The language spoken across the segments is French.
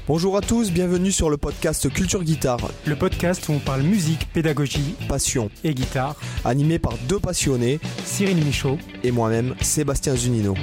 Bonjour à tous, bienvenue sur le podcast Culture Guitare. Le podcast où on parle musique, pédagogie, passion et guitare. Animé par deux passionnés, Cyril Michaud et moi-même, Sébastien Zunino.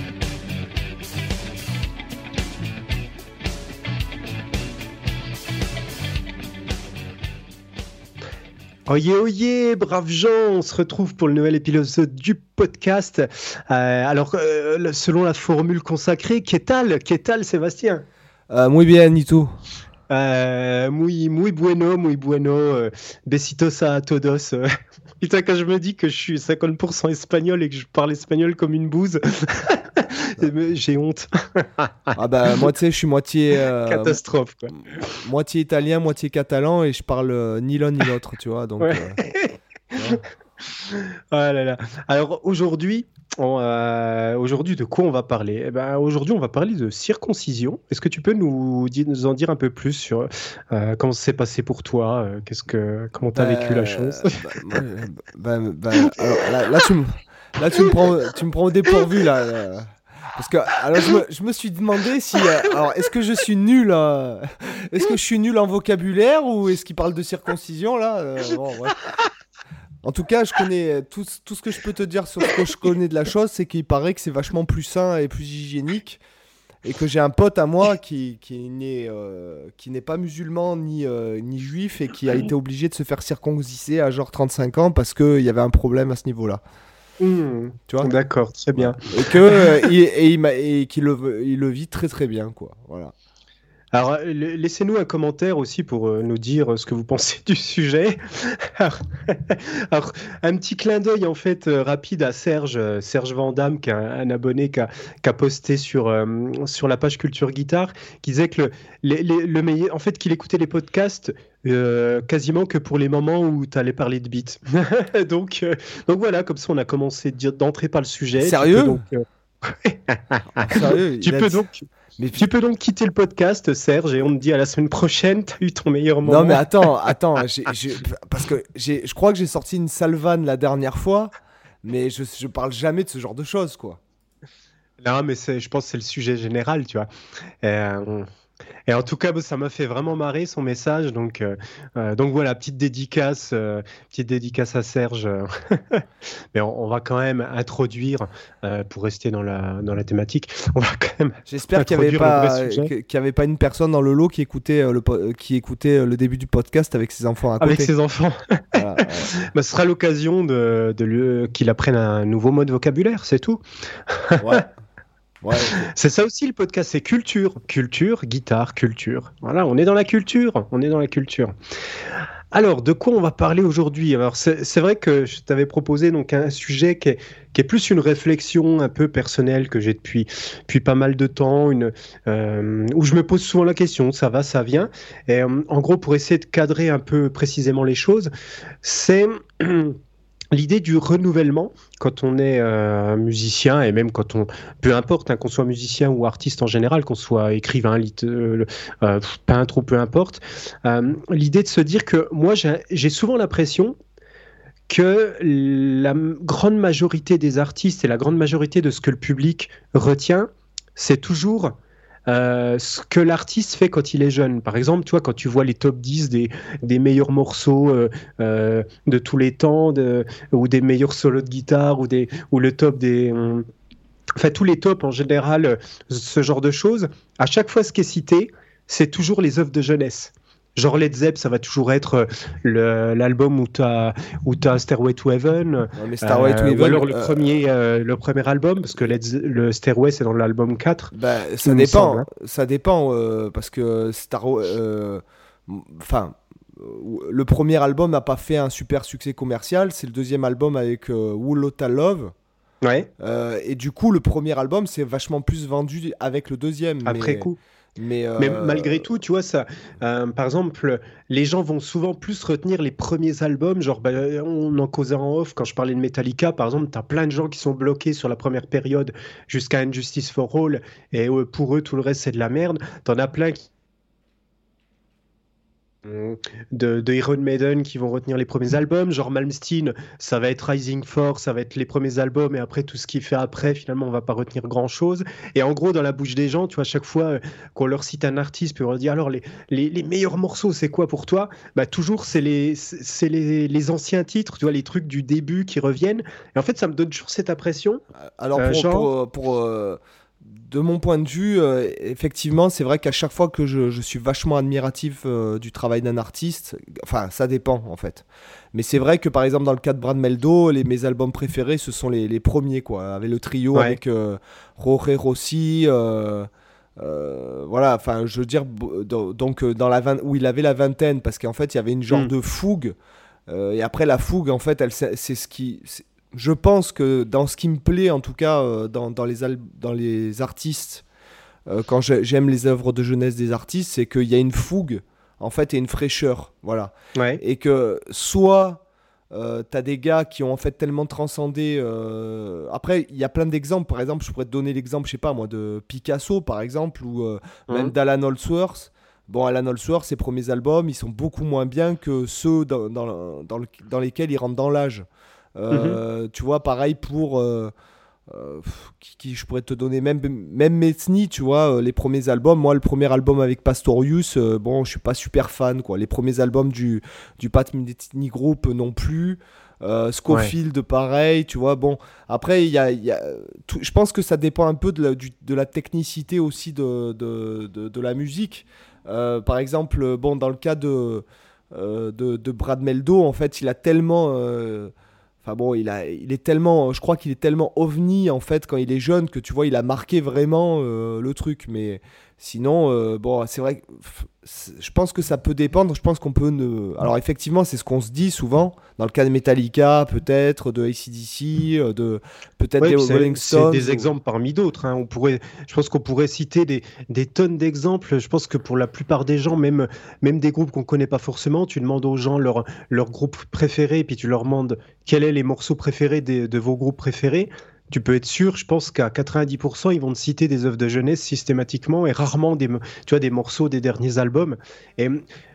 Oyez, oyez, braves gens, on se retrouve pour le nouvel épisode du podcast. Selon la formule consacrée, ¿qué tal, Sébastien? Muy bien, ¿y tú? Muy bueno, besitos a todos. Putain, quand je me dis que je suis 50% espagnol et que je parle espagnol comme une bouse, j'ai honte. Ah bah moi tu sais, je suis moitié... Catastrophe, quoi. Moitié italien, moitié catalan et je parle ni l'un ni l'autre, tu vois. Donc, ouais. Oh là là. Alors aujourd'hui, de quoi on va parler? Aujourd'hui, on va parler de circoncision. Est-ce que tu peux nous en dire un peu plus sur comment ça s'est passé pour toi? Comment tu as vécu la chose? Alors, là, tu me prends au dépourvu là. Parce que alors je me suis demandé si alors est-ce que je suis nul en vocabulaire ou est-ce qu'il parle de circoncision là bon, ouais. En tout cas, je connais tout ce que je peux te dire sur ce que je connais de la chose, c'est qu'il paraît que c'est vachement plus sain et plus hygiénique et que j'ai un pote à moi qui n'est pas musulman ni juif et qui a été obligé de se faire circonciser à genre 35 ans parce qu'il y avait un problème à ce niveau-là. Tu vois, d'accord, très bien. Et qu'il le vit très très bien, quoi. Voilà. Alors, laissez-nous un commentaire aussi pour nous dire ce que vous pensez du sujet. Alors, un petit clin d'œil en fait rapide à Serge Vandamme, qui est un abonné qui a posté sur la page Culture Guitare, qui disait que le meilleur, en fait, qu'il écoutait les podcasts quasiment que pour les moments où tu allais parler de beat. donc voilà, comme ça on a commencé d'entrer par le sujet. Sérieux? Sérieux, tu peux donc quitter le podcast, Serge, et on te dit à la semaine prochaine. T'as eu ton meilleur moment. Non mais attends, parce que je crois que j'ai sorti une sale vanne la dernière fois, mais je parle jamais de ce genre de choses, quoi. Non, mais je pense que c'est le sujet général, tu vois. Et en tout cas, ça m'a fait vraiment marrer son message. Donc voilà, petite dédicace à Serge. Mais on va quand même introduire, pour rester dans la thématique, on va quand même. J'espère qu'il n'y avait pas une personne dans le lot qui écoutait le début du podcast avec ses enfants à côté. Avec ses enfants. Voilà, ce sera l'occasion qu'il apprenne un nouveau mot de vocabulaire, c'est tout. Ouais. Ouais, okay. C'est ça aussi le podcast, c'est culture, guitare, culture. Voilà, on est dans la culture. Alors, de quoi on va parler aujourd'hui? Alors, c'est vrai que je t'avais proposé donc un sujet qui est plus une réflexion un peu personnelle que j'ai depuis pas mal de temps, où je me pose souvent la question, ça va, ça vient. Et en gros, pour essayer de cadrer un peu précisément les choses, c'est l'idée du renouvellement quand on est musicien et même peu importe qu'on soit musicien ou artiste en général, qu'on soit écrivain, peintre ou peu importe, l'idée de se dire que moi j'ai souvent l'impression que la grande majorité des artistes et la grande majorité de ce que le public retient, c'est toujours ce que l'artiste fait quand il est jeune. Par exemple, tu vois, quand tu vois les top 10 des meilleurs morceaux de tous les temps, ou des meilleurs solos de guitare, ou le top enfin, tous les tops en général, ce genre de choses, à chaque fois ce qui est cité, c'est toujours les œuvres de jeunesse. Genre Led Zepp, ça va toujours être l'album où t'as Stairway to Heaven, ou alors le premier album, parce que le Stairway c'est dans l'album 4. Ça dépend, parce que le premier album n'a pas fait un super succès commercial, c'est le deuxième album avec Whole Lotta Love. Ouais. Et du coup, le premier album c'est vachement plus vendu avec le deuxième. Après coup. Mais malgré tout, tu vois, ça, par exemple, les gens vont souvent plus retenir les premiers albums. Genre, on en causait en off quand je parlais de Metallica, par exemple, t'as plein de gens qui sont bloqués sur la première période jusqu'à Injustice for All, et pour eux, tout le reste, c'est de la merde. T'en as plein de Iron Maiden qui vont retenir les premiers albums. Genre Malmsteen, ça va être Rising Force, ça va être les premiers albums, et après tout ce qu'il fait après, finalement, on va pas retenir grand-chose. Et en gros, dans la bouche des gens, tu vois, à chaque fois qu'on leur cite un artiste, puis on leur dit alors les meilleurs morceaux, c'est quoi pour toi? Bah, toujours, c'est les anciens titres, tu vois, les trucs du début qui reviennent. Et en fait, ça me donne toujours cette impression. Alors Genre, de mon point de vue, effectivement, c'est vrai qu'à chaque fois que je suis vachement admiratif du travail d'un artiste, enfin ça dépend en fait. Mais c'est vrai que par exemple dans le cas de Brad Meldo, mes albums préférés ce sont les premiers quoi, avec le trio ouais. avec Jorge Rossi. Voilà, enfin je veux dire, donc dans où il avait la vingtaine, parce qu'en fait il y avait une genre Hmm. de fougue. Et après la fougue, en fait, c'est ce qui. Je pense que dans ce qui me plaît, en tout cas, dans les artistes, quand j'aime les œuvres de jeunesse des artistes, c'est qu'il y a une fougue, en fait, et une fraîcheur, voilà. Ouais. Et que soit t'as des gars qui ont en fait tellement transcendé. Après, il y a plein d'exemples. Par exemple, je pourrais te donner l'exemple, je sais pas moi, de Picasso, par exemple, ou même Hmm. d'Alan Allsworth. Bon, Alan Allsworth, ses premiers albums, ils sont beaucoup moins bien que ceux dans lesquels il rentre dans l'âge. Mhm. Tu vois, pareil pour je pourrais te donner même Metheny, tu vois, les premiers albums. Moi, le premier album avec Pastorius, bon, je suis pas super fan, quoi. Les premiers albums du Pat Metheny Group non plus. Ouais. Scofield, pareil, tu vois. Bon, après, je pense que ça dépend un peu de la technicité aussi de la musique. Par exemple, bon, dans le cas de Brad Meldo, en fait, il a tellement. Enfin bon, il est tellement, je crois qu'il est tellement ovni en fait quand il est jeune que tu vois, il a marqué vraiment le truc. Mais sinon, bon, c'est vrai que je pense que ça peut dépendre. Je pense qu'on peut ne. Alors effectivement, c'est ce qu'on se dit souvent dans le cas de Metallica, peut-être de AC/DC, peut-être Ouais, des puis Rolling c'est Stones. des exemples parmi d'autres, hein. Je pense qu'on pourrait citer des tonnes d'exemples. Je pense que pour la plupart des gens, même des groupes qu'on connaît pas forcément, tu demandes aux gens leur groupe préféré, et puis tu leur demandes quels sont les morceaux préférés de vos groupes préférés. Tu peux être sûr, je pense qu'à 90%, ils vont te citer des œuvres de jeunesse systématiquement, et rarement tu vois, des morceaux des derniers albums. Et,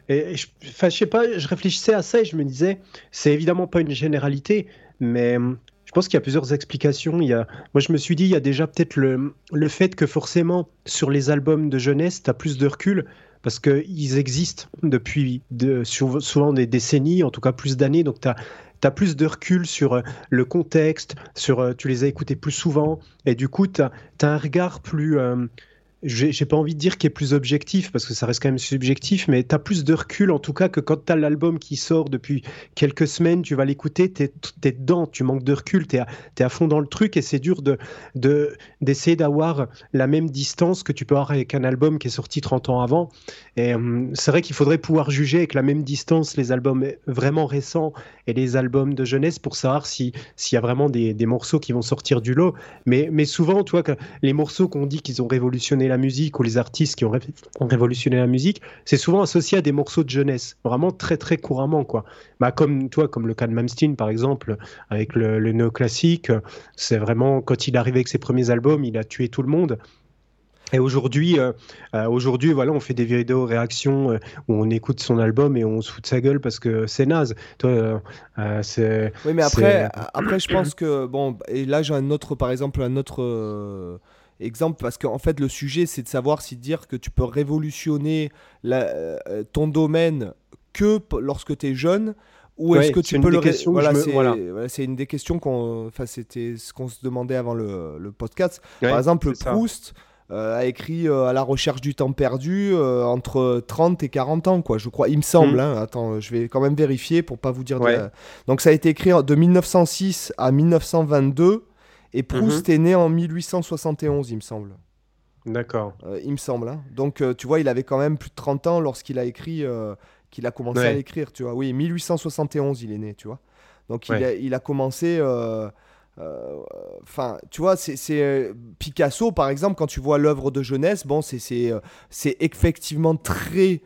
enfin, je sais pas, je réfléchissais à ça et je me disais, c'est évidemment pas une généralité, mais je pense qu'il y a plusieurs explications. Moi, je me suis dit, il y a déjà peut-être le fait que forcément, sur les albums de jeunesse, tu as plus de recul parce qu'ils existent depuis souvent des décennies, en tout cas plus d'années. Donc, tu as plus de recul sur le contexte, tu les as écoutés plus souvent. Et du coup, tu as un regard plus, j'ai pas envie de dire qu'il est plus objectif parce que ça reste quand même subjectif, mais tu as plus de recul en tout cas que quand tu as l'album qui sort depuis quelques semaines, tu vas l'écouter, tu es dedans, tu manques de recul, tu es à fond dans le truc et c'est dur d'essayer d'avoir la même distance que tu peux avoir avec un album qui est sorti 30 ans avant. Et c'est vrai qu'il faudrait pouvoir juger avec la même distance les albums vraiment récents et les albums de jeunesse pour savoir s'il y a vraiment des morceaux qui vont sortir du lot. Mais souvent, tu vois, que les morceaux qu'on dit qu'ils ont révolutionné la musique ou les artistes qui ont révolutionné la musique, c'est souvent associé à des morceaux de jeunesse, vraiment très très couramment quoi. Bah comme toi, comme le cas de Malmsteen par exemple, avec le néoclassique, c'est vraiment quand il est arrivé avec ses premiers albums, il a tué tout le monde. Et aujourd'hui, voilà, on fait des vidéos réactions où on écoute son album et on se fout de sa gueule parce que c'est naze. Toi, Oui, mais c'est, après, je pense que, bon, et là j'ai un autre, par exemple, un autre exemple, parce qu'en fait, le sujet, c'est de savoir si dire que tu peux révolutionner ton domaine lorsque tu es jeune, ou est-ce ouais, que c'est tu une peux des questions que Voilà, voilà. voilà, c'est une des questions enfin, c'était ce qu'on se demandait avant le podcast. Par Ouais, exemple, c'est ça. Proust a écrit À la recherche du temps perdu entre 30 et 40 ans, quoi, je crois, il me semble. Hmm. Hein. Attends, je vais quand même vérifier pour pas vous dire de Ouais. Donc ça a été écrit de 1906 à 1922 et Mhm. Proust est né en 1871, il me semble. D'accord. Il me semble. Hein. Donc tu vois, il avait quand même plus de 30 ans lorsqu'il a écrit, qu'il a commencé à Ouais. l'écrire, tu vois. Oui, 1871, il est né, tu vois. Donc Ouais. il a commencé. Enfin, tu vois, Picasso, par exemple, quand tu vois l'œuvre de jeunesse, bon, c'est effectivement très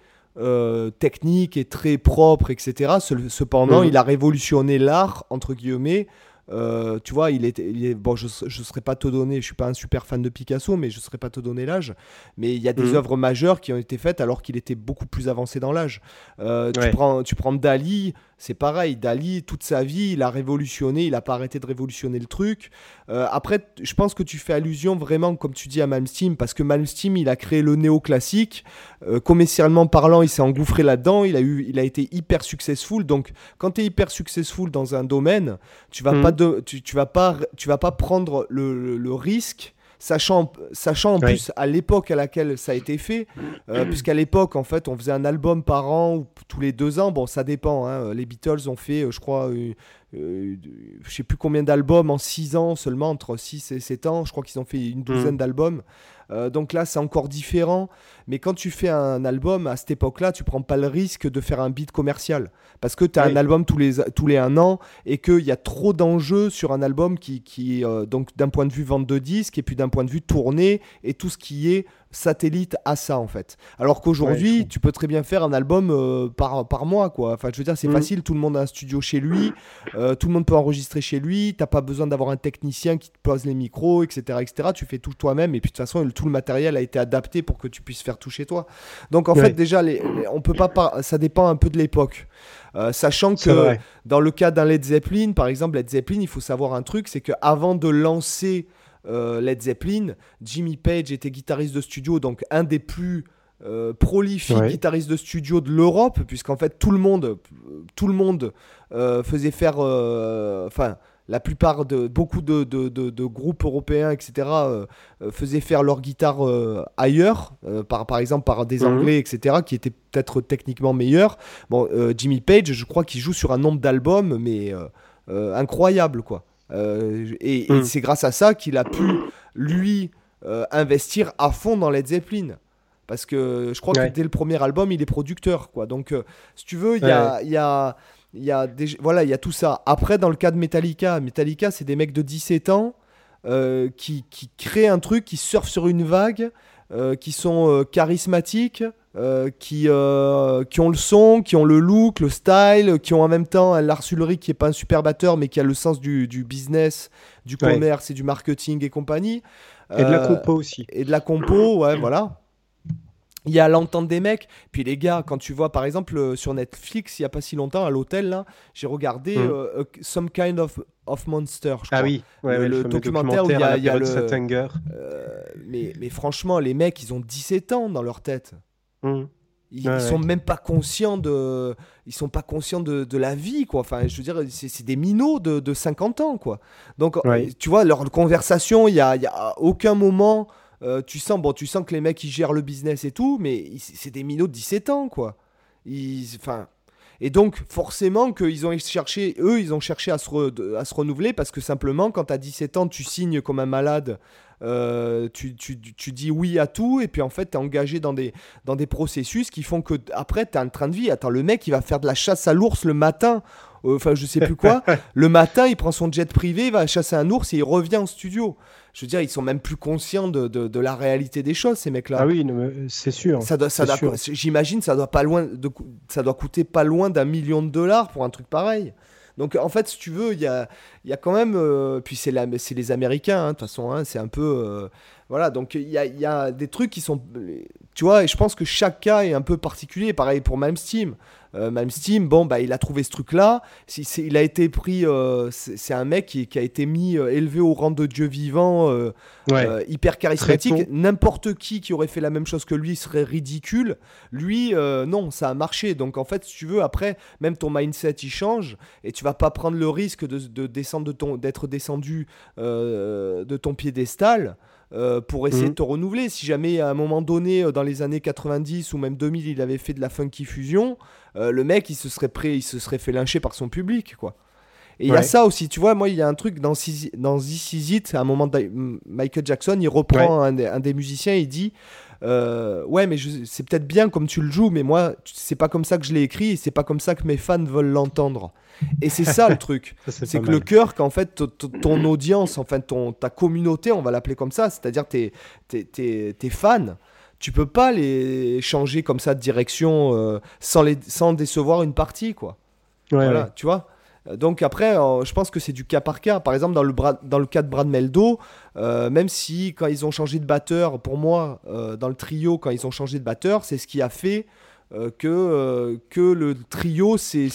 technique et très propre, etc. Cependant, Mhm. il a révolutionné l'art, entre guillemets, tu vois, bon, je serais pas te donner, je suis pas un super fan de Picasso, mais je serais pas te donner l'âge. Mais il y a des œuvres majeures qui ont été faites alors qu'il était beaucoup plus avancé dans l'âge. Tu prends Dali, c'est pareil. Dali, toute sa vie, il a révolutionné, il a pas arrêté de révolutionner le truc. Après, je pense que tu fais allusion vraiment, comme tu dis, à Malmsteen, parce que Malmsteen, il a créé le néoclassique. Commercialement parlant, il s'est engouffré là-dedans. Il a été hyper successful. Donc, quand tu es hyper successful dans un domaine, tu vas tu vas pas prendre le risque, sachant en plus à l'époque à laquelle ça a été fait, puisqu'à l'époque, en fait, on faisait un album par an ou tous les 2 ans. Bon, ça dépend. Hein. Les Beatles ont fait, je crois, je sais plus combien d'albums en 6 ans seulement, entre 6 et 7 ans. Je crois qu'ils ont fait une douzaine d'albums. Donc là, c'est encore différent. Mais quand tu fais un album, à cette époque-là, tu prends pas le risque de faire un beat commercial. Parce que tu as un album tous les 1 an et qu'il y a trop d'enjeux sur un album qui donc d'un point de vue vente de disques et puis d'un point de vue tournée et tout ce qui est satellite à ça, en fait. Alors qu'aujourd'hui, tu peux très bien faire un album par mois, quoi. Enfin, je veux dire, c'est facile. Tout le monde a un studio chez lui. Tout le monde peut enregistrer chez lui. T'as pas besoin d'avoir un technicien qui te pose les micros, etc., etc. Tu fais tout toi-même. Et puis, de toute façon, tout le matériel a été adapté pour que tu puisses faire tout chez toi. Donc, en fait, déjà, on peut pas ça dépend un peu de l'époque. Sachant que dans le cas d'un Led Zeppelin, par exemple, Led Zeppelin, il faut savoir un truc, c'est qu'avant de lancer Led Zeppelin, Jimmy Page était guitariste de studio, donc un des plus prolifiques guitaristes de studio de l'Europe, puisqu'en fait tout le monde faisait faire, la plupart beaucoup de groupes européens, etc., faisaient faire leur guitare ailleurs, par exemple par des Anglais, etc., qui étaient peut-être techniquement meilleurs. Bon, Jimmy Page, je crois qu'il joue sur un nombre d'albums, mais incroyable, quoi. Et c'est grâce à ça qu'il a pu, lui, investir à fond dans Led Zeppelin. Parce que je crois que dès le premier album, il est producteur, quoi. Donc, si tu veux, il y a tout ça. Après, dans le cas de Metallica, c'est des mecs de 17 ans qui créent un truc, qui surfent sur une vague, qui sont charismatiques, qui ont le son, qui ont le look, le style, qui ont en même temps un Lars Ulrich qui est pas un super batteur mais qui a le sens du business, du commerce et du marketing et compagnie. Et de la compo aussi. Et de la compo, voilà. Il y a l'entente des mecs. Puis les gars, quand tu vois par exemple sur Netflix, il y a pas si longtemps à l'hôtel là, j'ai regardé Some Kind of Monster, je crois. Ah oui, le documentaire où il y a le Satanger. Mais franchement, les mecs, ils ont 17 ans dans leur tête. Ils sont même pas conscients de la vie, quoi. Enfin, je veux dire, c'est des minots de 50 ans, quoi. Donc, tu vois, leur conversation, il y a aucun moment tu sens que les mecs ils gèrent le business et tout, mais c'est des minots de 17 ans, quoi. Et donc forcément qu'ils ont cherché à se renouveler, parce que simplement quand t'as 17 ans tu signes comme un malade, tu dis oui à tout, et puis en fait t'es engagé dans des processus qui font que après t'as un train de vie. Attends, le mec il va faire de la chasse à l'ours le matin, je sais plus quoi. Le matin il prend son jet privé, il va chasser un ours et il revient en studio. Je veux dire, ils sont même plus conscients de la réalité des choses, ces mecs-là. Ah oui, non, mais c'est sûr. J'imagine ça doit coûter pas loin d'1 million de dollars pour un truc pareil. Donc en fait, si tu veux, il y a quand même puis c'est les Américains, de toute façon, hein, c'est un peu voilà, donc il y a des trucs qui sont, tu vois, et je pense que chaque cas est un peu particulier. Pareil pour Malmsteen. Malmsteen, bon, bah, il a trouvé ce truc-là. Il a été pris. C'est un mec qui a été élevé au rang de Dieu vivant, hyper charismatique. N'importe qui aurait fait la même chose que lui serait ridicule. Lui, non, ça a marché. Donc en fait, si tu veux, après, même ton mindset il change et tu vas pas prendre le risque de descendre d'être descendu de ton piédestal. Pour essayer de te renouveler. Si jamais à un moment donné dans les années 90 ou même 2000 il avait fait de la funky fusion, le mec il se serait fait lyncher par son public, quoi. Et il y a ça aussi, tu vois, moi il y a un truc dans This Is It, à un moment Michael Jackson il reprend un des musiciens et il dit mais c'est peut-être bien comme tu le joues, mais moi c'est pas comme ça que je l'ai écrit et c'est pas comme ça que mes fans veulent l'entendre. Et c'est ça le truc, c'est que le cœur, qu'en fait ton audience, enfin ta communauté, on va l'appeler comme ça, c'est-à-dire tes fans, tu peux pas les changer comme ça de direction sans décevoir une partie, quoi. Voilà, tu vois. Donc après, je pense que c'est du cas par cas. Par exemple, dans le cas de Brad Mehldau, même si quand ils ont changé de batteur, pour moi, dans le trio, quand ils ont changé de batteur, c'est ce qui a fait que le trio,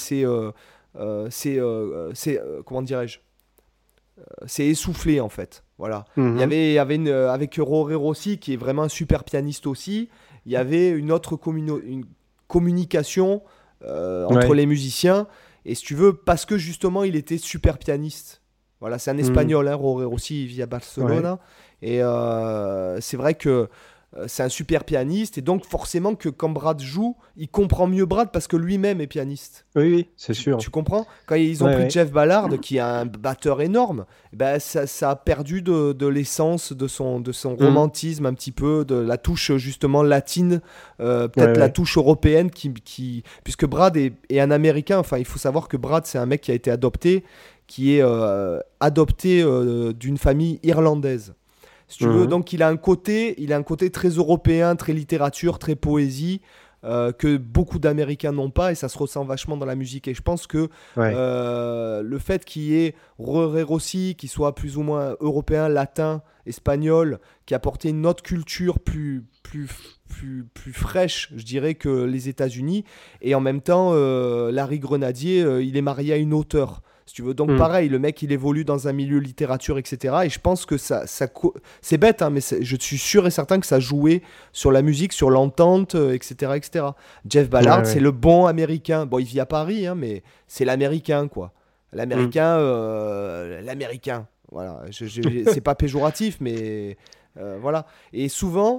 comment dirais-je, c'est essoufflé en fait. Voilà. Mhm. Il y avait avec Roré Rossi, qui est vraiment un super pianiste aussi, il y avait une autre une communication entre Ouais. les musiciens. Et si tu veux, parce que justement, il était super pianiste. Voilà, c'est un Mhm. espagnol, hein, Roré Rossi, il vit à Ouais. Barcelone. Et c'est vrai que c'est un super pianiste. Et donc, forcément, que quand Brad joue, il comprend mieux Brad parce que lui-même est pianiste. Oui, oui, c'est sûr. Tu comprends? Quand ils ont Ouais, pris ouais. Jeff Ballard, qui est un batteur énorme, eh ben ça a perdu de l'essence, de son Mhm. romantisme un petit peu, de la touche justement latine, Ouais, peut-être la ouais. touche européenne, puisque Brad est un Américain, enfin il faut savoir que Brad c'est un mec qui a été adopté, qui est adopté d'une famille irlandaise. Si tu veux, Mhm. donc il a un côté très européen, très littérature, très poésie, que beaucoup d'Américains n'ont pas, et ça se ressent vachement dans la musique. Et je pense que Ouais. le fait qu'il y ait Roré Rossi, qui soit plus ou moins européen, latin, espagnol, qui a apporté une autre culture plus fraîche, je dirais, que les États-Unis, et en même temps, Larry Grenadier, il est marié à une auteure. Si tu veux. Donc Mhm. pareil, le mec il évolue dans un milieu littérature, etc. Et je pense que c'est bête, hein, mais je suis sûr et certain que ça jouait sur la musique, sur l'entente, etc., etc. Jeff Ouais, Ballard, c'est ouais. le bon américain. Bon, il vit à Paris, hein, mais c'est l'américain, quoi. Mhm. L'américain. Voilà, c'est pas péjoratif, mais voilà. Et souvent,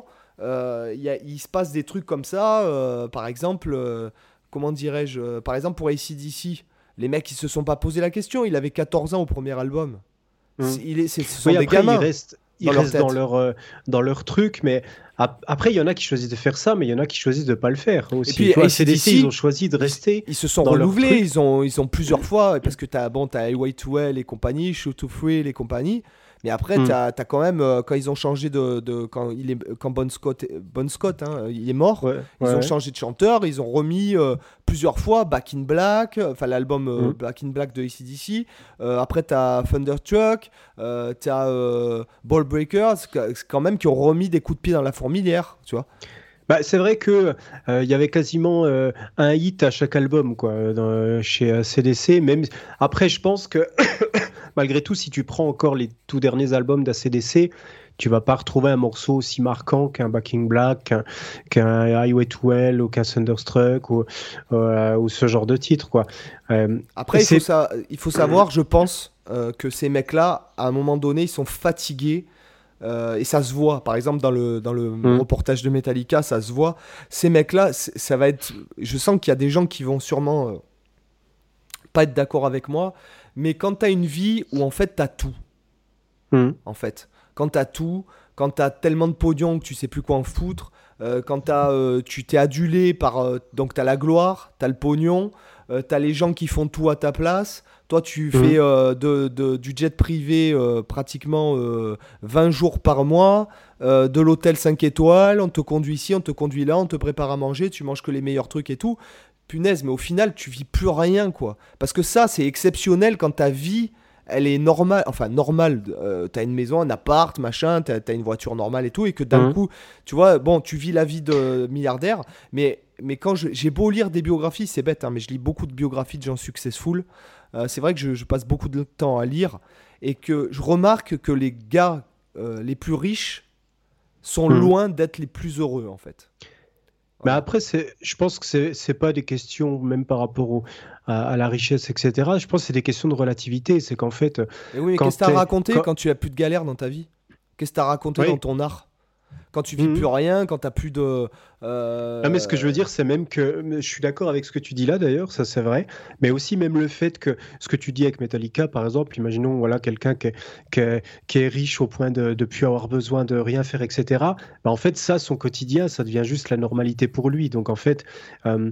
il se passe des trucs comme ça. Par exemple, comment dirais-je, par exemple pour AC/DC, les mecs ils se sont pas posé la question. Il avait 14 ans au premier album. Mhm. Ce sont Oui, des après, gamins ils dans leur restent tête. dans leur truc, mais après, il y en a qui choisissent de faire ça, mais il y en a qui choisissent de pas le faire Et aussi. puis Tu vois, CDC, ils ont AC/DC, choisi de rester ils se sont dans leur renouvelés, truc. ils ont plusieurs fois, parce que t'as Highway to Hell et compagnie, Shoot to Thrill et compagnie, mais après Mhm. t'as quand même, quand ils ont changé quand Bon Scott hein, il est mort, Ouais, ils ont ouais. changé de chanteur, ils ont remis plusieurs fois Back in Black, enfin l'album Mhm. Back in Black de AC/DC, après t'as Thunderstruck, t'as Ball Breakers, quand même qui ont remis des coups de pied dans la fourmilière, tu vois. Bah, c'est vrai que il y avait quasiment un hit à chaque album, quoi, chez CDC. Même après, je pense que malgré tout, si tu prends encore les tout derniers albums d'ACDC, tu vas pas retrouver un morceau aussi marquant qu'un Back in Black, qu'un Highway to Hell ou qu'un Thunderstruck ou ce genre de titre, quoi. Après, C'est il faut savoir, je pense, que ces mecs-là, à un moment donné, ils sont fatigués. Et ça se voit. Par exemple, dans le Hmm, reportage de Metallica, ça se voit. Ces mecs-là, ça va être. Je sens qu'il y a des gens qui vont sûrement pas être d'accord avec moi. Mais quand t'as une vie où en fait t'as tout, hmm, en fait. Quand t'as tout, quand t'as tellement de pognon que tu sais plus quoi en foutre, quand tu t'es adulé par. Donc t'as la gloire, t'as le pognon, t'as les gens qui font tout à ta place. Toi, tu hmm. fais du jet privé pratiquement 20 jours par mois, de l'hôtel 5 étoiles, on te conduit ici, on te conduit là, on te prépare à manger, tu manges que les meilleurs trucs et tout. Punaise, mais au final, tu vis plus rien, quoi. Parce que ça, c'est exceptionnel quand ta vie elle est normale, enfin normale, t'as une maison, un appart, machin, t'as une voiture normale et tout, et que d'un Hmm. coup, tu vois, bon, tu vis la vie de milliardaire, mais quand j'ai beau lire des biographies, c'est bête, hein, mais je lis beaucoup de biographies de gens successful, c'est vrai que je passe beaucoup de temps à lire, et que je remarque que les gars les plus riches sont Hmm. loin d'être les plus heureux, en fait. Mais Voilà. après, je pense que c'est pas des questions, même par rapport à la richesse, etc. Je pense que c'est des questions de relativité. C'est qu'en fait, Et oui, mais quand qu'est-ce que t'as t'es. raconté Quand... quand tu as plus de galère dans ta vie? Qu'est-ce que t'as raconté dans Oui. ton art? Quand tu vis plus Mhm. rien, quand t'as plus de. Non, mais ce que je veux euh, dire, c'est même que je suis d'accord avec ce que tu dis là, d'ailleurs, ça c'est vrai, mais aussi même le fait que ce que tu dis avec Metallica, par exemple, imaginons voilà, quelqu'un qui est riche au point de ne plus avoir besoin de rien faire, etc. Bah, en fait, ça, son quotidien, ça devient juste la normalité pour lui. Donc en fait, euh,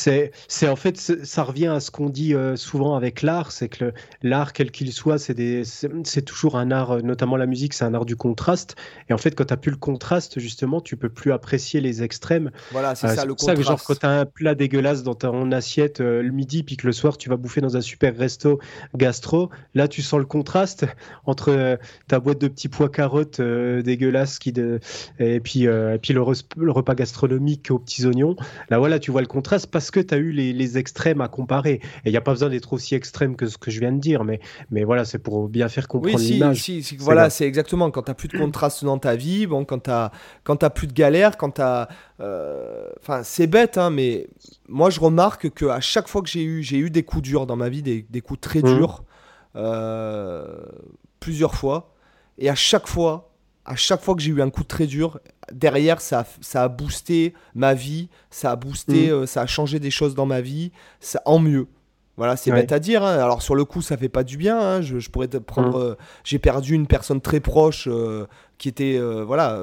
ça revient à ce qu'on dit souvent avec l'art, c'est que l'art, quel qu'il soit, c'est toujours un art, notamment la musique, c'est un art du contraste. Et en fait, quand tu n'as plus le contraste, contraste, justement, tu peux plus apprécier les extrêmes. Voilà, c'est ça C'est le pour ça que, genre, contraste. quand tu as un plat dégueulasse dans ton assiette le midi, puis que le soir, tu vas bouffer dans un super resto gastro, là, tu sens le contraste entre ta boîte de petits pois carottes dégueulasse et puis le repas gastronomique aux petits oignons. Là, voilà, tu vois le contraste parce que tu as eu les extrêmes à comparer. Et il n'y a pas besoin d'être aussi extrême que ce que je viens de dire, mais voilà, c'est pour bien faire Oui, comprendre si, l'image. voilà, c'est exactement. Quand t'as plus de contraste dans ta vie, bon, quand t'as plus de galère, enfin, c'est bête, hein, mais moi, je remarque que à chaque fois que j'ai eu des coups durs dans ma vie, des coups très Mhm. durs, euh, plusieurs fois, et à chaque fois que j'ai eu un coup très dur, derrière, ça a boosté ma vie, Mhm. ça a changé des choses dans ma vie, en mieux. Voilà, c'est bête Ouais. à dire, hein. Alors sur le coup, ça fait pas du bien, hein. Je pourrais te prendre. Mhm. J'ai perdu une personne très proche qui était, voilà,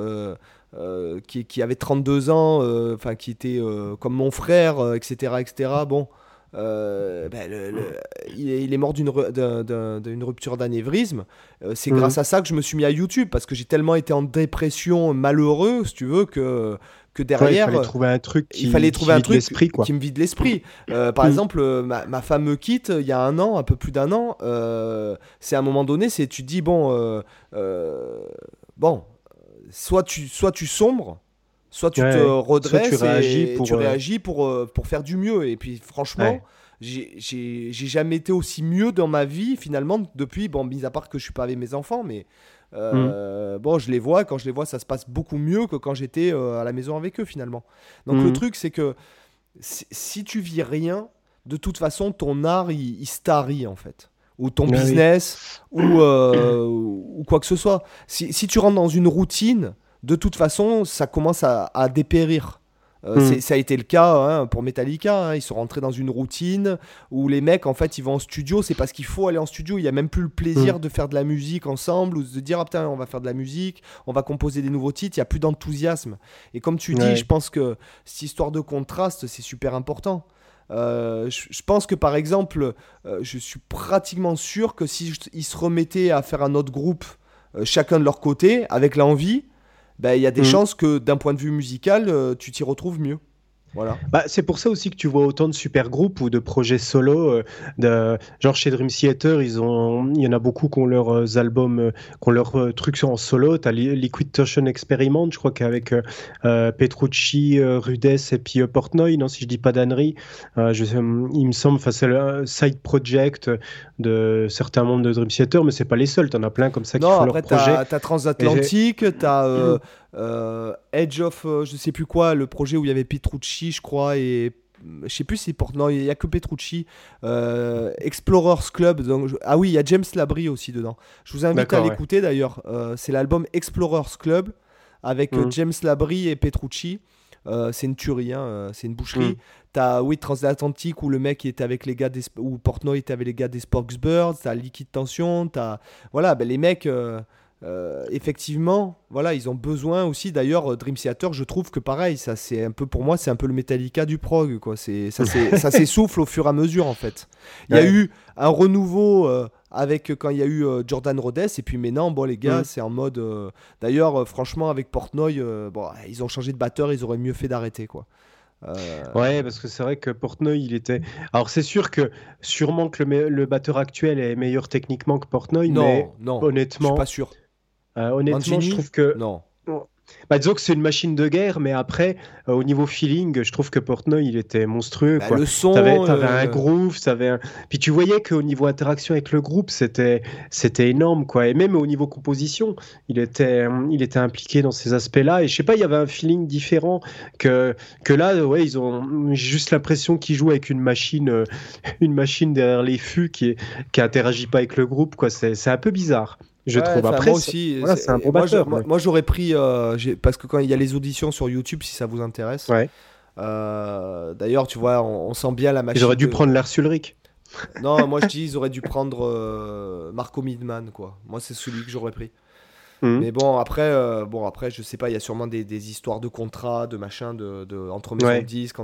qui avait 32 ans, enfin qui était comme mon frère, etc., etc. Bon, ben, il est mort d'une rupture d'anévrisme. C'est grâce Mhm. à ça que je me suis mis à YouTube parce que j'ai tellement été en dépression malheureux, si tu veux, que Ouais, il derrière, fallait trouver un truc il fallait qui trouver un vide truc l'esprit, quoi. qui me vide l'esprit. Par Mhm. exemple, ma femme me quitte il y a un an, un peu plus d'un an. C'est à un moment donné, tu te dis, bon, euh, bon, soit tu sombres, soit Ouais, tu te ouais. Soit tu redresses réagis et tu pour. réagis pour faire du mieux. Et puis franchement, Ouais. j'ai jamais été aussi mieux dans ma vie finalement depuis, bon, mis à part que je suis pas avec mes enfants, mais Mhm. bon, je les vois, quand je les vois, ça se passe beaucoup mieux que quand j'étais à la maison avec eux finalement. Donc le Mhm. truc, c'est que si tu vis rien, de toute façon, ton art, il se tarit en fait. Ou ton Ah oui. business, ou quoi que ce soit. Si tu rentres dans une routine, de toute façon, ça commence à dépérir. Mhm. Ça a été le cas, hein, pour Metallica, hein. Ils sont rentrés dans une routine où les mecs, en fait, ils vont en studio. C'est parce qu'il faut aller en studio. Il n'y a même plus le Mhm. plaisir de faire de la musique ensemble ou de dire, ah putain, on va faire de la musique, on va composer des nouveaux titres. Il n'y a plus d'enthousiasme. Et comme tu dis, je Ouais. pense que cette histoire de contraste, c'est super important. Je pense que par exemple, je suis pratiquement sûr que si ils se remettaient à faire un autre groupe, chacun de leur côté, avec l'envie, ben, il y a des Mhm. chances que d'un point de vue musical, tu t'y retrouves mieux. Voilà. Bah, c'est pour ça aussi que tu vois autant de super groupes ou de projets solo. Genre chez Dream Theater, il y en a beaucoup qui ont leurs albums, qui ont leurs trucs en solo. T'as Liquid Torsion Experiment, je crois qu'avec Petrucci, Rudess et puis Portnoy, non, si je dis pas d'ânerie. Il me semble, enfin, c'est le side project de certains membres de Dream Theater, mais c'est pas les seuls. T'en as plein comme ça qui Non, font leurs après, projets. t'as Et j'ai- Transatlantique, t'as Edge of, je sais plus quoi, le projet où il y avait Petrucci, je crois, et je sais plus si non, il y a que Petrucci. Explorers Club, ah oui, il y a James Labrie aussi dedans. Je vous invite à D'accord, ouais. l'écouter d'ailleurs. C'est l'album Explorers Club avec Mhm. James Labrie et Petrucci. C'est une tuerie, hein, c'est une boucherie. Mhm. T'as, oui, Transatlantique où le mec était avec les gars où Portnoy était avec les gars des Birds. T'as Liquid Tension. T'as, voilà, ben, les mecs, effectivement, voilà, ils ont besoin aussi. D'ailleurs, Dream Theater, je trouve que pareil, ça c'est un peu pour moi, c'est un peu le Metallica du prog, quoi. Ça s'essouffle au fur et à mesure, en fait. Il y a Ouais. eu un renouveau avec quand il y a eu Jordan Rhodes, et puis maintenant, bon, les gars, Mhm. c'est en mode. D'ailleurs, franchement, avec Portnoy, bon, ils ont changé de batteur, ils auraient mieux fait d'arrêter, quoi. Euh, Ouais, parce que c'est vrai que Portnoy, il était. Alors, c'est sûr que sûrement que le batteur actuel est meilleur techniquement que Portnoy, mais non, non, je suis pas honnêtement, sûr. honnêtement, je Mangini, trouve que. non. Bah, disons que c'est une machine de guerre, mais après, au niveau feeling, je trouve que Portnoy, il était monstrueux, Bah, quoi. le son, T'avais un groove, Puis tu voyais qu'au niveau interaction avec le groupe, c'était énorme, quoi. Et même au niveau composition, il était impliqué dans ces aspects-là. Et je sais pas, il y avait un feeling différent que là, ouais, j'ai juste l'impression qu'ils jouent avec une machine derrière les fûts qui interagit pas avec le groupe, quoi. C'est un peu bizarre, je ouais, trouve. enfin Après, moi aussi, voilà, c'est un bon batteur, mais moi, j'aurais pris, parce que quand il y a les auditions sur YouTube, si ça vous intéresse, ouais. d'ailleurs, tu vois, on sent bien la Ils auraient machine dû de. prendre Lars Ulrich. Non, moi je dis, ils auraient dû prendre Marco Midman, quoi. Moi, c'est celui que j'aurais pris. Mhm. Mais bon, après, je sais pas, il y a sûrement des histoires de contrats, de machin, entre maisons de Ouais. disques,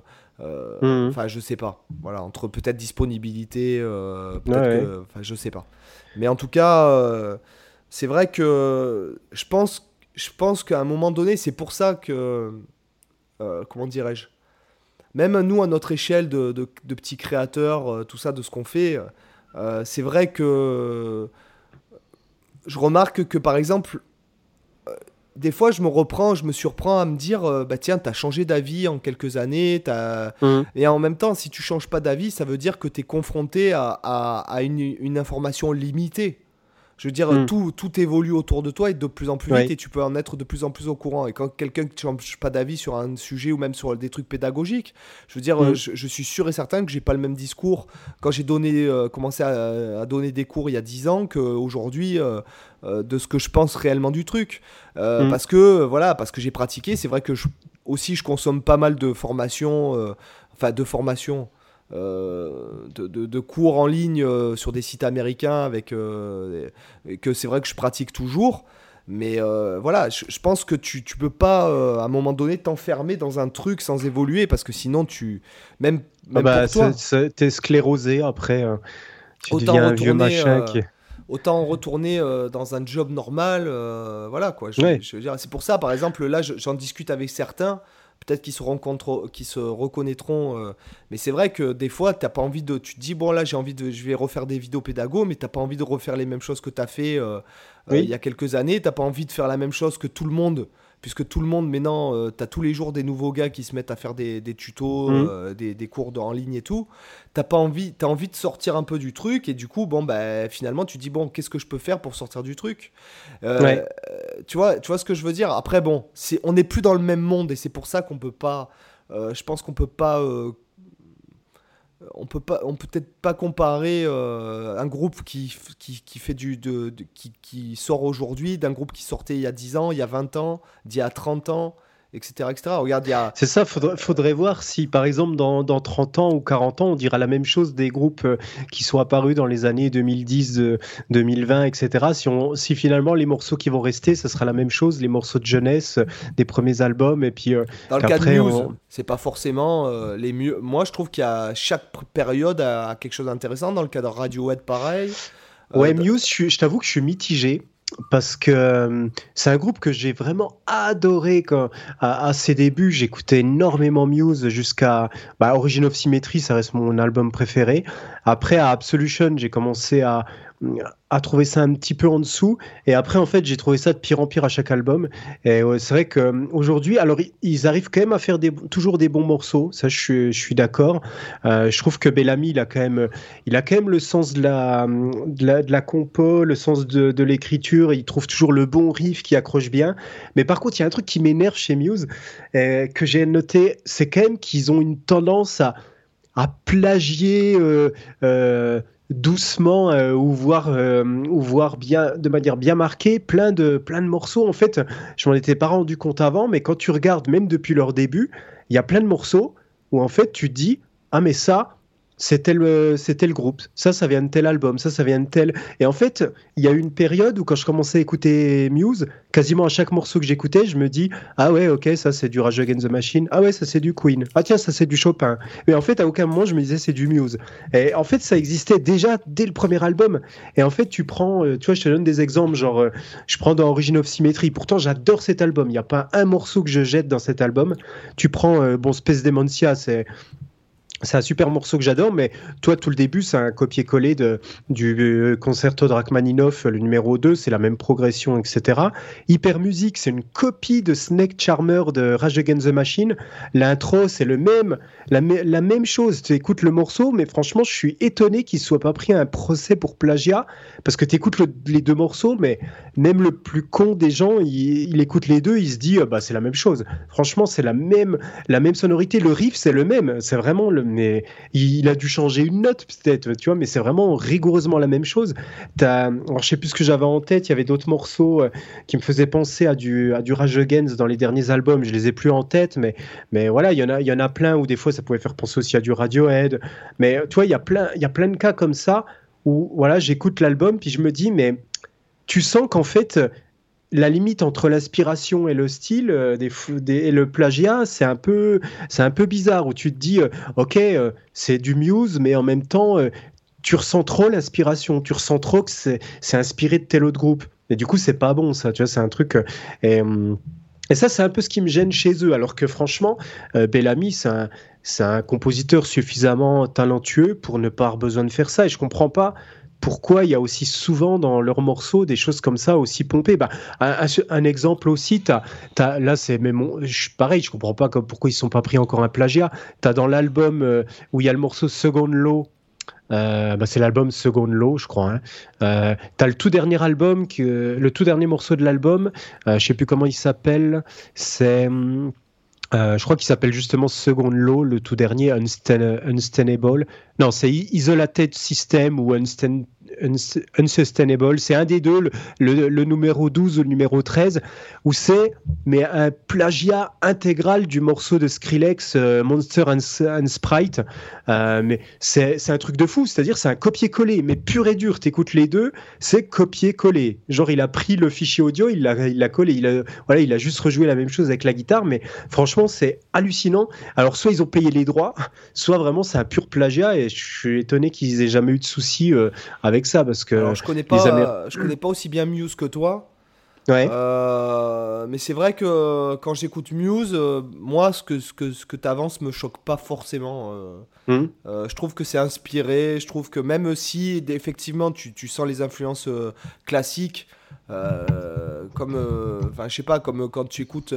Mhm. enfin, je sais pas. Voilà, entre peut-être disponibilité, Ouais, peut-être ouais. que. Enfin, je sais pas. Mais en tout cas, c'est vrai que je pense. je pense qu'à un moment donné, c'est pour ça que, comment dirais-je, même nous, à notre échelle de petits créateurs, tout ça, de ce qu'on fait, c'est vrai que je remarque que, par exemple, des fois, je me surprends à me dire, bah tiens, t'as changé d'avis en quelques années, Mhm. et en même temps, si tu changes pas d'avis, ça veut dire que t'es confronté à une information limitée. Je veux dire, Mhm. tout évolue autour de toi et de plus en plus vite Ouais. et tu peux en être de plus en plus au courant. Et quand quelqu'un ne change pas d'avis sur un sujet ou même sur des trucs pédagogiques, je veux dire, Mhm. je suis sûr et certain que j'ai pas le même discours quand j'ai commencé à donner des cours il y a 10 ans qu'aujourd'hui de ce que je pense réellement du truc. Mhm. Parce que j'ai pratiqué, c'est vrai que aussi je consomme pas mal de formations, de cours en ligne sur des sites américains et que c'est vrai que je pratique toujours. Mais voilà, je pense que tu peux pas, à un moment donné, t'enfermer dans un truc sans évoluer parce que sinon, même, Ah même bah, pour toi, t'es sclérosé après. Tu autant deviens un vieux retourner, machin euh, qui. autant retourner dans un job normal. Voilà quoi. Ouais. Je veux dire, c'est pour ça, par exemple, là, j'en discute avec certains. Peut-être qu'ils se reconnaîtront. Mais c'est vrai que des fois, t'as pas envie de. Tu te dis, bon, là, je vais refaire des vidéos pédago, mais t'as pas envie de refaire les mêmes choses que t'as fait il y Oui. a quelques années. T'as pas envie de faire la même chose que tout le monde. Puisque tout le monde, maintenant, t'as tous les jours des nouveaux gars qui se mettent à faire des tutos, Mhm. des cours en ligne et tout. T'as envie de sortir un peu du truc, et du coup, bon, bah, finalement, tu dis, bon, qu'est-ce que je peux faire pour sortir du truc? Euh, Ouais. tu vois ce que je veux dire? Après, bon, on n'est plus dans le même monde, et c'est pour ça qu'on peut pas. Je pense qu'on peut pas. On peut peut-être pas comparer un groupe qui fait qui sort aujourd'hui d'un groupe qui sortait il y a 10 ans, il y a 20 ans, d'il y a 30 ans, etc., etc. Regarde, il y a. C'est ça, faudrait voir si, par exemple, dans 30 ans ou 40 ans, on dira la même chose des groupes qui sont apparus dans les années 2010, 2020, etc. Si finalement les morceaux qui vont rester, ce sera la même chose, les morceaux de jeunesse, des premiers albums, et puis Dans le cas de qu'après, Muse, c'est pas forcément les mieux. Moi, je trouve qu'il y a chaque période a quelque chose d'intéressant. Dans le cas de Radiohead, pareil. Euh, Ouais, d- Muse, je t'avoue que je suis mitigé. Parce que c'est un groupe que j'ai vraiment adoré à ses débuts. J'écoutais énormément Muse jusqu'à Origin of Symmetry, ça reste mon album préféré. Après, à Absolution, j'ai commencé à trouver ça un petit peu en dessous. Et après, en fait, j'ai trouvé ça de pire en pire à chaque album. Et ouais, c'est vrai qu'aujourd'hui, alors ils arrivent quand même à faire toujours des bons morceaux. Ça, je suis d'accord. Je trouve que Bellamy, il a quand même le sens de la compo, le sens de l'écriture. Il trouve toujours le bon riff qui accroche bien. Mais par contre, il y a un truc qui m'énerve chez Muse, que j'ai noté, c'est quand même qu'ils ont une tendance à plagier doucement ou voir bien, de manière bien marquée plein de morceaux. En fait, je m'en étais pas rendu compte avant, mais quand tu regardes, même depuis leur début, il y a plein de morceaux où en fait tu te dis, ah mais ça, c'est tel groupe, ça vient de tel album, ça vient de tel. Et en fait, il y a eu une période où quand je commençais à écouter Muse, quasiment à chaque morceau que j'écoutais, je me dis, ah ouais, ok, ça c'est du Rage Against the Machine, ah ouais, ça c'est du Queen, ah tiens, ça c'est du Chopin. Mais en fait, à aucun moment je me disais c'est du Muse. Et en fait, ça existait déjà dès le premier album. Et en fait, tu prends, tu vois, je te donne des exemples, genre, je prends dans Origin of Symmetry, pourtant j'adore cet album, il n'y a pas un morceau que je jette dans cet album. Tu prends, bon, Space Dementia, c'est un super morceau que j'adore, mais toi, tout le début, c'est un copier-coller du concerto de Rachmaninoff, le numéro 2, c'est la même progression, etc. Hyper Music, c'est une copie de Snake Charmer de Rage Against the Machine. L'intro, c'est la même chose. Tu écoutes le morceau, mais franchement, je suis étonné qu'il ne soit pas pris à un procès pour plagiat, parce que tu écoutes les deux morceaux, mais même le plus con des gens, il écoute les deux, il se dit, bah, c'est la même chose. Franchement, c'est la même sonorité, le riff, c'est le même. C'est vraiment mais il a dû changer une note peut-être, tu vois, mais c'est vraiment rigoureusement la même chose. Alors je sais plus ce que j'avais en tête, il y avait d'autres morceaux qui me faisaient penser à du Rage Against dans les derniers albums, je les ai plus en tête, mais voilà, il y en a plein où des fois ça pouvait faire penser aussi à du Radiohead, mais tu vois, il y a plein de cas comme ça où voilà, j'écoute l'album puis je me dis, mais tu sens qu'en fait la limite entre l'inspiration et le style et le plagiat, c'est un peu bizarre, où tu te dis, ok, c'est du Muse, mais en même temps, tu ressens trop l'inspiration, tu ressens trop que c'est inspiré de tel autre groupe. Et du coup, c'est pas bon, ça. Tu vois, c'est un truc. Et, et ça, c'est un peu ce qui me gêne chez eux. Alors que franchement, Bellamy, c'est un compositeur suffisamment talentueux pour ne pas avoir besoin de faire ça. Et je comprends pas pourquoi il y a aussi souvent dans leurs morceaux des choses comme ça aussi pompées. Bah, un exemple aussi, là, c'est même pareil, je comprends pas pourquoi ils ne sont pas pris encore un plagiat. Tu as dans l'album où il y a le morceau Second Law. C'est l'album Second Law, je crois. Hein. T'as le tout dernier album, le tout dernier morceau de l'album, je sais plus comment il s'appelle. C'est, je crois qu'il s'appelle justement Second Law, le tout dernier, Unsustainable. Non, c'est Isolated System ou Unsustainable. C'est un des deux, le numéro 12 ou le numéro 13, où c'est un plagiat intégral du morceau de Skrillex, Monster and Sprite. Mais c'est un truc de fou, c'est-à-dire c'est un copier-coller, mais pur et dur. T'écoutes les deux, c'est copier-coller. Genre, il a pris le fichier audio, il l'a collé, il a juste rejoué la même chose avec la guitare, mais franchement, c'est hallucinant. Alors, soit ils ont payé les droits, soit vraiment c'est un pur plagiat, et je suis étonné qu'ils aient jamais eu de soucis avec ça, parce que Alors, je connais pas aussi bien Muse que toi. Ouais. Mais c'est vrai que quand j'écoute Muse, moi, ce que tu avances me choque pas forcément. Je trouve que c'est inspiré. Je trouve que même si effectivement tu sens les influences classiques, comme, enfin, je sais pas, comme quand tu écoutes.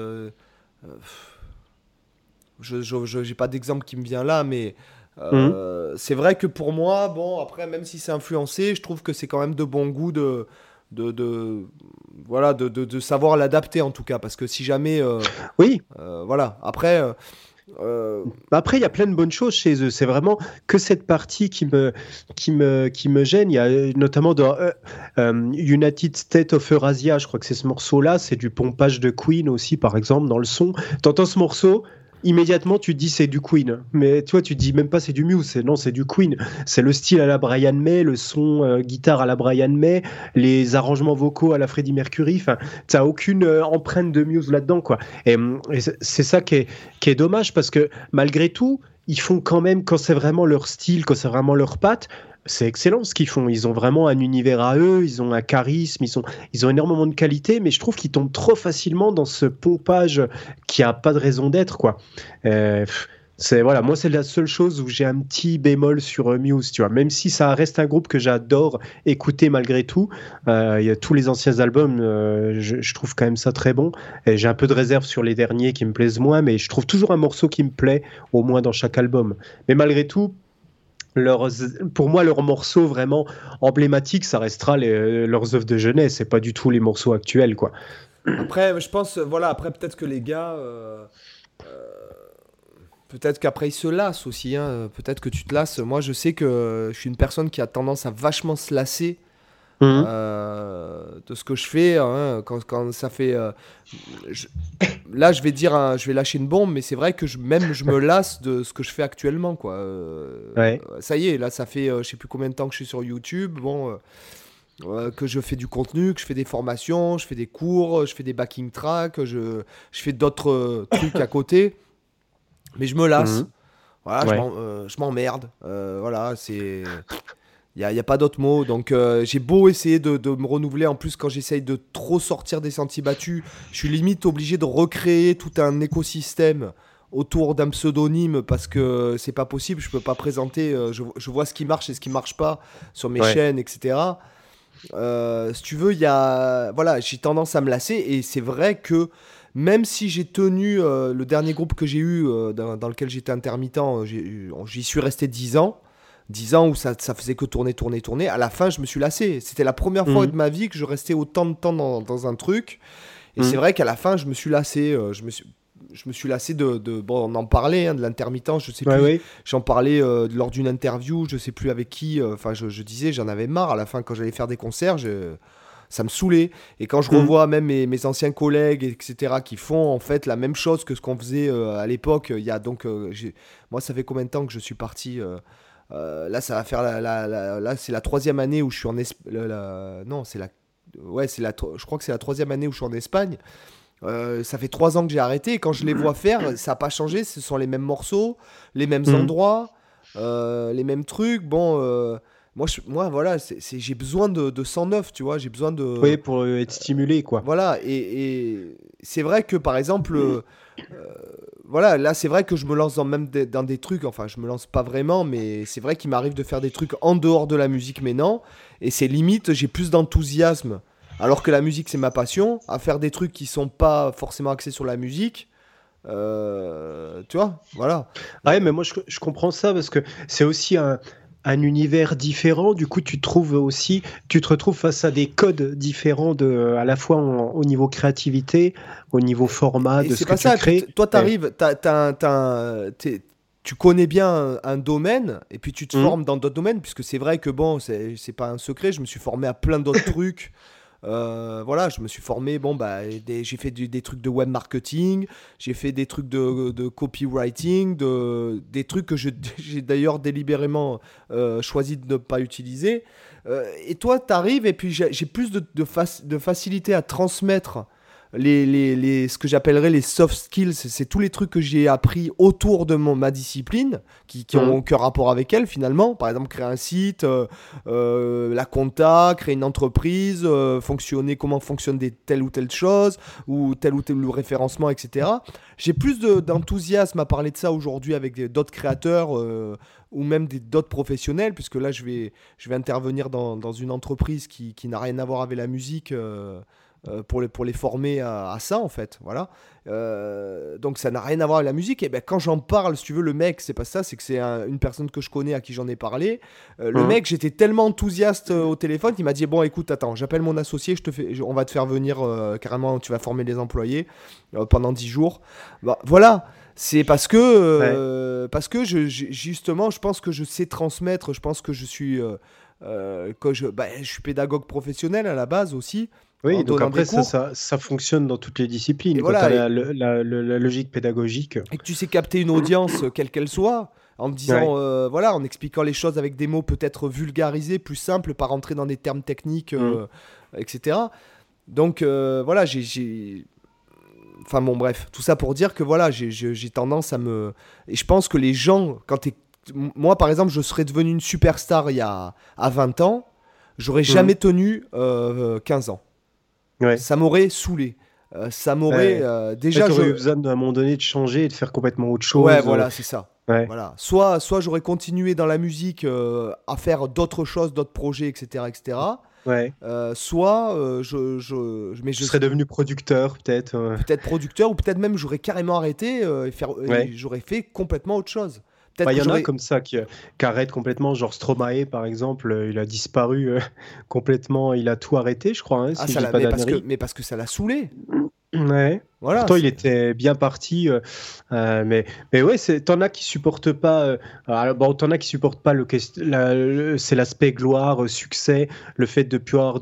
J'ai pas d'exemple qui me vient là, mais c'est vrai que pour moi, bon, après, même si c'est influencé, je trouve que c'est quand même de bon goût voilà, de savoir l'adapter en tout cas, parce que si jamais, Oui. voilà, après, Après, il y a plein de bonnes choses chez eux. C'est vraiment que cette partie qui me gêne. Il y a notamment dans United States of Eurasia, je crois que c'est ce morceau-là. C'est du pompage de Queen aussi, par exemple, dans le son. T'entends ce morceau, immédiatement tu te dis c'est du Queen. Mais toi, tu te dis même pas c'est du Muse. Non, c'est du Queen. C'est le style à la Brian May, le son guitare à la Brian May, les arrangements vocaux à la Freddie Mercury. Enfin, t'as aucune empreinte de Muse là-dedans, quoi. Et c'est ça qui est dommage, parce que malgré tout, ils font quand même, quand c'est vraiment leur style, quand c'est vraiment leur patte, c'est excellent ce qu'ils font. Ils ont vraiment un univers à eux, ils ont un charisme, ils ont énormément de qualité, mais je trouve qu'ils tombent trop facilement dans ce pompage qui a pas de raison d'être, quoi. Euh, voilà, moi c'est la seule chose où j'ai un petit bémol sur Muse, tu vois. Même si ça reste un groupe que j'adore écouter malgré tout, il y a tous les anciens albums, je trouve quand même ça très bon. Et j'ai un peu de réserve sur les derniers qui me plaisent moins, mais je trouve toujours un morceau qui me plaît, au moins dans chaque album. Mais malgré tout, pour moi, leurs morceaux vraiment emblématiques, ça restera leurs œuvres de jeunesse, c'est pas du tout les morceaux actuels, quoi. après, je pense, voilà, après peut-être que les gars, peut-être qu'après ils se lassent aussi, hein. Peut-être que tu te lasses. Moi, je sais que je suis une personne qui a tendance à vachement se lasser Mhm. de ce que je fais, hein, quand ça fait je- là je vais dire je vais lâcher une bombe, mais c'est vrai que même je me lasse de ce que je fais actuellement, quoi. Ouais. Ça y est, là ça fait je sais plus combien de temps que je suis sur YouTube, bon, que je fais du contenu, que je fais des formations, je fais des cours, je fais des backing tracks, je fais d'autres trucs à côté, mais je me lasse. Mhm. Voilà, Ouais. je m'emmerde. Voilà, c'est. Il y a pas d'autre mot. Donc, j'ai beau essayer de me renouveler. En plus, quand j'essaye de trop sortir des sentiers battus, je suis limite obligé de recréer tout un écosystème autour d'un pseudonyme parce que c'est pas possible. Je peux pas présenter. Je vois ce qui marche et ce qui marche pas sur mes Ouais. chaînes, etc. Si tu veux, voilà, j'ai tendance à me lasser. Et c'est vrai que même si j'ai tenu le dernier groupe que j'ai eu, dans lequel j'étais intermittent, j'y suis resté 10 ans. 10 ans où ça faisait que tourner, tourner, tourner. À la fin, je me suis lassé. C'était la première fois Mhm. de ma vie que je restais autant de temps dans un truc. Et c'est Mhm. vrai qu'à la fin, je me suis lassé. Je me suis lassé bon, on en parlait, hein, de l'intermittent. Je sais Ouais, plus. ouais. J'en parlais lors d'une interview. Je sais plus avec qui. Enfin, je disais, j'en avais marre. À la fin, quand j'allais faire des concerts, ça me saoulait. Et quand je Mhm. revois même mes anciens collègues, etc., qui font en fait la même chose que ce qu'on faisait à l'époque, il y a donc. Moi, ça fait combien de temps que je suis parti là, ça va faire là, c'est la troisième année où je suis en Espagne. Non, ouais, je crois que c'est la troisième année où je suis en Espagne. Ça fait 3 ans que j'ai arrêté. Et quand je les vois faire, ça n'a pas changé. Ce sont les mêmes morceaux, les mêmes Mhm. endroits, les mêmes trucs. Bon, moi voilà, j'ai besoin de sang neuf, tu vois, j'ai besoin de. Oui, pour être stimulé, quoi. Voilà, et c'est vrai que par exemple, voilà, là c'est vrai que je me lance dans des trucs, enfin je me lance pas vraiment, mais c'est vrai qu'il m'arrive de faire des trucs en dehors de la musique maintenant, et c'est limite, j'ai plus d'enthousiasme, alors que la musique c'est ma passion, à faire des trucs qui sont pas forcément axés sur la musique, tu vois, voilà. Ah ouais, mais moi je comprends ça parce que c'est aussi un univers différent. Du coup, tu te retrouves face à des codes différents à la fois au niveau créativité, au niveau format Et de c'est ce que pas tu ça. Et puis crées. toi, Et- t'arrives, tu connais bien un domaine, et puis tu te Mhm. formes dans d'autres domaines, puisque c'est vrai que bon, c'est pas un secret. Je me suis formé à plein d'autres trucs. Voilà, je me suis formé. Bon, bah, j'ai fait des trucs de web marketing, j'ai fait des trucs de copywriting, des trucs que j'ai d'ailleurs délibérément choisi de ne pas utiliser. Et toi, t'arrives, et puis j'ai plus de facilité à transmettre ce que j'appellerais les soft skills, c'est tous les trucs que j'ai appris autour de ma discipline, qui ont Mhm. aucun rapport avec elle finalement. Par exemple, créer un site, la compta, créer une entreprise, comment fonctionne telle ou telle chose, ou tel référencement, etc. J'ai plus d'enthousiasme à parler de ça aujourd'hui avec d'autres créateurs. Ou même d'autres professionnels, puisque là je vais intervenir dans une entreprise qui n'a rien à voir avec la musique, pour les former à ça en fait, voilà. Donc ça n'a rien à voir avec la musique. Et ben quand j'en parle, si tu veux, le mec, c'est pas ça, c'est que c'est une personne que je connais à qui j'en ai parlé. Le Mhm. mec, j'étais tellement enthousiaste au téléphone, il m'a dit bon écoute, attends, j'appelle mon associé, on va te faire venir, carrément, tu vas former les employés pendant 10 jours. Bah, voilà. C'est Ouais. parce que justement, je pense que je sais transmettre, je pense que je suis, je suis pédagogue professionnel à la base aussi, en Oui, donc donnant des après, cours. ça fonctionne dans toutes les Et disciplines. Quand tu voilà, as la logique pédagogique. et que tu sais capter une audience, quelle qu'elle soit, en Ouais. disant, voilà, en expliquant les choses avec des mots peut-être vulgarisés, plus simples, pas rentrer dans des termes techniques, Mhm. etc. Donc voilà, enfin bon, bref, tout ça pour dire que voilà, j'ai tendance Et je pense que les gens, moi par exemple, je serais devenu une superstar à 20 ans, j'aurais Mhm. jamais tenu 15 ans. Ouais. Ça m'aurait saoulé. Ça m'aurait. Ouais. Ouais, Déjà, tu aurais eu besoin à un moment donné de changer et de faire complètement autre Ouais, chose. voilà, c'est ça. Ouais. Voilà. Soit j'aurais continué dans la musique, à faire d'autres choses, d'autres projets, etc. etc. Ouais. Soit mais Tu serais devenu producteur, peut-être. peut-être producteur, ou peut-être même j'aurais carrément arrêté, et Ouais. j'aurais fait complètement autre chose. Peut-être Bah, il que y en a j'aurais. comme ça qui arrêtent complètement, genre Stromae par exemple, il a disparu complètement, il a tout arrêté, je crois, hein, Ah, si je dis pas d'annerie. mais parce que ça l'a saoulé. Ouais. Voilà. Pourtant, il était bien parti, mais ouais, t'en as qui supportent pas. Alors, bon, t'en as qui supportent pas c'est l'aspect gloire, succès, le fait de plus avoir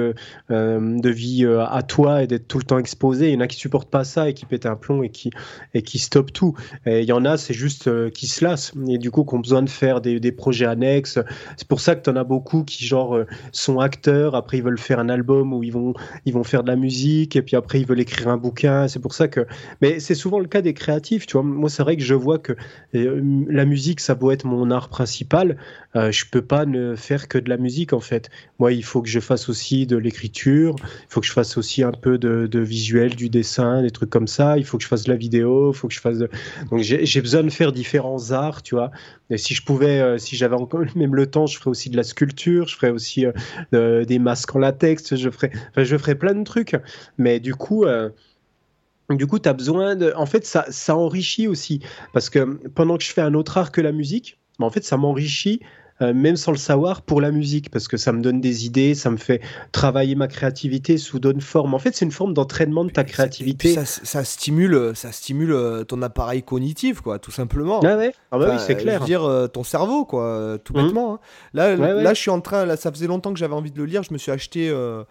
de vie à toi et d'être tout le temps exposé. Il y en a qui supportent pas ça et qui pètent un plomb et qui stoppent tout. Et il y en a, c'est juste qui se lassent et du coup qui ont besoin de faire des projets annexes. C'est pour ça que t'en as beaucoup qui genre sont acteurs. Après, ils veulent faire un album où ils vont faire de la musique et puis après ils veulent écrire un bouquin. C'est pour ça que, mais c'est souvent le cas des créatifs, tu vois. Moi, c'est vrai que je vois que la musique, ça doit être mon art principal. Je peux pas ne faire que de la musique en fait. Moi, il faut que je fasse aussi de l'écriture. Il faut que je fasse aussi un peu de visuel, du dessin, des trucs comme ça. Il faut que je fasse de la vidéo. Il faut que je fasse donc j'ai besoin de faire différents arts, tu vois. Et si je pouvais, si j'avais encore même le temps, je ferais aussi de la sculpture. Je ferais aussi des masques en latex. Je ferais plein de trucs. Mais du coup, tu as besoin de. En fait, ça enrichit aussi. Parce que pendant que je fais un autre art que la musique, en fait, ça m'enrichit, même sans le savoir, pour la musique. Parce que ça me donne des idées, ça me fait travailler ma créativité sous d'autres formes. En fait, c'est une forme d'entraînement de ta Et puis créativité. ça stimule ton appareil cognitif, quoi, tout simplement. Ah ouais, ah bah oui, Enfin, c'est je veux clair. dire, ton cerveau, quoi, tout Mhm. bêtement, hein. Là, Ouais, là, ouais. je suis en train, là, ça faisait longtemps que j'avais envie de le lire. Je me suis acheté,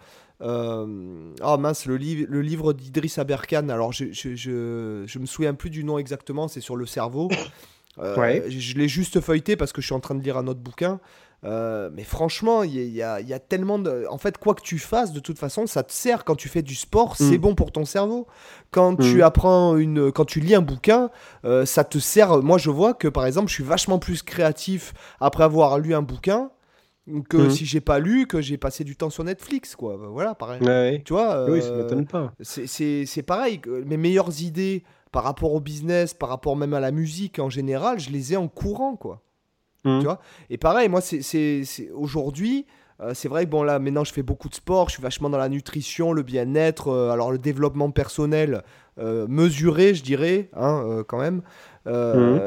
oh mince, le livre d'Idriss Aberkan. Alors, je me souviens plus du nom exactement. C'est sur le cerveau. Ouais. Je l'ai juste feuilleté parce que je suis en train de lire un autre bouquin. Mais franchement, il y a tellement de. En fait, quoi que tu fasses, de toute façon, ça te sert. Quand tu fais du sport, c'est Mhm. bon pour ton cerveau. Quand tu Mhm. apprends quand tu lis un bouquin, ça te sert. Moi, je vois que par exemple, je suis vachement plus créatif après avoir lu un bouquin que si j'ai pas lu, que j'ai passé du temps sur Netflix, quoi. Voilà, pareil. Ouais. Tu vois, Oui, ça m'étonne pas. c'est pareil. Mes meilleures idées par rapport au business, par rapport même à la musique en général, je les ai en courant, quoi. Tu Mhm. vois. Et pareil, moi, aujourd'hui, c'est vrai que bon, là, maintenant, je fais beaucoup de sport, je suis vachement dans la nutrition, le bien-être, alors le développement personnel mesuré, je dirais, hein, quand même. Mhm.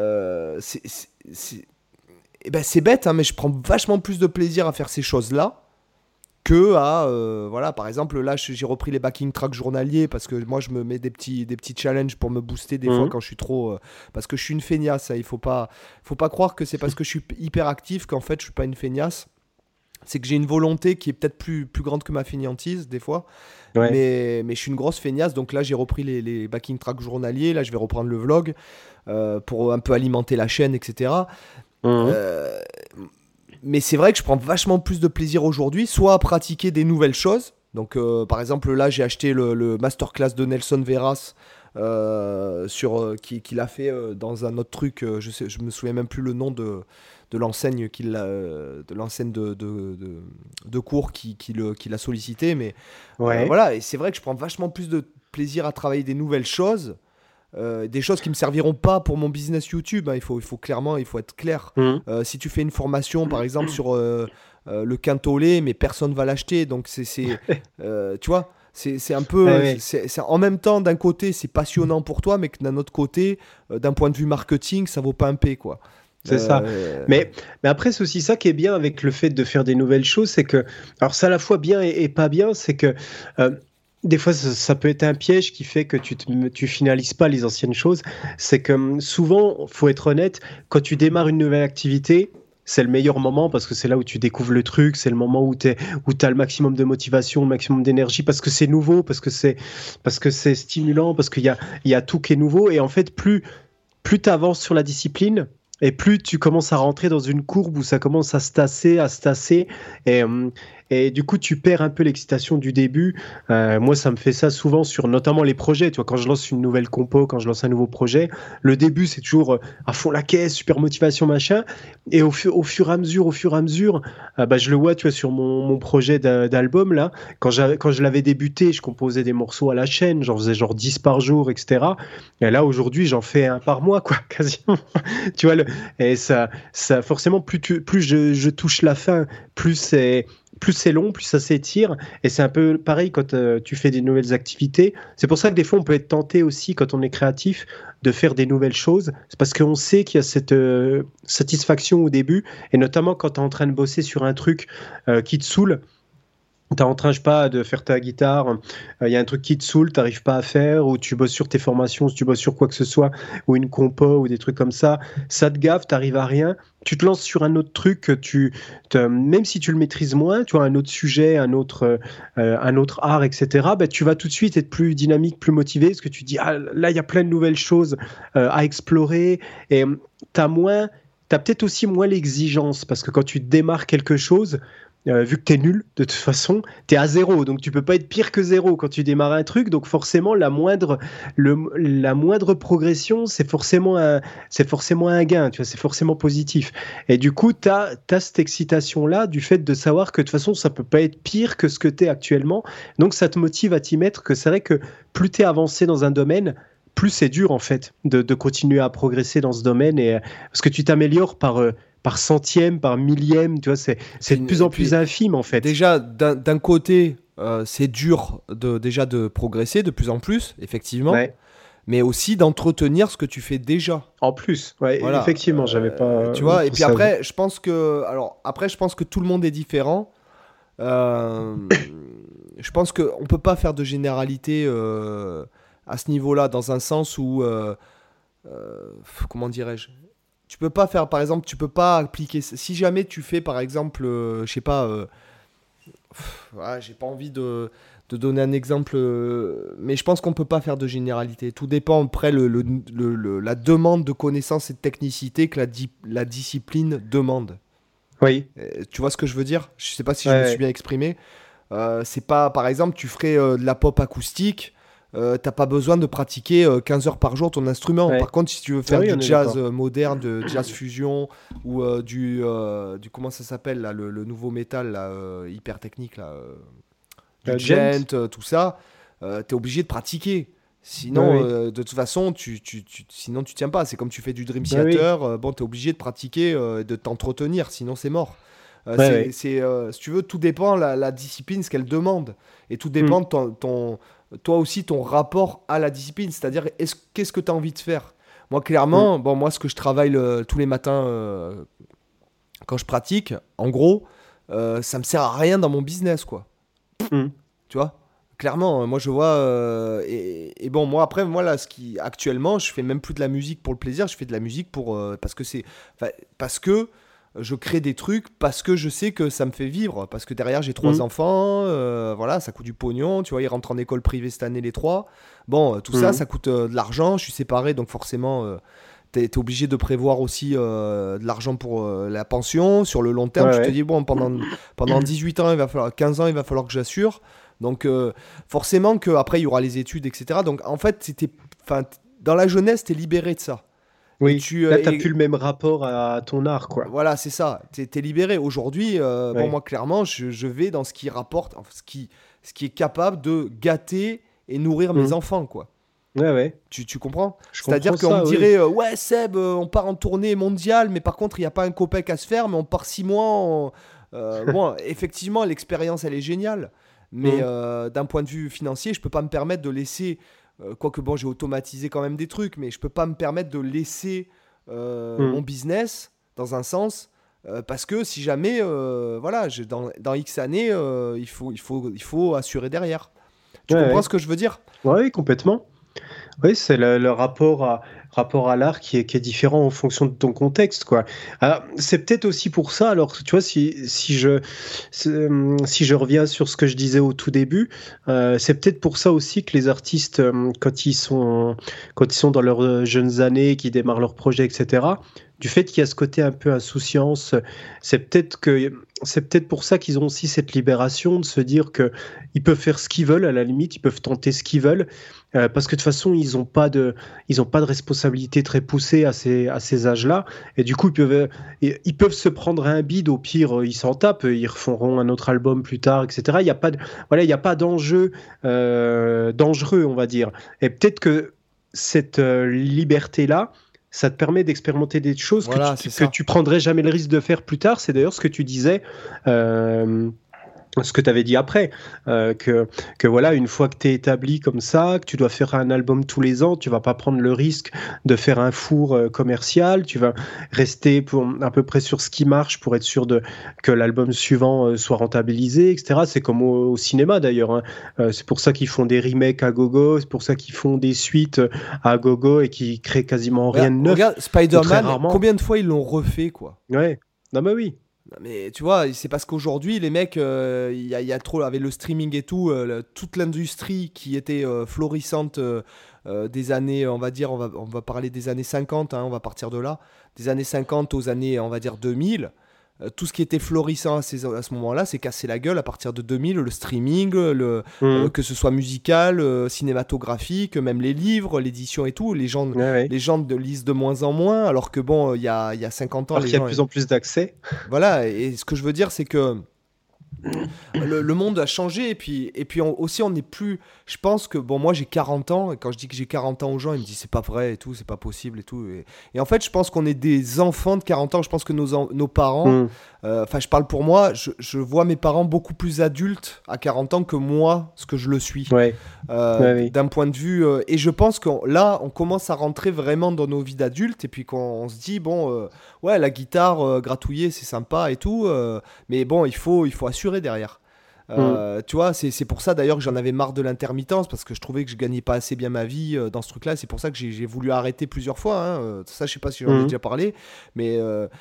Eh ben, c'est bête, hein, mais je prends vachement plus de plaisir à faire ces choses-là que à voilà, par exemple là j'ai repris les backing tracks journaliers parce que moi je me mets des petits challenges pour me booster des fois Mhm. quand je suis trop parce que je suis une feignasse, hein. Il faut pas croire que c'est parce que je suis hyper actif qu'en fait je suis pas une feignasse. C'est que j'ai une volonté qui est peut-être plus grande que ma feignantise des fois, Ouais. mais je suis une grosse feignasse. Donc là j'ai repris les backing tracks journaliers, là je vais reprendre le vlog pour un peu alimenter la chaîne, etc. Mhm. euh, mais c'est vrai que je prends vachement plus de plaisir aujourd'hui, soit à pratiquer des nouvelles choses. Donc, par exemple, là, j'ai acheté le masterclass de Nelson Veras qu'il a fait dans un autre truc. Je me souviens même plus le nom de l'enseigne de l'enseigne de cours qui l'a sollicité. Mais Ouais. voilà, et c'est vrai que je prends vachement plus de plaisir à travailler des nouvelles choses. Des choses qui me serviront pas pour mon business YouTube, hein. Il faut être clair. Mhm. Si tu fais une formation, par exemple, sur le quintolé, mais personne va l'acheter. Donc, tu vois, c'est un Ouais, peu. ouais. En même temps, d'un côté, c'est passionnant pour toi, mais que d'un autre côté, d'un point de vue marketing, ça vaut pas un P, quoi. C'est ça. Euh, Mais après, c'est aussi ça qui est bien avec le fait de faire des nouvelles choses, c'est que, alors c'est à la fois bien et pas bien, c'est que euh, des fois ça peut être un piège qui fait que tu finalises pas les anciennes choses. C'est que souvent, faut être honnête, quand tu démarres une nouvelle activité, c'est le meilleur moment parce que c'est là où tu découvres le truc, c'est le moment où tu as le maximum de motivation, le maximum d'énergie parce que c'est nouveau, parce que c'est stimulant, parce il y a tout qui est nouveau et en fait plus tu avances sur la discipline et plus tu commences à rentrer dans une courbe où ça commence à se tasser, et, euh, et du coup tu perds un peu l'excitation du début. Moi ça me fait ça souvent sur notamment les projets, tu vois, quand je lance une nouvelle compo, quand je lance un nouveau projet, le début c'est toujours à fond la caisse, super motivation machin, et au fur et à mesure, bah, je le vois, tu vois, sur mon projet d'album là, quand je l'avais débuté, je composais des morceaux à la chaîne, j'en faisais genre 10 par jour, etc. Et là, aujourd'hui, j'en fais un par mois, quoi, quasiment. Tu vois, et ça forcément, plus je touche la fin, plus c'est long, plus ça s'étire. Et c'est un peu pareil quand tu fais des nouvelles activités. C'est pour ça que des fois, on peut être tenté aussi, quand on est créatif, de faire des nouvelles choses. C'est parce qu'on sait qu'il y a cette satisfaction au début, et notamment quand tu es en train de bosser sur un truc qui te saoule. T'es en train, je sais pas, de faire ta guitare, il y a un truc qui te saoule, t'arrives pas à faire, ou tu bosses sur tes formations, si tu bosses sur quoi que ce soit, ou une compo, ou des trucs comme ça te gave, t'arrives à rien, tu te lances sur un autre truc, même si tu le maîtrises moins, tu vois, un autre sujet, un autre art, etc., bah, tu vas tout de suite être plus dynamique, plus motivé, parce que tu dis, ah, là, il y a plein de nouvelles choses à explorer, et t'as peut-être aussi moins l'exigence, parce que quand tu démarres quelque chose, vu que t'es nul, de toute façon, t'es à zéro, donc tu peux pas être pire que zéro quand tu démarres un truc, donc forcément la moindre progression, c'est forcément un gain, tu vois, c'est forcément positif. Et du coup, t'as cette excitation-là du fait de savoir que de toute façon, ça peut pas être pire que ce que t'es actuellement, donc ça te motive à t'y mettre, que c'est vrai que plus t'es avancé dans un domaine, plus c'est dur en fait de continuer à progresser dans ce domaine, parce que tu t'améliores par centième, par millième, tu vois, c'est de plus et en plus puis, infime en fait. déjà, d'un côté, c'est dur déjà de progresser de plus en plus, effectivement, Ouais. mais aussi d'entretenir ce que tu fais déjà. En plus, ouais, Voilà, effectivement, j'avais pas tu vois. Et puis ça. après, je pense que tout le monde est différent. Euh, je pense qu'on peut pas faire de généralité à ce niveau-là, dans un sens où, comment dirais-je, tu peux pas faire, par exemple, tu peux pas appliquer. Si jamais tu fais, par exemple, je sais pas, ouais, j'ai pas envie de donner un exemple, mais je pense qu'on peut pas faire de généralité. Tout dépend après la demande de connaissances et de technicité que la discipline demande. Oui, Tu vois ce que je veux dire? Je sais pas si ouais, je me suis ouais. bien exprimé. C'est pas, par exemple, tu ferais de la pop acoustique. t'as pas besoin de pratiquer 15 heures par jour ton instrument. Ouais. Par contre, si tu veux faire Oui, on du est jazz d'accord. moderne, de jazz fusion ou du comment ça s'appelle là, le nouveau métal là, hyper technique là, du Gent? djent, tout ça, t'es obligé de pratiquer. Oui, Sinon, oui. de toute façon, sinon tu tiens pas. C'est comme tu fais du Dream Oui, oui. Theater, bon, t'es obligé de pratiquer, de t'entretenir, sinon c'est mort. Ouais, ouais. Si tu veux, tout dépend la discipline, ce qu'elle demande. Et tout Mm. dépend de toi aussi, ton rapport à la discipline. C'est-à-dire, qu'est-ce que tu as envie de faire? Moi, Mm. clairement, bon, moi, ce que je travaille tous les matins quand je pratique, en gros, ça me sert à rien dans mon business, quoi. Mm. Tu vois? Clairement, moi je vois. Et bon, moi après, moi là, actuellement, je fais même plus de la musique pour le plaisir, je fais de la musique enfin, parce que je crée des trucs, parce que je sais que ça me fait vivre, parce que derrière j'ai trois Mm. enfants, voilà, ça coûte du pognon, tu vois, ils rentrent en école privée cette année les trois. Bon, tout ça, Mm. ça coûte de l'argent, je suis séparé, donc forcément. T'es obligé de prévoir aussi de l'argent pour la pension sur le long terme. Ouais, Tu te ouais. dis, bon, pendant 18 ans, 15 ans, il va falloir que j'assure. Donc, forcément qu'après, il y aura les études, etc. Donc, en fait, enfin, dans la jeunesse, t'es libéré de ça. Et Oui. tu, Là, t'as plus le même rapport à ton art, quoi. voilà, c'est ça. T'es libéré. Aujourd'hui, bon, Ouais. moi, clairement, je vais dans ce qui rapporte, enfin, ce qui est capable de gâter et nourrir mes Mm. enfants, quoi. Ouais, ouais. Tu comprends? Je C'est-à-dire comprends qu'on me ça, oui. dirait, ouais, Seb, on part en tournée mondiale, mais par contre, il n'y a pas un copec à se faire, mais on part 6 mois. Bon, effectivement, l'expérience, elle est géniale. Mais Mm. d'un point de vue financier, je peux pas me permettre de laisser. Quoique, bon, j'ai automatisé quand même des trucs, mais je peux pas me permettre de laisser mon Mm. business, dans un sens. Parce que si jamais, voilà, dans X années, il faut assurer derrière. Tu Ouais, comprends ouais. ce que je veux dire? Ouais, oui, complètement. Oui, c'est le rapport à l'art qui est différent en fonction de ton contexte, quoi. Alors, c'est peut-être aussi pour ça, alors, tu vois, si je reviens sur ce que je disais au tout début, c'est peut-être pour ça aussi que les artistes, quand ils sont dans leurs jeunes années, qui démarrent leurs projets, etc., du fait qu'il y a ce côté un peu insouciance, c'est peut-être pour ça qu'ils ont aussi cette libération de se dire que ils peuvent faire ce qu'ils veulent, à la limite, ils peuvent tenter ce qu'ils veulent, parce que de toute façon, ils ont pas de responsabilité très poussée à ces âges-là, et du coup, ils peuvent se prendre un bide, au pire, ils s'en tapent, ils referont un autre album plus tard, etc. Il y a pas voilà, il y a pas d'enjeu dangereux, on va dire. Et peut-être que cette liberté-là, ça te permet d'expérimenter des choses que Voilà, tu c'est que ça. tu prendrais jamais le risque de faire plus tard. C'est d'ailleurs ce que tu disais. euh, Ce que tu avais dit après, que voilà, une fois que tu es établi comme ça, que tu dois faire un album tous les ans, tu vas pas prendre le risque de faire un four commercial, tu vas rester à peu près sur ce qui marche pour être sûr que l'album suivant soit rentabilisé, etc. C'est comme au cinéma d'ailleurs, hein. C'est pour ça qu'ils font des remakes à gogo, c'est pour ça qu'ils font des suites à gogo et qui créent quasiment rien de neuf, Regarde, ou très Spider-Man, rarement. combien de fois ils l'ont refait, quoi? Ouais, non mais oui. Mais tu vois, c'est parce qu'aujourd'hui, les mecs, il y a trop, avec le streaming et tout, toute l'industrie qui était florissante des années, on va dire, on va parler des années 50, hein, on va partir de là, des années 50 aux années, on va dire, 2000. Tout ce qui était florissant à ce moment-là, c'est cassé la gueule à partir de 2000, le streaming, Mhm. que ce soit musical, cinématographique, même les livres, l'édition et tout. Les gens, Ouais, ouais. les gens lisent de moins en moins, alors que bon, il y a 50 ans, Alors les qu'il y a de gens. plus en plus d'accès. Voilà, et ce que je veux dire, c'est que le monde a changé, et puis aussi, on n'est plus. Je pense que, bon, moi j'ai 40 ans, et quand je dis que j'ai 40 ans aux gens, ils me disent c'est pas vrai et tout, c'est pas possible et tout. Et en fait, je pense qu'on est des enfants de 40 ans. Je pense que nos parents, Mhm. enfin, je parle pour moi, je vois mes parents beaucoup plus adultes à 40 ans que moi, ce que je le suis. Ouais, ouais, oui. D'un point de vue. Et je pense que là, on commence à rentrer vraiment dans nos vies d'adultes, et puis qu'on se dit, bon, ouais, la guitare, gratouiller, c'est sympa et tout, mais bon, il faut assurer derrière. Mm. Tu vois, c'est pour ça d'ailleurs que j'en avais marre de l'intermittence, parce que je trouvais que je gagnais pas assez bien ma vie dans ce truc-là. C'est pour ça que j'ai voulu arrêter plusieurs fois, hein. Ça, je sais pas si j'en ai Mm. déjà parlé, mais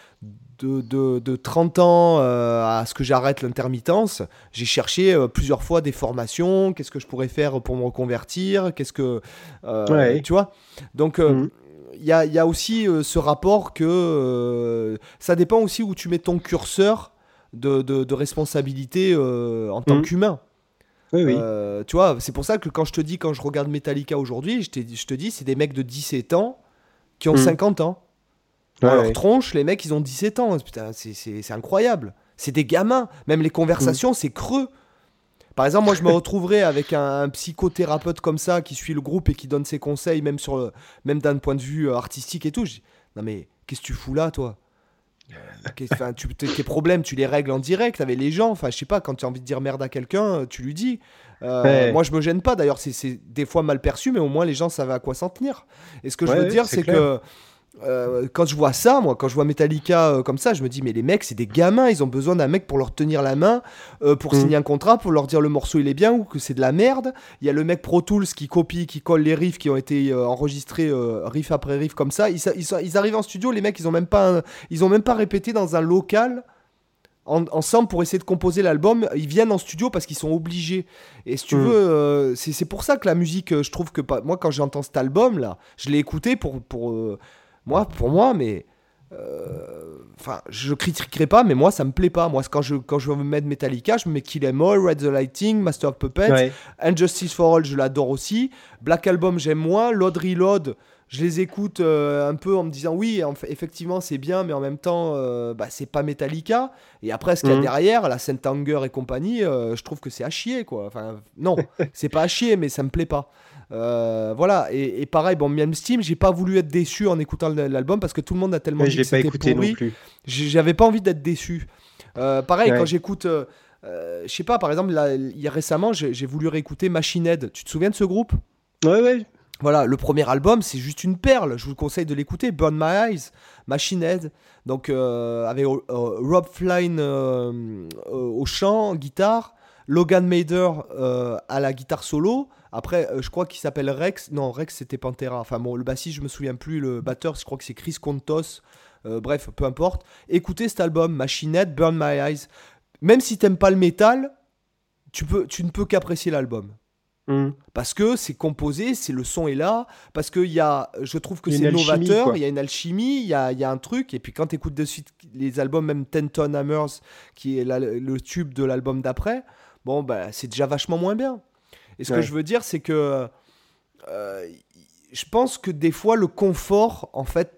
de 30 ans à ce que j'arrête l'intermittence, j'ai cherché plusieurs fois des formations. Qu'est-ce que je pourrais faire pour me reconvertir? Ouais. Tu vois? Donc, Mm. il y a aussi ce rapport que ça dépend aussi où tu mets ton curseur de responsabilité en tant Mm. qu'humain. Oui, oui. Tu vois, c'est pour ça que quand je regarde Metallica aujourd'hui, je te dis, c'est des mecs de 17 ans qui ont Mm. 50 ans. Ouais, Dans leur ouais. tronche, les mecs, ils ont 17 ans. Putain, c'est incroyable. C'est des gamins. Même les conversations, c'est creux. Par exemple, moi, je me retrouverais avec un psychothérapeute comme ça qui suit le groupe et qui donne ses conseils, même d'un point de vue artistique et tout. Je dis, non mais, qu'est-ce que tu fous là, toi? Enfin, tes problèmes, tu les règles en direct avec les gens. Enfin, je sais pas, quand tu as envie de dire merde à quelqu'un, tu lui dis. Ouais, Moi, je me gêne pas. D'ailleurs, c'est des fois mal perçu, mais au moins les gens savent à quoi s'en tenir. Et ce que je ouais, veux ouais, dire, c'est c'est clair. que quand je vois ça, moi, quand je vois Metallica comme ça, je me dis, mais les mecs, c'est des gamins, ils ont besoin d'un mec pour leur tenir la main, pour Mm. signer un contrat, pour leur dire le morceau il est bien ou que c'est de la merde. Il y a le mec Pro Tools qui copie, qui colle les riffs qui ont été enregistrés riff après riff comme ça. Ils arrivent en studio, les mecs, ils ont même pas répété dans un local. Ensemble pour essayer de composer l'album, ils viennent en studio parce qu'ils sont obligés. Et si tu Mm. veux, c'est pour ça que la musique, je trouve que moi quand j'entends cet album là, je l'ai écouté pour moi, mais enfin, je critiquerai pas, mais moi ça me plaît pas. Moi, quand je veux me mettre Metallica, je me mets Kill 'Em All, Red the Lighting, Master of Puppets, Ouais. Injustice for All, je l'adore aussi. Black Album, j'aime moins. Load Reload, je les écoute un peu en me disant oui, effectivement c'est bien, mais en même temps, bah, c'est pas Metallica. Et après, ce qu'il y a Mm. derrière, la Saint Anger et compagnie, je trouve que c'est à chier, quoi. Enfin, non, c'est pas à chier, mais ça me plaît pas. Voilà, et pareil, bon, même Steam, j'ai pas voulu être déçu en écoutant l'album parce que tout le monde a tellement Ouais, dit je que l'ai pas c'était écouté non pourri. plus. J'avais pas envie d'être déçu. Pareil, quand Ouais. j'écoute, je sais pas, par exemple, là, récemment, j'ai voulu réécouter Machine Head. Tu te souviens de ce groupe? Ouais, ouais. Voilà, le premier album, c'est juste une perle. Je vous conseille de l'écouter. Burn My Eyes, Machine Head. Donc, avec Rob Flynn au chant, guitare. Logan Mader à la guitare solo. Après, je crois qu'il s'appelle Rex. Non, Rex, c'était Pantera. Enfin, bon, le bassiste, je me souviens plus. Le batteur, je crois que c'est Chris Contos. Bref, peu importe. Écoutez cet album, Machine Head, Burn My Eyes. Même si t'aimes pas le métal, tu ne peux qu'apprécier l'album. Mm. Parce que c'est composé, le son est là, parce que je trouve que Il y a c'est une alchimie, novateur, quoi. il y a une alchimie, il y a un truc, et puis quand tu écoutes de suite les albums, même Ten Ton Hammers, qui est le tube de l'album d'après, bon, bah, c'est déjà vachement moins bien. Et ce que Ouais. je veux dire, c'est que euh, je pense que des fois, le confort, en fait,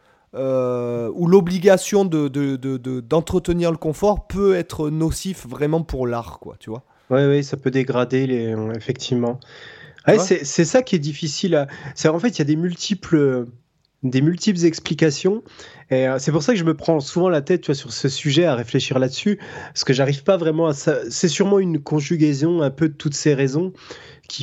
ou l'obligation d'entretenir le confort peut être nocif vraiment pour l'art, quoi, tu vois. Ouais, ouais, ça peut dégrader effectivement. Tu Ouais, vois. c'est ça qui est difficile en fait, il y a des multiples explications. Et c'est pour ça que je me prends souvent la tête, tu vois, sur ce sujet, à réfléchir là-dessus. Parce que j'arrive pas vraiment à ça. C'est sûrement une conjugaison un peu de toutes ces raisons qui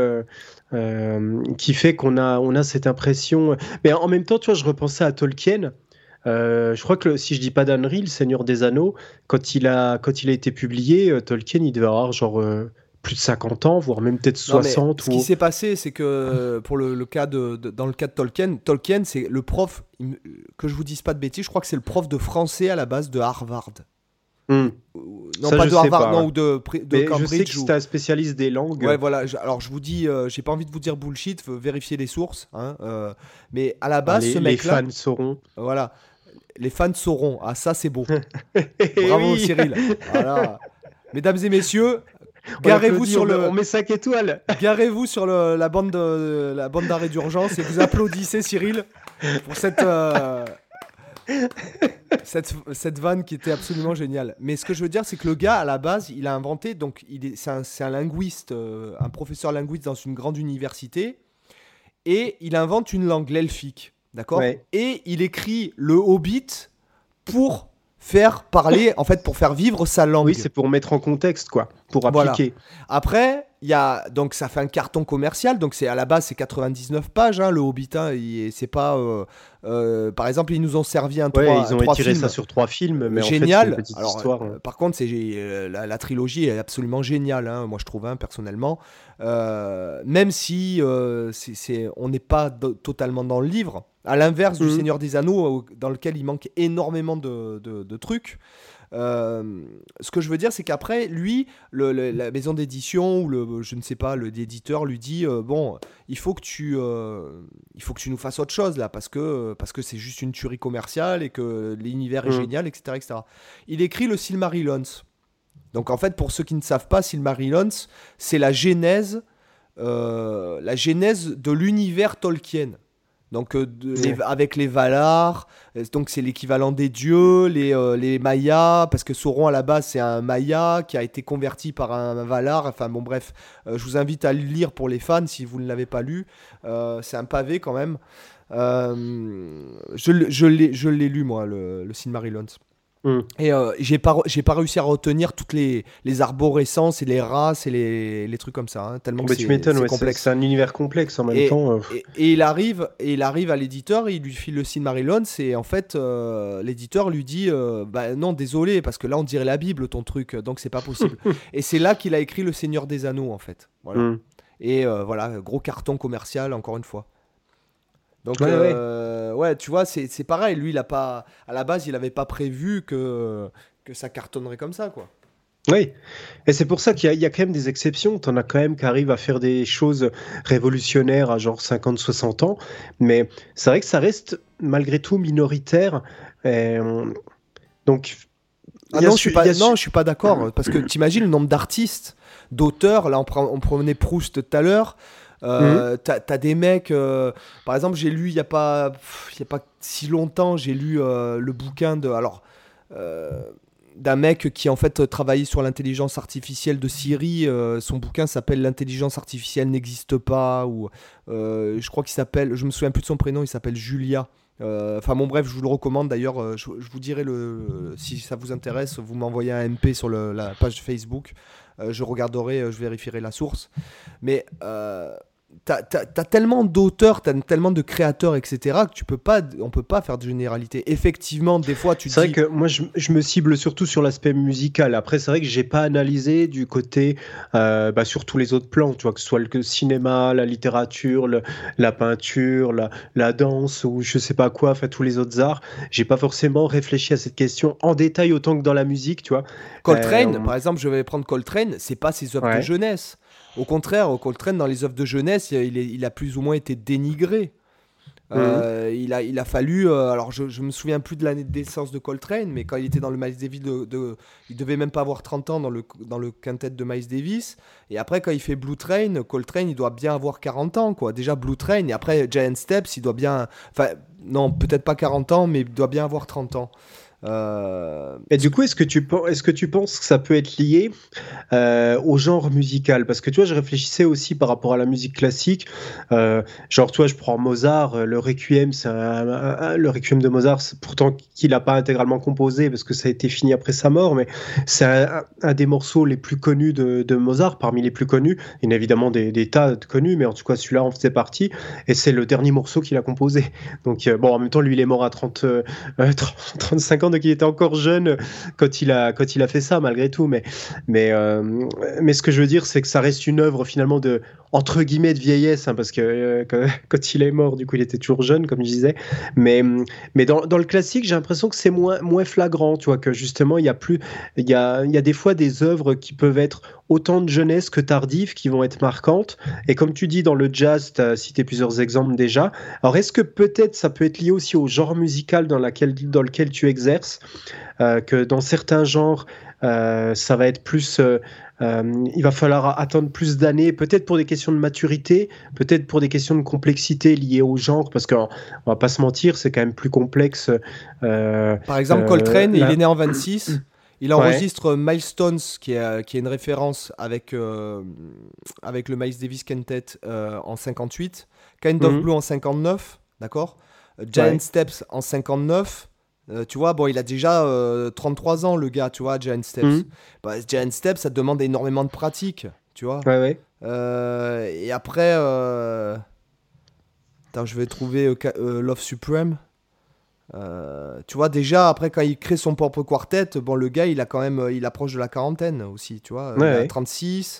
qui fait on a cette impression. Mais en même temps, tu vois, je repensais à Tolkien. Je crois que si je dis pas d'ânerie, Le Seigneur des Anneaux, quand il a été publié, Tolkien, il devait avoir genre plus de 50 ans, voire même peut-être Non, mais 60 ce qui ou... s'est passé, c'est que pour le cas dans le cas de Tolkien, c'est le prof, que je vous dise pas de bêtises, je crois que c'est le prof de français à la base de Harvard. Hmm. Non, Ça, pas je de sais Harvard, pas, non, ouais. ou de Mais je sais Cambridge. que c'était un spécialiste des langues. Ouais, voilà. Alors, je vous dis, j'ai pas envie de vous dire bullshit, faut vérifier les sources. Hein, mais à la Ah, base, ce les mec-là, fans sauront. voilà, les fans sauront. Ah, ça, c'est beau. Eh Bravo, oui. Cyril. Voilà. Mesdames et messieurs, On garez-vous applaudit, sur on met 5 étoiles. garez-vous sur la bande d'arrêt d'urgence et vous applaudissez Cyril pour cette vanne qui était absolument géniale. Mais ce que je veux dire, c'est que le gars, à la base, il a inventé, donc c'est un linguiste, un professeur linguiste dans une grande université, et il invente une langue, l'elfique, d'accord? Ouais. Et il écrit le Hobbit pour faire parler, en fait, pour faire vivre sa langue. Oui, c'est pour mettre en contexte, quoi, pour Voilà. appliquer. Après, donc ça fait un carton commercial, donc à la base c'est 99 pages, hein, le Hobbit, hein, c'est pas, par exemple ils nous ont servi un Ouais, 3, ils ont trois étiré films ça sur 3 films, mais en fait, c'est génial. une petite Alors, histoire. par contre, la trilogie est absolument géniale, hein, moi je trouve, hein, personnellement. Même si on n'est pas totalement dans le livre, à l'inverse du Mhm. Seigneur des Anneaux, dans lequel il manque énormément de trucs. Ce que je veux dire, c'est qu'après, lui, la maison d'édition ou je ne sais pas, l'éditeur lui dit bon, il faut que tu nous fasses autre chose là, parce que c'est juste une tuerie commerciale et que l'univers est génial, etc., etc. Il écrit le Silmarillons. Donc en fait, pour ceux qui ne savent pas, Silmarillion, c'est la genèse de l'univers Tolkien. Donc avec les Valar, donc c'est l'équivalent des dieux, les Mayas, parce que Sauron à la base c'est un Maya qui a été converti par un Valar. Enfin bon bref, je vous invite à le lire pour les fans si vous ne l'avez pas lu. C'est un pavé quand même. Je l'ai lu moi le Silmarillion. Et j'ai pas réussi à retenir toutes les arborescences et les races et les trucs comme ça, hein, tellement que tu m'étonnes, c'est complexe. c'est un univers complexe en même temps. Et il arrive à l'éditeur, il lui file le Silmarillion, et en fait l'éditeur lui dit bah non désolé parce que là on dirait la Bible ton truc, donc c'est pas possible. Et c'est là qu'il a écrit le Seigneur des Anneaux en fait. Voilà. Et voilà, gros carton commercial encore une fois. Donc ouais, tu vois, c'est pareil. Lui, à la base, il n'avait pas prévu que ça cartonnerait comme ça, quoi. Oui, et c'est pour ça qu'il y a quand même des exceptions. T'en as quand même qui arrivent à faire des choses révolutionnaires à genre 50-60 ans, mais c'est vrai que ça reste malgré tout minoritaire. Donc, non, je suis pas d'accord, parce que t'imagines le nombre d'artistes, d'auteurs. Là, on prenait Proust tout à l'heure. T'as des mecs, par exemple, j'ai lu il y a pas si longtemps, j'ai lu le bouquin d'un mec qui en fait travaillait sur l'intelligence artificielle de Siri. Son bouquin s'appelle L'intelligence artificielle n'existe pas, ou je crois qu'il s'appelle, je me souviens plus de son prénom, il s'appelle Julia. Enfin bon bref, je vous le recommande d'ailleurs, je vous dirai si ça vous intéresse, vous m'envoyez un MP sur la page Facebook, je regarderai, je vérifierai la source. Mais t'as tellement d'auteurs, t'as tellement de créateurs, etc. que on peut pas faire de généralité. Effectivement, des fois c'est vrai que moi je me cible surtout sur l'aspect musical. Après c'est vrai que j'ai pas analysé du côté sur tous les autres plans, tu vois, que ce soit le cinéma, la littérature, la peinture, la danse ou je sais pas quoi, enfin tous les autres arts. J'ai pas forcément réfléchi à cette question en détail autant que dans la musique, tu vois. Coltrane, par exemple, je vais prendre Coltrane, c'est pas ses œuvres de jeunesse. Au contraire, Coltrane, dans les œuvres de jeunesse, il a plus ou moins été dénigré. Il a fallu... alors, je me souviens plus de l'année de naissance de Coltrane, mais quand il était dans le Miles Davis, il devait même pas avoir 30 ans dans le quintet de Miles Davis. Et après, quand il fait Blue Train, Coltrane, il doit bien avoir 40 ans, quoi. Déjà, Blue Train, et après, Giant Steps, il doit bien... Enfin, non, peut-être pas 40 ans, mais il doit bien avoir 30 ans. Et du coup, est-ce que tu penses que ça peut être lié au genre musical? Parce que tu vois, je réfléchissais aussi par rapport à la musique classique. Genre, tu vois, je prends Mozart, le Requiem, le Requiem de Mozart, pourtant qu'il n'a pas intégralement composé parce que ça a été fini après sa mort, mais c'est un des morceaux les plus connus de Mozart, parmi les plus connus. Il y en a évidemment des tas de connus, mais en tout cas, celui-là en faisait partie. Et c'est le dernier morceau qu'il a composé. Donc, bon, en même temps, lui, il est mort à 35 ans, donc il était encore jeune quand il a fait ça malgré tout, mais ce que je veux dire, c'est que ça reste une œuvre finalement de, entre guillemets, de vieillesse, hein, parce que quand il est mort, du coup il était toujours jeune comme je disais, mais dans le classique, j'ai l'impression que c'est moins flagrant, tu vois, que justement il y a des fois des œuvres qui peuvent être autant de jeunesse que tardives, qui vont être marquantes. Et comme tu dis, dans le jazz, tu as cité plusieurs exemples déjà. Alors, est-ce que peut-être ça peut être lié aussi au genre musical dans lequel tu exerces, que dans certains genres, ça va être plus... il va falloir attendre plus d'années, peut-être pour des questions de maturité, peut-être pour des questions de complexité liées au genre, parce qu'on va pas se mentir, c'est quand même plus complexe. Par exemple, Coltrane, il est né en 26. Il enregistre Milestones, qui est une référence avec le Miles Davis Quintet en 58, Kind of Blue en 59, d'accord, Giant Steps en 59. Tu vois, bon, il a déjà 33 ans, le gars, tu vois, Giant Steps. Giant Steps, ça demande énormément de pratique, tu vois. Et après, attends, je vais trouver Love Supreme. Tu vois, déjà après quand il crée son propre quartet, bon, le gars il a quand même, il approche de la quarantaine aussi, tu vois, il a 36.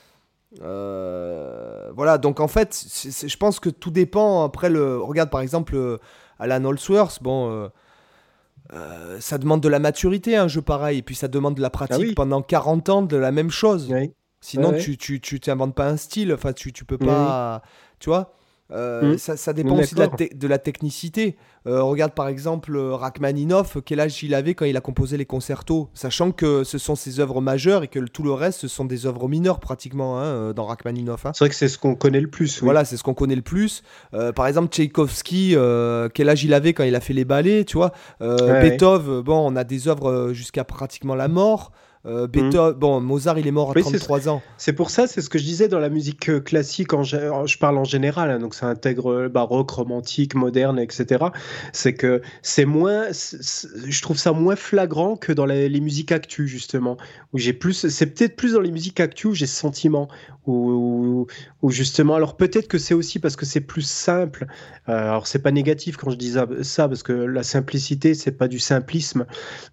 Voilà, donc en fait je pense que tout dépend. Après, regarde par exemple Alan Holdsworth, bon, ça demande de la maturité un jeu pareil, et puis ça demande de la pratique pendant 40 ans de la même chose. Sinon tu t'inventes pas un style, enfin tu peux pas, tu vois. Mm. Ça dépend aussi D'accord. de la technicité. Regarde par exemple Rachmaninoff, quel âge il avait quand il a composé les concertos, sachant que ce sont ses œuvres majeures et que tout le reste, ce sont des œuvres mineures pratiquement dans Rachmaninoff. Hein. C'est vrai que c'est ce qu'on connaît le plus, oui. Voilà, c'est ce qu'on connaît le plus. Par exemple, Tchaïkovski, quel âge il avait quand il a fait les ballets, tu vois. Ouais, ouais. Beethoven, bon, on a des œuvres jusqu'à pratiquement la mort. Mm. Beethoven, bon, Mozart, il est mort à Oui, 33 ans. c'est pour ça, c'est ce que je disais dans la musique classique, je parle en général, hein, donc ça intègre baroque, romantique, moderne, etc. C'est que je trouve ça moins flagrant que dans les musiques actu, justement, où c'est peut-être plus dans les musiques actu où j'ai ce sentiment, où justement, alors peut-être que c'est aussi parce que c'est plus simple, alors c'est pas négatif quand je dis ça, parce que la simplicité, c'est pas du simplisme,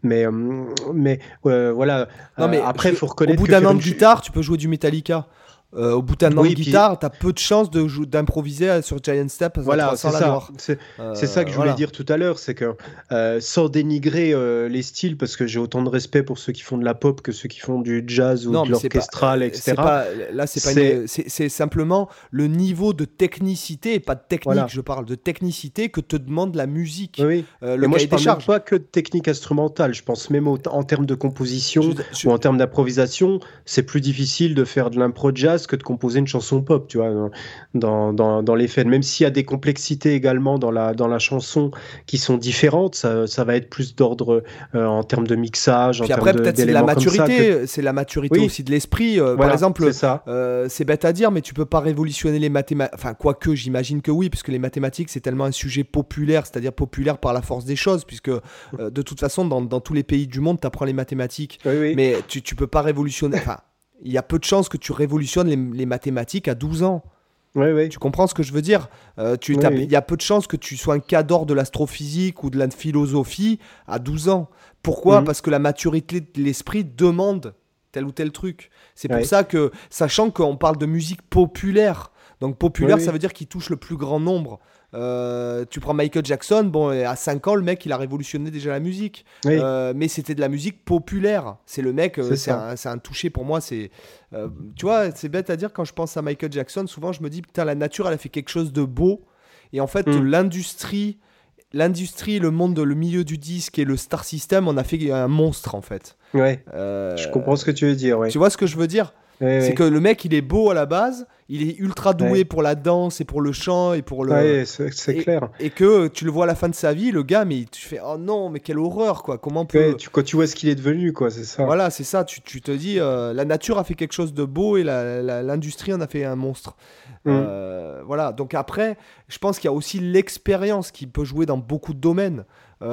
mais voilà. Non, mais Après, il faut au reconnaître bout que d'un faire an une de guitare, tu peux jouer du Metallica. Au bout d'un an de oui, puis guitare, t'as peu de chances d'improviser sur Giant Step à voilà, 300 c'est la ça. noire. C'est ça que je voulais Voilà. dire tout à l'heure, c'est que sans dénigrer les styles, parce que j'ai autant de respect pour ceux qui font de la pop que ceux qui font du jazz ou Non, de mais l'orchestral, c'est etc. pas, là, c'est pas C'est c'est simplement le niveau de technicité, et pas de technique, voilà. je parle de technicité que te demande la musique, Oui, oui. le Et moi, je cahier des parle même charges. pas que de technique instrumentale. Je pense même en termes de Je, composition je- ou en termes d'improvisation, c'est plus difficile de faire de l'impro jazz que de composer une chanson pop, tu vois, dans les faits. Même s'il y a des complexités également dans la chanson qui sont différentes, ça va être plus d'ordre en termes de mixage, en Puis termes après, peut-être d'éléments comme ça. c'est la maturité Oui, aussi de l'esprit. Par voilà, exemple, c'est ça. c'est bête à dire, mais tu peux pas révolutionner les mathématiques. Enfin, quoique, j'imagine que oui, puisque les mathématiques, c'est tellement un sujet populaire, c'est-à-dire populaire par la force des choses, puisque de toute façon, dans tous les pays du monde, tu apprends les mathématiques. Oui, oui. Mais tu peux pas révolutionner. Enfin, il y a peu de chances que tu révolutionnes les mathématiques à 12 ans. Oui, oui. Tu comprends ce que je veux dire? Oui, Il oui. y a peu de chances que tu sois un cadre de l'astrophysique ou de la philosophie à 12 ans. Pourquoi? Mhm. Parce que la maturité de l'esprit demande tel ou tel truc. C'est pour Ouais. ça que, sachant qu'on parle de musique populaire, donc populaire, Oui, ça oui. veut dire qu'il touche le plus grand nombre. Tu prends Michael Jackson, bon, à 5 ans, le mec, il a révolutionné déjà la musique. Oui, Mais c'était de la musique populaire. C'est le mec, c'est ça. c'est un touché pour moi. Tu vois, c'est bête à dire, quand je pense à Michael Jackson, souvent je me dis, putain, la nature, elle a fait quelque chose de beau. Et en fait, Mm. l'industrie, le monde, le milieu du disque et le star system, on a fait un monstre, en fait. Ouais. Euh, Je comprends ce que tu veux dire, ouais. Tu vois ce que je veux dire? Ouais, C'est ouais. que le mec, il est beau à la base, il est ultra doué Ouais. pour la danse et pour le chant et pour le... Ouais, c'est clair. Et que tu le vois à la fin de sa vie, le gars, mais tu fais, oh non, mais quelle horreur, quoi. Comment on Ouais, peut... quand tu vois ce qu'il est devenu, quoi, c'est ça. Voilà, c'est ça, tu te dis, la nature a fait quelque chose de beau et l'industrie en a fait un monstre. Mm. Voilà, donc après, je pense qu'il y a aussi l'expérience qui peut jouer dans beaucoup de domaines.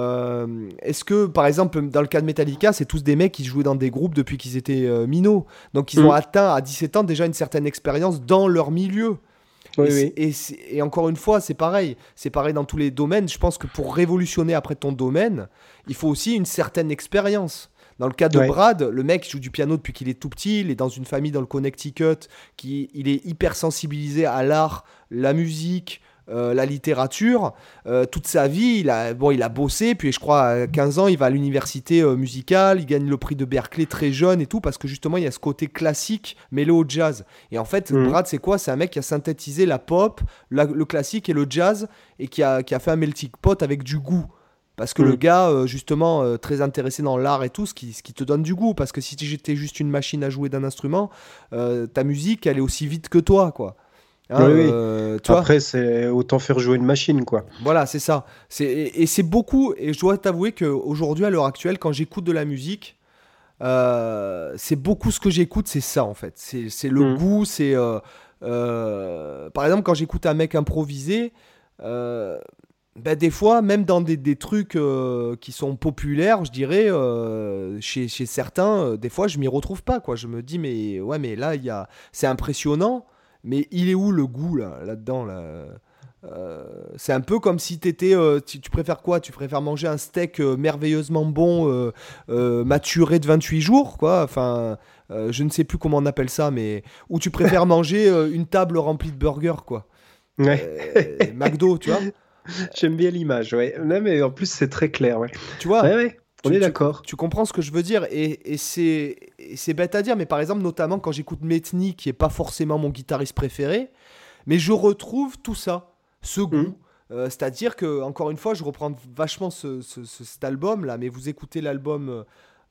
Est-ce que, par exemple, dans le cas de Metallica, c'est tous des mecs qui jouaient dans des groupes depuis qu'ils étaient minots. Donc ils ont Mm. atteint à 17 ans déjà une certaine expérience dans leur milieu. Oui, oui. Et encore une fois, c'est pareil. C'est pareil dans tous les domaines. Je pense que pour révolutionner après ton domaine, il faut aussi une certaine expérience. Dans le cas de Ouais. Brad, le mec joue du piano depuis qu'il est tout petit. Il est dans une famille dans le Connecticut. Il est hyper sensibilisé à l'art, la musique, la littérature. Toute sa vie, il a bossé. Puis je crois à 15 ans, il va à l'université musicale. Il gagne le prix de Berkeley très jeune et tout. Parce que justement, il y a ce côté classique mêlé au jazz. Et en fait, Mhm. Brad, c'est quoi? C'est un mec qui a synthétisé la pop, le classique et le jazz. Et qui a fait un melting pot avec du goût. Parce que le gars, justement, très intéressé dans l'art et tout, ce qui te donne du goût. Parce que si j'étais juste une machine à jouer d'un instrument, ta musique, elle est aussi vite que toi, quoi. Hein, Oui, oui. tu vois, Après, c'est autant faire jouer une machine, quoi. voilà, c'est ça. Et c'est beaucoup, et je dois t'avouer qu'aujourd'hui, à l'heure actuelle, quand j'écoute de la musique, c'est beaucoup ce que j'écoute, c'est ça, en fait. C'est le Mm. goût, par exemple, quand j'écoute un mec improviser, ben des fois, même dans des trucs qui sont populaires, je dirais, chez certains, des fois, je m'y retrouve pas, quoi. Je me dis, mais ouais, mais là, c'est impressionnant, mais il est où le goût, là-dedans, là? C'est un peu comme si tu préfères quoi? Tu préfères manger un steak merveilleusement bon, maturé de 28 jours, quoi. Enfin, je ne sais plus comment on appelle ça, mais... Ou tu préfères manger une table remplie de burgers, quoi. Ouais. McDo, tu vois? J'aime bien l'image, ouais. Non, mais en plus, c'est très clair, ouais. Tu vois? Ouais, ouais, on Tu- est tu- d'accord. Tu comprends ce que je veux dire? Et c'est bête à dire, mais par exemple, notamment quand j'écoute Metny, qui est pas forcément mon guitariste préféré, Mais je retrouve tout ça, ce goût. Mhm. C'est-à-dire que, encore une fois, je reprends vachement cet album-là, mais vous écoutez l'album.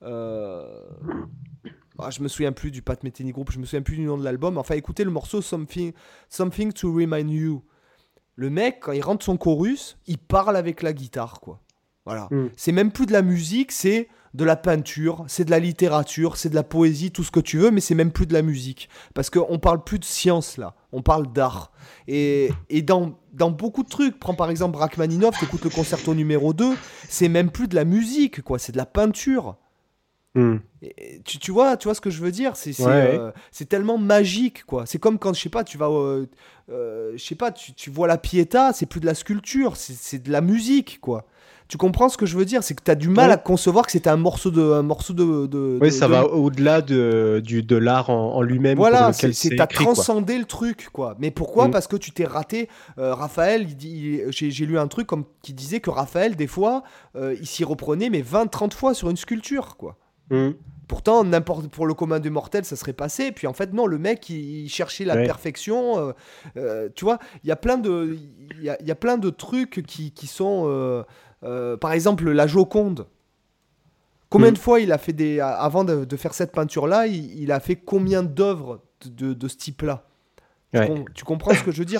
Je me souviens plus du Pat Metheny Group, je me souviens plus du nom de l'album. Enfin, écoutez le morceau Something to Remind You. Le mec, quand il rentre son chorus, il parle avec la guitare, quoi. Voilà. C'est même plus de la musique, c'est de la peinture, c'est de la littérature, c'est de la poésie, tout ce que tu veux, mais c'est même plus de la musique. Parce qu'on parle plus de science, là. On parle d'art. Et dans beaucoup de trucs, prends par exemple Rachmaninov, t'écoutes le concerto numéro 2, c'est même plus de la musique, quoi. C'est de la peinture. Et tu vois ce que je veux dire, c'est tellement magique, quoi. C'est comme quand, je sais pas, tu vas je sais pas, tu vois la Pietà, c'est plus de la sculpture, c'est de la musique, quoi. Tu comprends ce que je veux dire, c'est que tu as du mal à concevoir que c'était un morceau de oui, ça va au-delà de l'art en lui-même. Voilà, pour lequel t'as écrit, transcendé quoi. Le truc, quoi. Mais pourquoi ? Parce que tu t'es raté. Raphaël, j'ai lu un truc qui disait que Raphaël, des fois, il s'y reprenait, mais 20-30 fois sur une sculpture, quoi. Pourtant, pour le commun des mortels, ça serait passé. Puis en fait, non, le mec, il cherchait la perfection. Tu vois, il y a plein de trucs qui sont... par exemple, la Joconde. Combien de fois il a fait avant de faire cette peinture-là, il a fait combien d'œuvres de ce type-là ? Tu comprends ce que je veux dire ?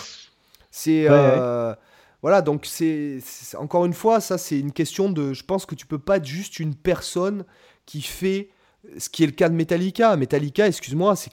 Voilà, donc c'est encore une fois, ça c'est une question de... Je pense que tu peux pas être juste une personne qui fait ce qui est le cas de Metallica. Metallica, excuse-moi, c'est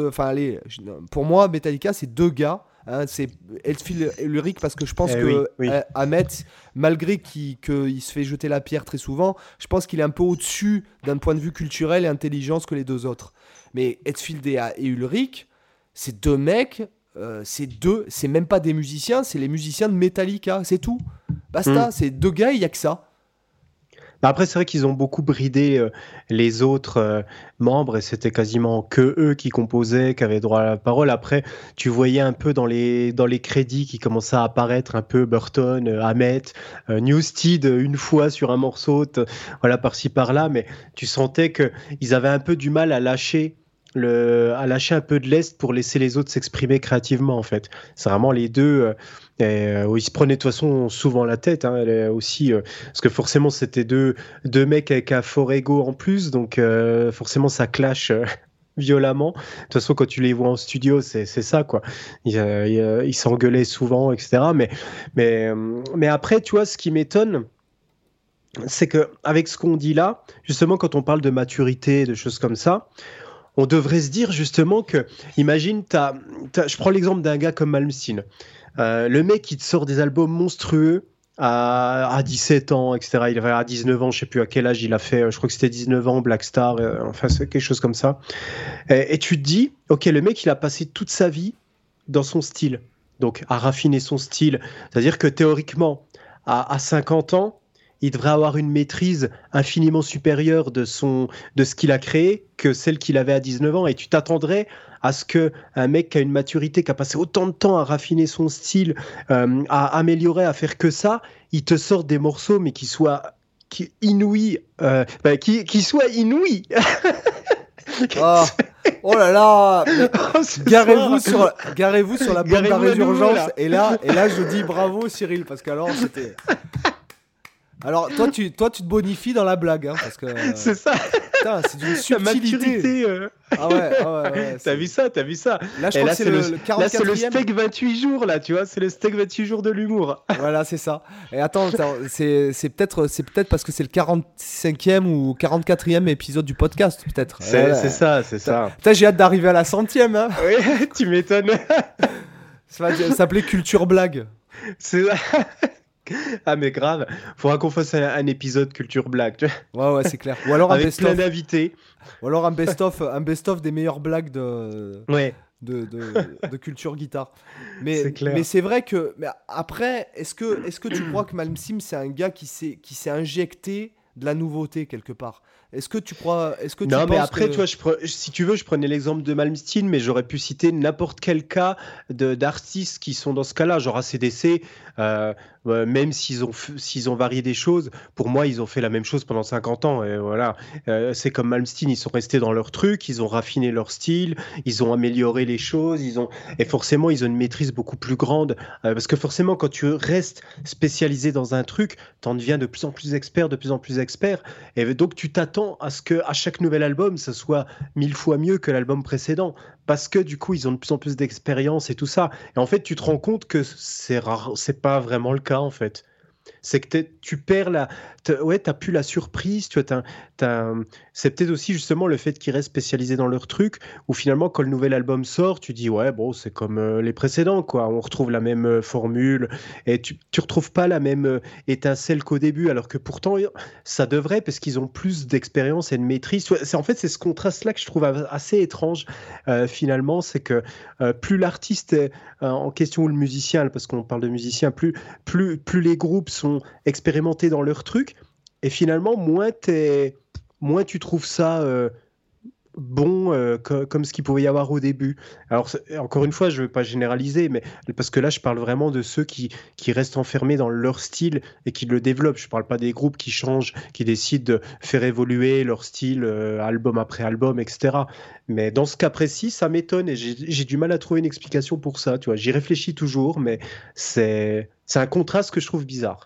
pour moi, Metallica, c'est 2 gars. Hein, c'est Hetfield et Ulrich, parce que je pense que Ahmet, malgré qu'il se fait jeter la pierre très souvent, je pense qu'il est un peu au-dessus d'un point de vue culturel et intelligence que les 2 autres. Mais Hetfield et Ulrich, c'est 2 mecs, c'est même pas des musiciens, c'est les musiciens de Metallica, c'est tout. Basta, c'est 2 gars, il y a que ça. Après, c'est vrai qu'ils ont beaucoup bridé les autres membres et c'était quasiment que eux qui composaient, qui avaient droit à la parole. Après, tu voyais un peu dans les crédits qui commençaient à apparaître un peu Burton, Ahmet, Newsted une fois sur un morceau, voilà, par-ci par-là, mais tu sentais qu'ils avaient un peu du mal à lâcher un peu de lest pour laisser les autres s'exprimer créativement, en fait. C'est vraiment les deux... où ils se prenaient de toute façon souvent la tête, hein, aussi, parce que forcément c'était deux mecs avec un fort ego en plus, donc forcément ça clash violemment. De toute façon, quand tu les vois en studio, c'est ça, quoi. Ils s'engueulaient souvent, etc. Mais après, tu vois, ce qui m'étonne, c'est qu'avec ce qu'on dit là, justement, quand on parle de maturité, de choses comme ça, on devrait se dire justement que, imagine, je prends l'exemple d'un gars comme Malmsteen. Le mec, il te sort des albums monstrueux à 17 ans, etc. Il avait à 19 ans, je sais plus à quel âge il a fait, je crois que c'était 19 ans, Black Star, enfin, c'est quelque chose comme ça. Et tu te dis, ok, le mec, il a passé toute sa vie dans son style, donc à raffiner son style. C'est-à-dire que théoriquement, à 50 ans, il devrait avoir une maîtrise infiniment supérieure de ce qu'il a créé que celle qu'il avait à 19 ans. Et tu t'attendrais à ce qu'un mec qui a une maturité, qui a passé autant de temps à raffiner son style, à améliorer, à faire que ça, il te sorte des morceaux, mais qui soient inouïs. Qui soient inouïs. Oh là là, garez-vous sur la bande d'arrêt d'urgence. Et là, je dis bravo Cyril, parce qu'alors c'était... Alors, toi, tu te bonifies dans la blague, hein, parce que... c'est ça. Putain, c'est d'une subtilité. Ah ouais. T'as vu ça. Là, je crois que c'est le 44e. Là, c'est le steak 28 jours, là, tu vois. C'est le steak 28 jours de l'humour. Voilà, c'est ça. Et attends, c'est peut-être parce que c'est le 45e ou 44e épisode du podcast, peut-être. C'est ça. Putain, j'ai hâte d'arriver à la 100e, hein. Oui, tu m'étonnes. Ça va s'appeler Culture Blague. C'est ça. Ah mais grave, faudra qu'on fasse un épisode culture blague. Ouais, c'est clair. Ou alors avec plein d'invités. Ou alors un best-of des meilleures blagues de culture guitare. Mais c'est vrai que... Mais après, est-ce que tu crois que Malmsteen, c'est un gars qui s'est injecté de la nouveauté quelque part ? Est-ce que tu crois, est-ce que tu Non, mais penses après, que... tu vois, si tu veux, je prenais l'exemple de Malmsteen, mais j'aurais pu citer n'importe quel cas d'artistes qui sont dans ce cas-là, genre AC/DC, même s'ils ont varié des choses, pour moi, ils ont fait la même chose pendant 50 ans. Et voilà. C'est comme Malmsteen, ils sont restés dans leur truc, ils ont raffiné leur style, ils ont amélioré les choses, et forcément, ils ont une maîtrise beaucoup plus grande. Parce que forcément, quand tu restes spécialisé dans un truc, tu en deviens de plus en plus expert, de plus en plus expert. Et donc, tu t'attends à ce qu'à chaque nouvel album, ça soit 1000 fois mieux que l'album précédent. Parce que du coup, ils ont de plus en plus d'expérience et tout ça. Et en fait, tu te rends compte que c'est rare, c'est pas vraiment le cas, en fait. C'est que tu perds t'as plus la surprise, tu vois, c'est peut-être aussi justement le fait qu'ils restent spécialisés dans leur truc, où finalement quand le nouvel album sort, tu dis ouais bon c'est comme les précédents quoi, on retrouve la même formule, et tu retrouves pas la même étincelle qu'au début, alors que pourtant ça devrait, parce qu'ils ont plus d'expérience et de maîtrise. En fait c'est ce contraste là que je trouve assez étrange finalement, c'est que plus l'artiste est en question, ou le musicien, parce qu'on parle de musicien, plus les groupes sont expérimentés dans leur truc, et finalement moins tu trouves ça bon comme ce qu'il pouvait y avoir au début. Alors encore une fois, je veux pas généraliser, mais parce que là je parle vraiment de ceux qui restent enfermés dans leur style et qui le développent. Je parle pas des groupes qui changent, qui décident de faire évoluer leur style album après album, etc. Mais dans ce cas précis, ça m'étonne, et j'ai du mal à trouver une explication pour ça, tu vois. J'y réfléchis toujours, mais c'est un contraste que je trouve bizarre.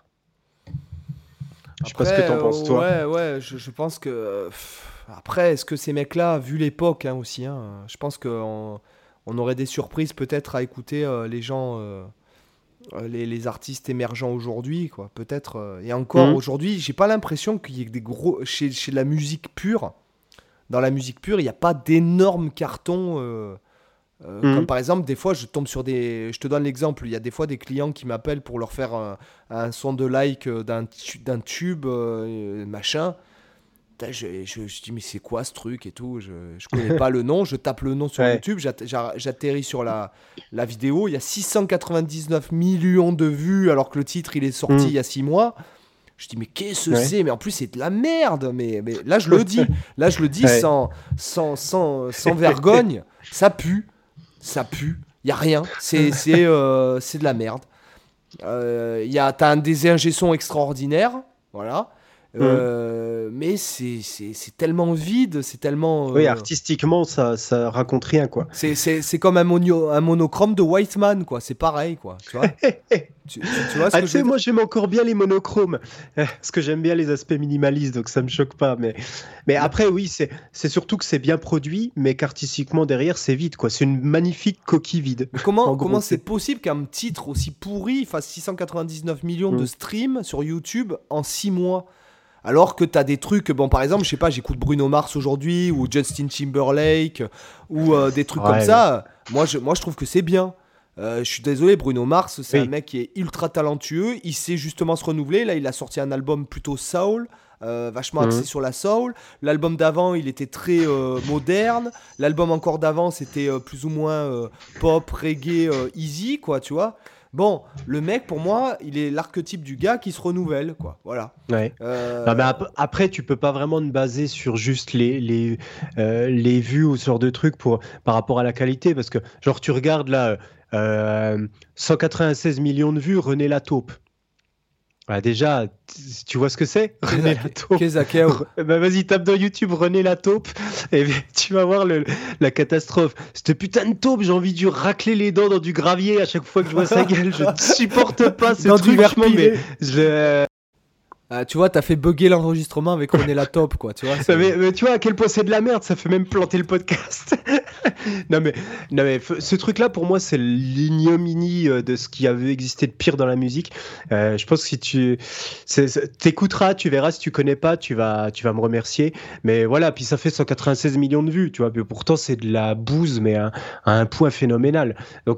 Je sais pas ce que t'en penses, toi. Ouais, je pense que... Après, est-ce que ces mecs-là, vu l'époque aussi, je pense qu'on aurait des surprises peut-être à écouter les gens, les artistes émergents aujourd'hui, quoi. Peut-être. Et encore aujourd'hui, j'ai pas l'impression qu'il y ait des gros... Chez la musique pure, dans la musique pure, il n'y a pas d'énormes cartons... Comme par exemple, des fois, je tombe sur des... Je te donne l'exemple, il y a des fois des clients qui m'appellent pour leur faire un son de like d'un tube, machin. Putain, je dis, mais c'est quoi ce truc et tout, je connais pas le nom, je tape le nom sur YouTube, j'atterris sur la vidéo, il y a 699 millions de vues alors que le titre il est sorti il y a 6 mois. Je dis mais qu'est-ce que c'est, mais en plus c'est de la merde, mais là je le dis sans vergogne, ça pue, il y a rien, c'est de la merde. T'as des ingé-sons extraordinaires, voilà. Mais c'est tellement vide, c'est tellement... Oui, artistiquement, ça raconte rien, quoi. C'est comme un monochrome de Whiteman, quoi. C'est pareil, quoi. Tu vois, tu vois ce que je veux dire ? Moi, j'aime encore bien les monochromes, parce que j'aime bien les aspects minimalistes, donc ça me choque pas. Mais après, oui, c'est surtout que c'est bien produit, mais qu'artistiquement, derrière, c'est vide, quoi. C'est une magnifique coquille vide. Comment c'est possible qu'un titre aussi pourri fasse 699 millions de streams sur YouTube en 6 mois ? Alors que t'as des trucs, bon par exemple, je sais pas, j'écoute Bruno Mars aujourd'hui, ou Justin Timberlake, ou des trucs comme ça. Moi je trouve que c'est bien. Je suis désolé, Bruno Mars, c'est un mec qui est ultra talentueux. Il sait justement se renouveler. Là, il a sorti un album plutôt soul, vachement axé sur la soul. L'album d'avant, il était très moderne. L'album encore d'avant, c'était plus ou moins pop, reggae, easy, quoi, tu vois. Bon, le mec, pour moi, il est l'archétype du gars qui se renouvelle, quoi. Voilà. Ouais. Non, mais après, tu peux pas vraiment te baser sur juste les vues ou ce genre de trucs par rapport à la qualité, parce que, genre, tu regardes là, 196 millions de vues, René Lataupe. Bah déjà, tu vois ce que c'est, René Lataupe. Bah vas-y, tape dans YouTube René Lataupe et tu vas voir la catastrophe. Cette putain de taupe, j'ai envie de lui racler les dents dans du gravier à chaque fois que je vois sa gueule. Je ne supporte pas ce truc, franchement, mais tu vois, t'as fait bugger l'enregistrement avec René Lataupe, quoi. Tu vois, mais tu vois à quel point c'est de la merde, ça fait même planter le podcast. non mais ce truc-là, pour moi, c'est l'ignominie de ce qui avait existé de pire dans la musique. Je pense que si tu t'écouteras, tu verras. Si tu connais pas, tu vas me remercier. Mais voilà, puis ça fait 196 millions de vues, tu vois. Mais pourtant, c'est de la bouse, mais à un point phénoménal. Donc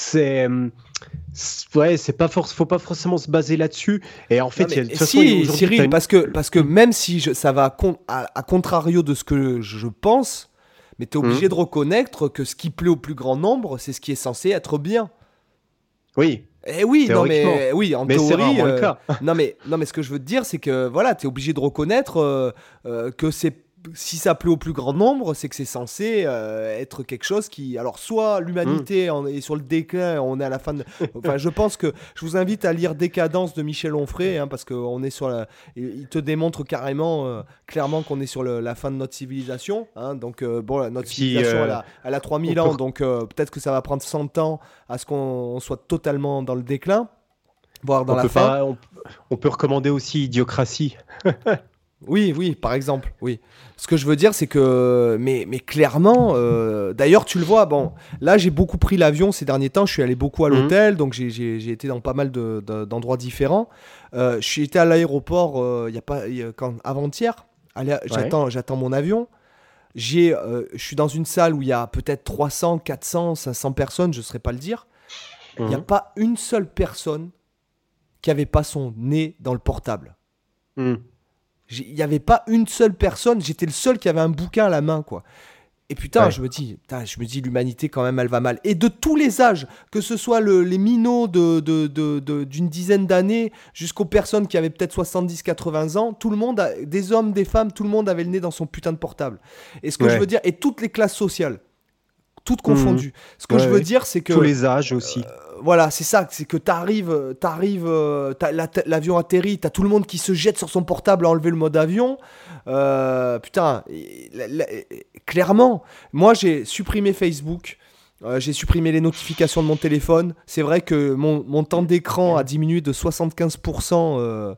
c'est pas faut pas forcément se baser là-dessus. Et en fait, Cyril, parce que même si ça va à contrario de ce que je pense, mais t'es obligé de reconnaître que ce qui plaît au plus grand nombre, c'est ce qui est censé être bien. Oui. Oui, non Théoriquement. mais oui, en Mais c'est théorie. rarement le cas. Non mais ce que je veux te dire, c'est que voilà, t'es obligé de reconnaître que si ça plaît au plus grand nombre, c'est que c'est censé être quelque chose qui. Alors, soit l'humanité est sur le déclin, on est à la fin de. Enfin, je pense que je vous invite à lire Décadence de Michel Onfray, parce qu'on est sur la. Il te démontre carrément, clairement, qu'on est sur la fin de notre civilisation. Donc, bon, notre civilisation, elle a 3000 ans, donc peut-être que ça va prendre 100 ans à ce qu'on soit totalement dans le déclin, voire dans la fin. On peut recommander aussi Idiocratie. Oui, par exemple, oui. Ce que je veux dire, c'est que, mais clairement, d'ailleurs, tu le vois, bon, là, j'ai beaucoup pris l'avion ces derniers temps, je suis allé beaucoup à l'hôtel, donc j'ai été dans pas mal d'endroits différents. Je suis été à l'aéroport avant-hier, j'attends mon avion. Je suis dans une salle où il y a peut-être 300, 400, 500 personnes, je ne saurais pas le dire. Il n'y a pas une seule personne qui n'avait pas son nez dans le portable. Il n'y avait pas une seule personne, j'étais le seul qui avait un bouquin à la main, quoi. Et putain, je me dis, l'humanité quand même, elle va mal. Et de tous les âges, que ce soit les minots d'une dizaine d'années jusqu'aux personnes qui avaient peut-être 70-80 ans, tout le monde, des hommes, des femmes, tout le monde avait le nez dans son putain de portable. Et ce que je veux dire, et toutes les classes sociales, toutes confondues. Ce que je veux dire, c'est que... Tous les âges aussi. Voilà, c'est ça, c'est que l'avion atterrit, t'as tout le monde qui se jette sur son portable à enlever le mode avion. Putain, clairement, moi j'ai supprimé Facebook, j'ai supprimé les notifications de mon téléphone. C'est vrai que mon temps d'écran a diminué de 75%.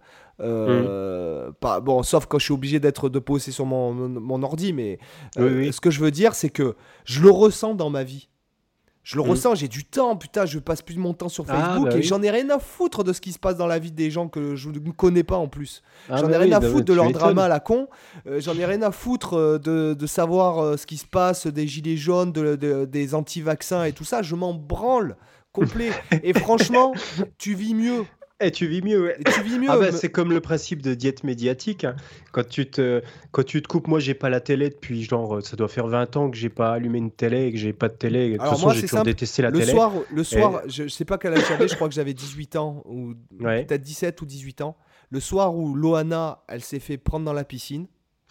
Bon, sauf quand je suis obligé de poser sur mon ordi, mais ce que je veux dire, c'est que je le ressens dans ma vie. Je le ressens, j'ai du temps, putain, je passe plus de mon temps sur Facebook et j'en ai rien à foutre de ce qui se passe dans la vie des gens que je ne connais pas en plus. J'en ai rien à foutre de leur drama à la con, j'en ai rien à foutre de savoir ce qui se passe, des gilets jaunes, des anti-vaccins et tout ça, je m'en branle complet. Et franchement, tu vis mieux. Et tu vis mieux, ouais. C'est comme le principe de diète médiatique. Quand tu te coupes, moi j'ai pas la télé depuis ça doit faire 20 ans que j'ai pas allumé une télé et que j'ai pas de télé. De toute façon, j'ai toujours détesté la télé. Le soir, je sais pas quel âge j'avais, je crois que j'avais 18 ans, ou peut-être 17 ou 18 ans. Le soir où Loana, elle s'est fait prendre dans la piscine,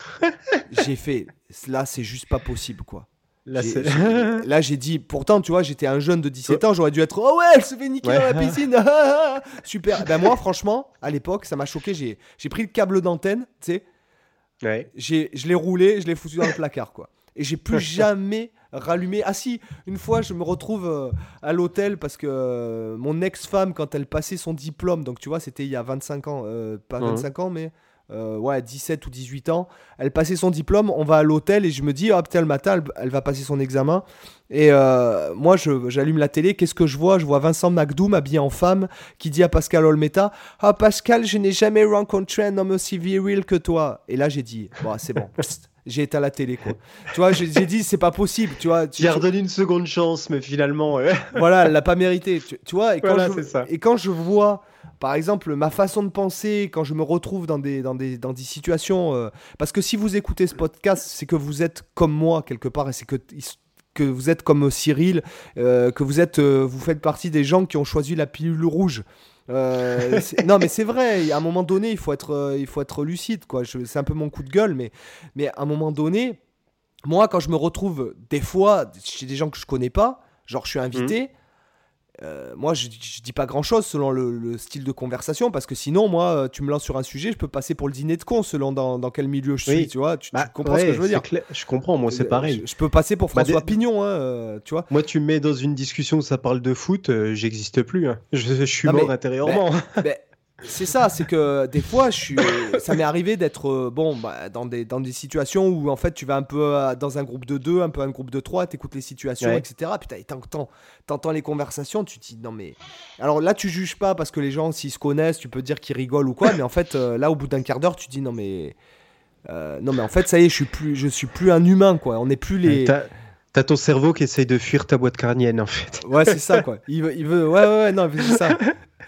j'ai fait, là c'est juste pas possible, quoi. Là, j'ai dit, pourtant, tu vois, j'étais un jeune de 17 ans, j'aurais dû être, oh ouais, elle se fait niquer dans la piscine, super. Ben moi, franchement, à l'époque, ça m'a choqué, j'ai pris le câble d'antenne, tu sais, je l'ai roulé, je l'ai foutu dans le placard, quoi. Et j'ai plus jamais rallumé. Ah si, une fois, je me retrouve à l'hôtel parce que mon ex-femme, quand elle passait son diplôme, donc tu vois, c'était il y a 25 ans, pas 25 ans, mais... 17 ou 18 ans, elle passait son diplôme, on va à l'hôtel et je me dis, putain, le matin, elle va passer son examen. Et moi, j'allume la télé, qu'est-ce que je vois Vincent McDoom habillé en femme qui dit à Pascal Olmeta, Pascal, je n'ai jamais rencontré un homme aussi viril que toi. Et là, j'ai dit, c'est bon. J'ai éteint la télé, quoi. Tu vois, j'ai dit, c'est pas possible, tu vois. J'ai redonné une seconde chance, mais finalement... Voilà, elle l'a pas mérité, tu vois. Et quand je vois... Par exemple, ma façon de penser, quand je me retrouve dans des situations... parce que si vous écoutez ce podcast, c'est que vous êtes comme moi, quelque part, et c'est que vous êtes comme Cyril, que vous faites partie des gens qui ont choisi la pilule rouge. Non, mais c'est vrai, à un moment donné, il faut être lucide, quoi. C'est un peu mon coup de gueule, mais à un moment donné, moi, quand je me retrouve des fois chez des gens que je connais pas, genre je suis invité... moi je dis pas grand chose selon le style de conversation, parce que sinon moi tu me lances sur un sujet, je peux passer pour le dîner de con selon dans quel milieu je suis, tu vois, tu comprends ce que je veux dire. Je comprends, moi c'est pareil. Je peux passer pour François Pignon, tu vois. Moi tu me mets dans une discussion où ça parle de foot, j'existe plus, hein. Je suis mort intérieurement. C'est ça, c'est que des fois, ça m'est arrivé d'être dans des situations où en fait tu vas un peu dans un groupe de 2, un peu un groupe de 3, t'écoutes les situations, etc. Putain, et t'entends les conversations, tu te dis non mais... Alors là, tu juges pas parce que les gens, s'ils se connaissent, tu peux dire qu'ils rigolent ou quoi, mais en fait, là, au bout d'un quart d'heure, tu te dis non mais en fait, ça y est, je suis plus un humain, quoi. On n'est plus les... T'as ton cerveau qui essaye de fuir ta boîte crânienne, en fait. Ouais, c'est ça, quoi. Il veut... Ouais, non, c'est ça.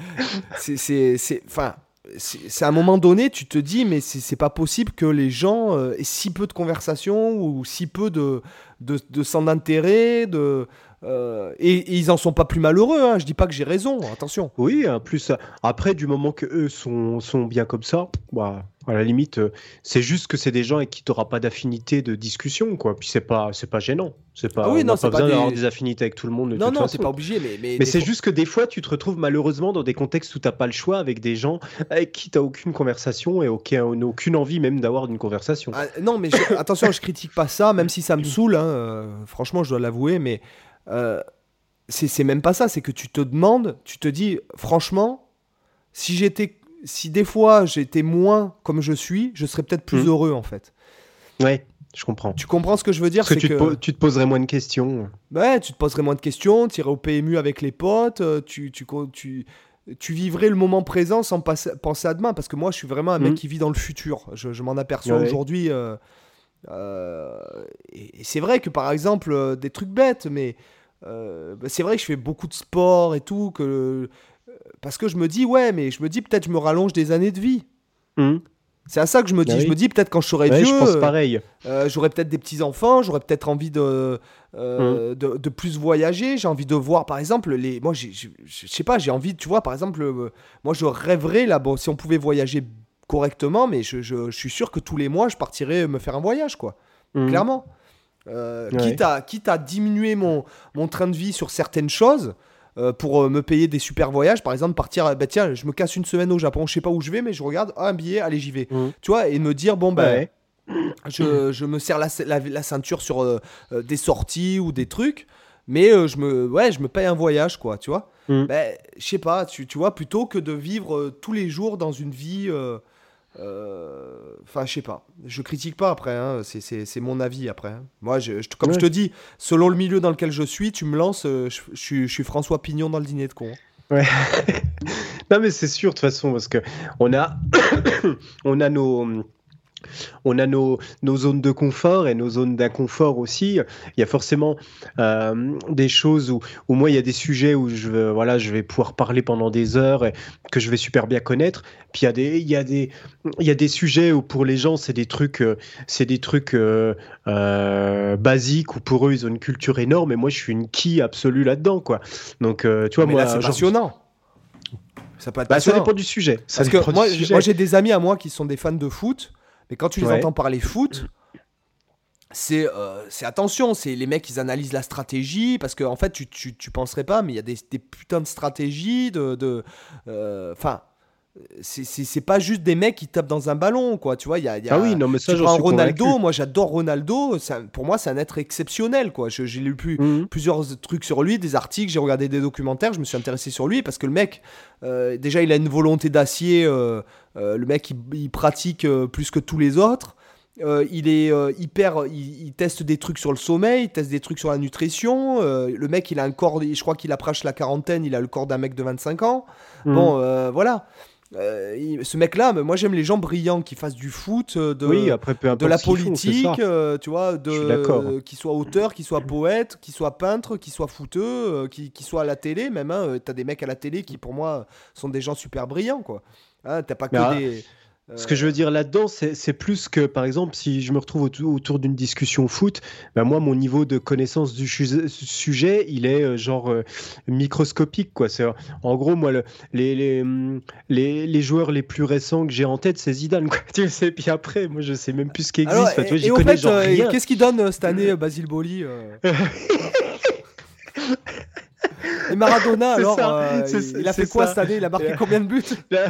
C'est à un moment donné, tu te dis, mais c'est pas possible que les gens aient si peu de conversations ou si peu de centre d'intérêt, Et ils en sont pas plus malheureux, hein. Je dis pas que j'ai raison, attention. Oui, en plus, après, du moment que eux sont bien comme ça, bah, à la limite, c'est juste que c'est des gens avec qui tu n'auras pas d'affinité de discussion, quoi. Puis c'est pas gênant. Ah oui, On non, n'a c'est pas pas besoin d'avoir des. des affinités avec tout le monde de Non, toute non, t'es façon. pas obligé, mais Mais c'est juste que des fois, tu te retrouves malheureusement dans des contextes où tu n'as pas le choix avec des gens avec qui tu n'as aucune conversation et aucune envie même d'avoir une conversation. Ah, non, mais attention, je critique pas ça, même si ça me saoule, hein, franchement, je dois l'avouer, mais euh, c'est même pas ça, c'est que tu te demandes, tu te dis, franchement, si des fois j'étais moins comme je suis, je serais peut-être plus Mhm. heureux en fait. Ouais, je comprends. Tu comprends ce que je veux dire? Parce que C'est que tu te poserais moins de questions. ouais, tu te poserais moins de questions, tu irais au PMU avec les potes, tu vivrais le moment présent sans penser à demain. Parce que moi, je suis vraiment un mec Mhm. qui vit dans le futur. Je m'en aperçois Ouais. aujourd'hui. Euh, et c'est vrai que par exemple, des trucs bêtes, mais bah, c'est vrai que je fais beaucoup de sport et tout, parce que je me dis, ouais, mais je me dis peut-être je me rallonge des années de vie. Mhm. C'est à ça que je me Bah dis. Je oui. me dis peut-être quand je serai Ouais, vieux, je pense pareil. j'aurai peut-être des petits-enfants, j'aurai peut-être envie Mhm. de plus voyager, j'ai envie de voir, par exemple, moi, je sais pas, j'ai envie, tu vois, par exemple, moi, je rêverais, là, bon, si on pouvait voyager correctement, mais je suis sûr que tous les mois, je partirais me faire un voyage, quoi. Mhm. Clairement. Ouais. Quitte à diminuer mon train de vie sur certaines choses, pour me payer des super voyages, par exemple partir, bah tiens, je me casse une semaine au Japon, je sais pas où je vais, mais je regarde, ah, un billet, allez, j'y vais. Mhm. Tu vois, et me dire, bon, ben, Ouais. je me serre la ceinture sur des sorties ou des trucs, mais ouais, je me paye un voyage, quoi, tu vois. Mhm. Ben, je sais pas, tu vois, plutôt que de vivre tous les jours dans une vie. Enfin, je sais pas. Je critique pas après, hein, c'est mon avis après, hein. Moi, comme je Ouais. te dis, selon le milieu dans lequel je suis, tu me lances, je suis François Pignon dans le dîner de con, hein. Ouais. Non, mais c'est sûr, de toute façon, parce que on a, on a nos zones de confort et nos zones d'inconfort aussi. Il y a forcément des choses où moi, il y a des sujets où voilà, je vais pouvoir parler pendant des heures et que je vais super bien connaître. Puis il y a des sujets où pour les gens, c'est des trucs basiques où pour eux, ils ont une culture énorme et moi, je suis une quille absolue là-dedans, quoi. Donc, tu vois, Mais là, moi, c'est genre, passionnant. Ça peut être bah, ça passionnant. dépend du sujet. Ça Parce que dépend du moi, sujet. moi j'ai des amis à moi qui sont des fans de foot, mais quand tu les Ouais. entends parler foot, c'est attention, c'est les mecs, ils analysent la stratégie, parce que en fait, tu penserais pas, mais il y a des putains de stratégies, enfin, c'est pas juste des mecs qui tapent dans un ballon, quoi, tu vois, Ah oui, non, mais ça, tu j'en prends suis Ronaldo, convaincu. moi j'adore Ronaldo, pour moi c'est un être exceptionnel, quoi. J'ai lu Mhm. plusieurs trucs sur lui, des articles, j'ai regardé des documentaires, je me suis intéressé sur lui, parce que le mec, déjà il a une volonté d'acier, le mec il pratique plus que tous les autres. Il est il teste des trucs sur le sommeil, il teste des trucs sur la nutrition. Le mec, il a un corps, je crois qu'il approche la quarantaine, il a le corps d'un mec de 25 ans. Mhm. Bon, voilà. Ce mec-là, moi j'aime les gens brillants qui fassent du foot, Oui, après, peu de la importe ce qu'ils font, c'est ça. politique, tu vois, Je suis d'accord. qui soit auteur, qui soit poète, qui soit peintre, qui soit footeux, qui soit à la télé même, hein. T'as des mecs à la télé qui pour moi sont des gens super brillants, quoi. Hein, t'as pas Mais que des. ce que je veux dire là-dedans, c'est plus que, par exemple, si je me retrouve autour d'une discussion foot, ben moi, mon niveau de connaissance du sujet, il est microscopique, quoi. En gros, moi, les joueurs les plus récents que j'ai en tête, c'est Zidane, quoi. Tu sais, puis après, moi, je sais même plus ce qui existe. Alors, Enfin, tu vois, et j'y au connais fait, genre rien. qu'est-ce qu'il donne cette année, Basile Boli Et Maradona, C'est alors, ça, il a fait quoi cette année? Il a marqué combien de buts?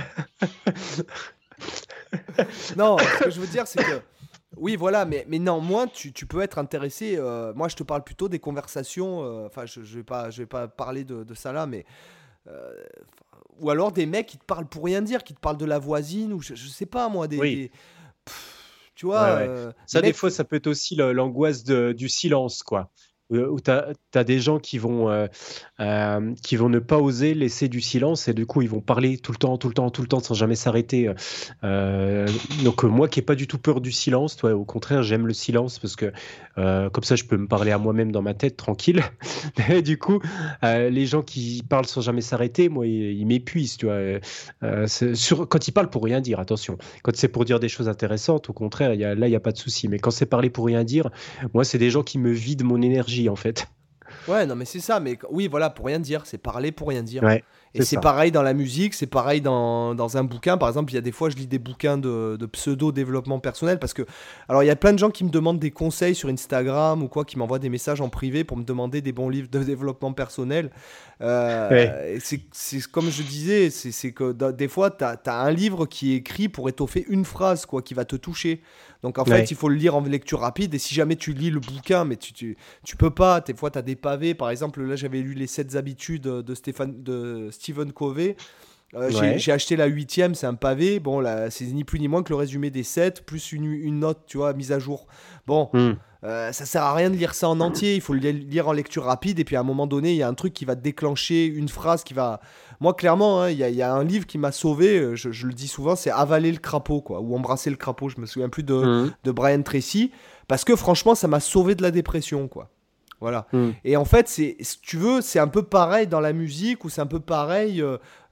Non, ce que je veux dire, c'est que. Oui, voilà, mais néanmoins, tu peux être intéressé. Moi, je te parle plutôt des conversations. Enfin, je vais pas parler de ça là, mais. euh, ou alors des mecs qui te parlent pour rien dire, qui te parlent de la voisine, ou je sais pas, moi, Oui. tu vois, Ouais, ouais. Ça, des des mecs. fois, ça peut être aussi l'angoisse du silence, quoi. Où tu as des gens qui vont ne pas oser laisser du silence et du coup, ils vont parler tout le temps, tout le temps, tout le temps sans jamais s'arrêter. Donc, moi qui n'ai pas du tout peur du silence, toi, au contraire, j'aime le silence parce que comme ça, je peux me parler à moi-même dans ma tête, tranquille. Et du coup, les gens qui parlent sans jamais s'arrêter, moi, ils m'épuisent, tu vois. Quand ils parlent pour rien dire, attention. Quand c'est pour dire des choses intéressantes, au contraire, là, il n'y a pas de souci. Mais quand c'est parler pour rien dire, moi, c'est des gens qui me vident mon énergie, en fait. Ouais, non, mais c'est ça. Mais oui, voilà, pour rien dire. C'est parler pour rien dire. Ouais, Et c'est c'est ça. pareil dans la musique, c'est pareil dans un bouquin. Par exemple, il y a des fois, je lis des bouquins de pseudo-développement personnel parce que, alors, il y a plein de gens qui me demandent des conseils sur Instagram ou quoi, qui m'envoient des messages en privé pour me demander des bons livres de développement personnel. Ouais, Et c'est comme je disais, c'est que des fois, tu as un livre qui est écrit pour étoffer une phrase, quoi, qui va te toucher. Donc, en fait, ouais. il faut le lire en lecture rapide. Et si jamais tu lis le bouquin, mais tu peux pas. Des fois, tu as des pavés. Par exemple, là, j'avais lu Les 7 habitudes de Stephen Covey. Ouais. J'ai acheté la huitième, c'est un pavé. Bon, là, c'est ni plus ni moins que le résumé des 7, plus une note, tu vois, mise à jour. Bon, Hmm. ça sert à rien de lire ça en entier. Il faut le lire en lecture rapide. Et puis à un moment donné, il y a un truc qui va déclencher une phrase qui va. Moi, clairement, hein, il y a un livre qui m'a sauvé. Je le dis souvent, c'est Avaler le crapaud, quoi, ou Embrasser le crapaud. Je me souviens plus Hmm. de Brian Tracy. Parce que franchement, ça m'a sauvé de la dépression, quoi. Voilà. Hmm. Et en fait, si tu veux, c'est un peu pareil dans la musique ou c'est un peu pareil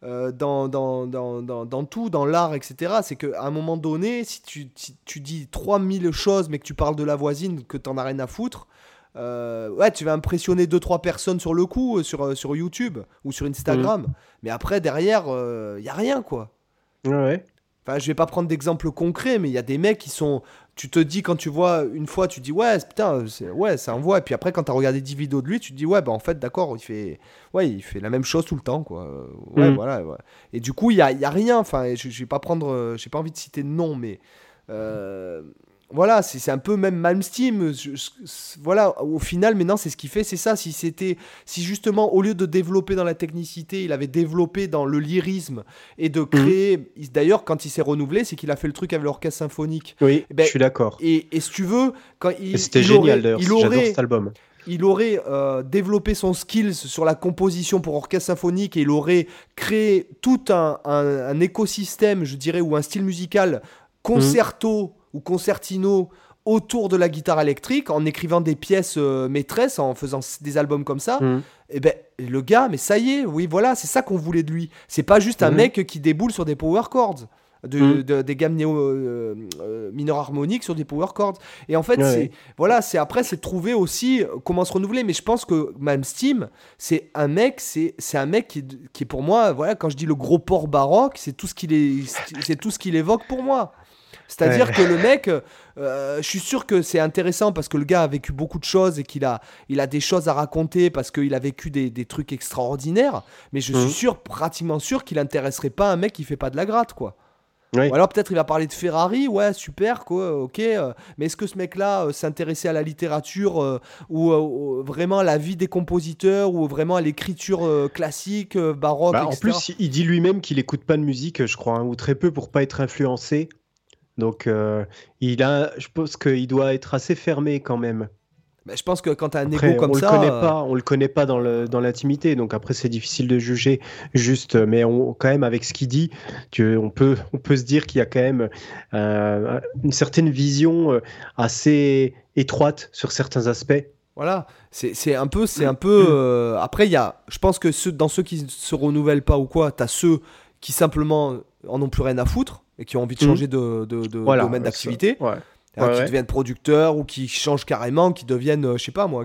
dans tout, dans l'art, etc. C'est qu'à un moment donné, si tu dis 3000 choses mais que tu parles de la voisine, que t'en as rien à foutre, ouais, tu vas impressionner deux trois personnes sur le coup, sur YouTube ou sur Hmm. Instagram. Mais après, derrière, il n'y a rien, quoi. Ouais. Enfin, je vais pas prendre d'exemple concret, mais il y a des mecs qui sont. Tu te dis, quand tu vois une fois, tu dis, ouais, putain, ouais, ça envoie. Et puis après, quand tu as regardé 10 vidéos de lui, tu te dis, ouais, bah en fait, d'accord, il fait la même chose tout le temps, quoi. Ouais, Hmm. voilà. Ouais. Et du coup, il y a rien. Enfin, je vais pas prendre. J'ai pas envie de citer de nom, mais. euh, voilà, c'est un peu même Malmsteen. Voilà, au final, maintenant, c'est ce qu'il fait, c'est ça. Si justement, au lieu de développer dans la technicité, il avait développé dans le lyrisme et de Hmm. créer. D'ailleurs, quand il s'est renouvelé, c'est qu'il a fait le truc avec l'orchestre symphonique. Oui, Et, je ben, suis d'accord. et si tu veux, quand Et c'était génial d'ailleurs. il J'adore cet aurait, album. il aurait développé son skills sur la composition pour orchestre symphonique et il aurait créé tout un écosystème, je dirais, ou un style musical Hmm. concerto ou concertino autour de la guitare électrique en écrivant des pièces maîtresses, en faisant des albums comme ça. Hmm. Et ben le gars, mais ça y est, oui, voilà, c'est ça qu'on voulait de lui. C'est pas juste un Hmm. mec qui déboule sur des power chords. Hmm. Des gammes mineurs harmoniques sur des power chords. Et en fait, Ouais, ouais. voilà, c'est trouver aussi comment se renouveler. Mais je pense que même Steam, c'est un mec qui est pour moi, voilà, quand je dis le gros port baroque, c'est tout ce qu'il évoque pour moi. C'est-à-dire Ouais. que le mec, je suis sûr que c'est intéressant parce que le gars a vécu beaucoup de choses et il a des choses à raconter parce qu'il a vécu des trucs extraordinaires. Mais je suis Hmm. sûr, pratiquement sûr, qu'il intéresserait pas un mec qui fait pas de la gratte, quoi. Ou Ouais. alors peut-être il va parler de Ferrari, ouais, super, quoi, ok. Mais est-ce que ce mec-là s'intéressait à la littérature ou vraiment à la vie des compositeurs ou vraiment à l'écriture classique, baroque, Bah, en etc. plus, il dit lui-même qu'il écoute pas de musique, je crois, hein, ou très peu pour pas être influencé. Donc, je pense qu'il doit être assez fermé quand même. Ben, je pense que quand t'as un ego Après, comme ça, on le connaît pas dans l'intimité, donc après c'est difficile de juger juste, mais quand même avec ce qu'il dit, on peut se dire qu'il y a quand même une certaine vision assez étroite sur certains aspects. voilà, c'est un peu. Après, je pense que dans ceux qui se renouvellent pas ou quoi, t'as ceux qui simplement en ont plus rien à foutre et qui ont envie de Mhm. changer de Voilà, domaine ça, d'activité, ouais, hein, ouais, qui ouais. deviennent producteurs ou qui changent carrément, qui deviennent, je sais pas moi,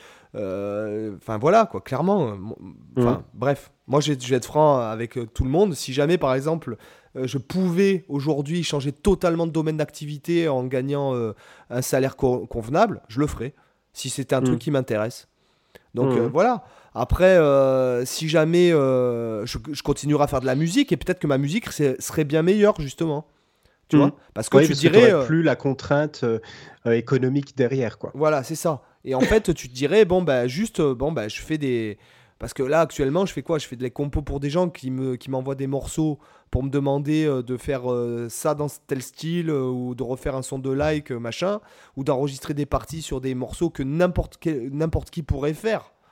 enfin voilà quoi, clairement. Mhm. Enfin bref, moi je vais être franc avec tout le monde. Si jamais par exemple je pouvais aujourd'hui changer totalement de domaine d'activité en gagnant un salaire convenable, je le ferais. Si c'était un truc Mhm. qui m'intéresse. Donc Mhm. voilà. Après, si jamais je continuerai à faire de la musique, et peut-être que ma musique serait bien meilleure, justement. Tu Mhm. vois? Parce que Oui, tu parce que tu dirais, n'aurais plus la contrainte économique derrière, quoi. voilà, c'est ça. Et en fait, tu te dirais, bon, bah, juste, bon, bah, je fais des. Parce que là, actuellement, je fais quoi? Je fais des compos pour des gens qui m'envoient des morceaux pour me demander de faire ça dans tel style, ou de refaire un son de like, machin, ou d'enregistrer des parties sur des morceaux que n'importe qui pourrait faire.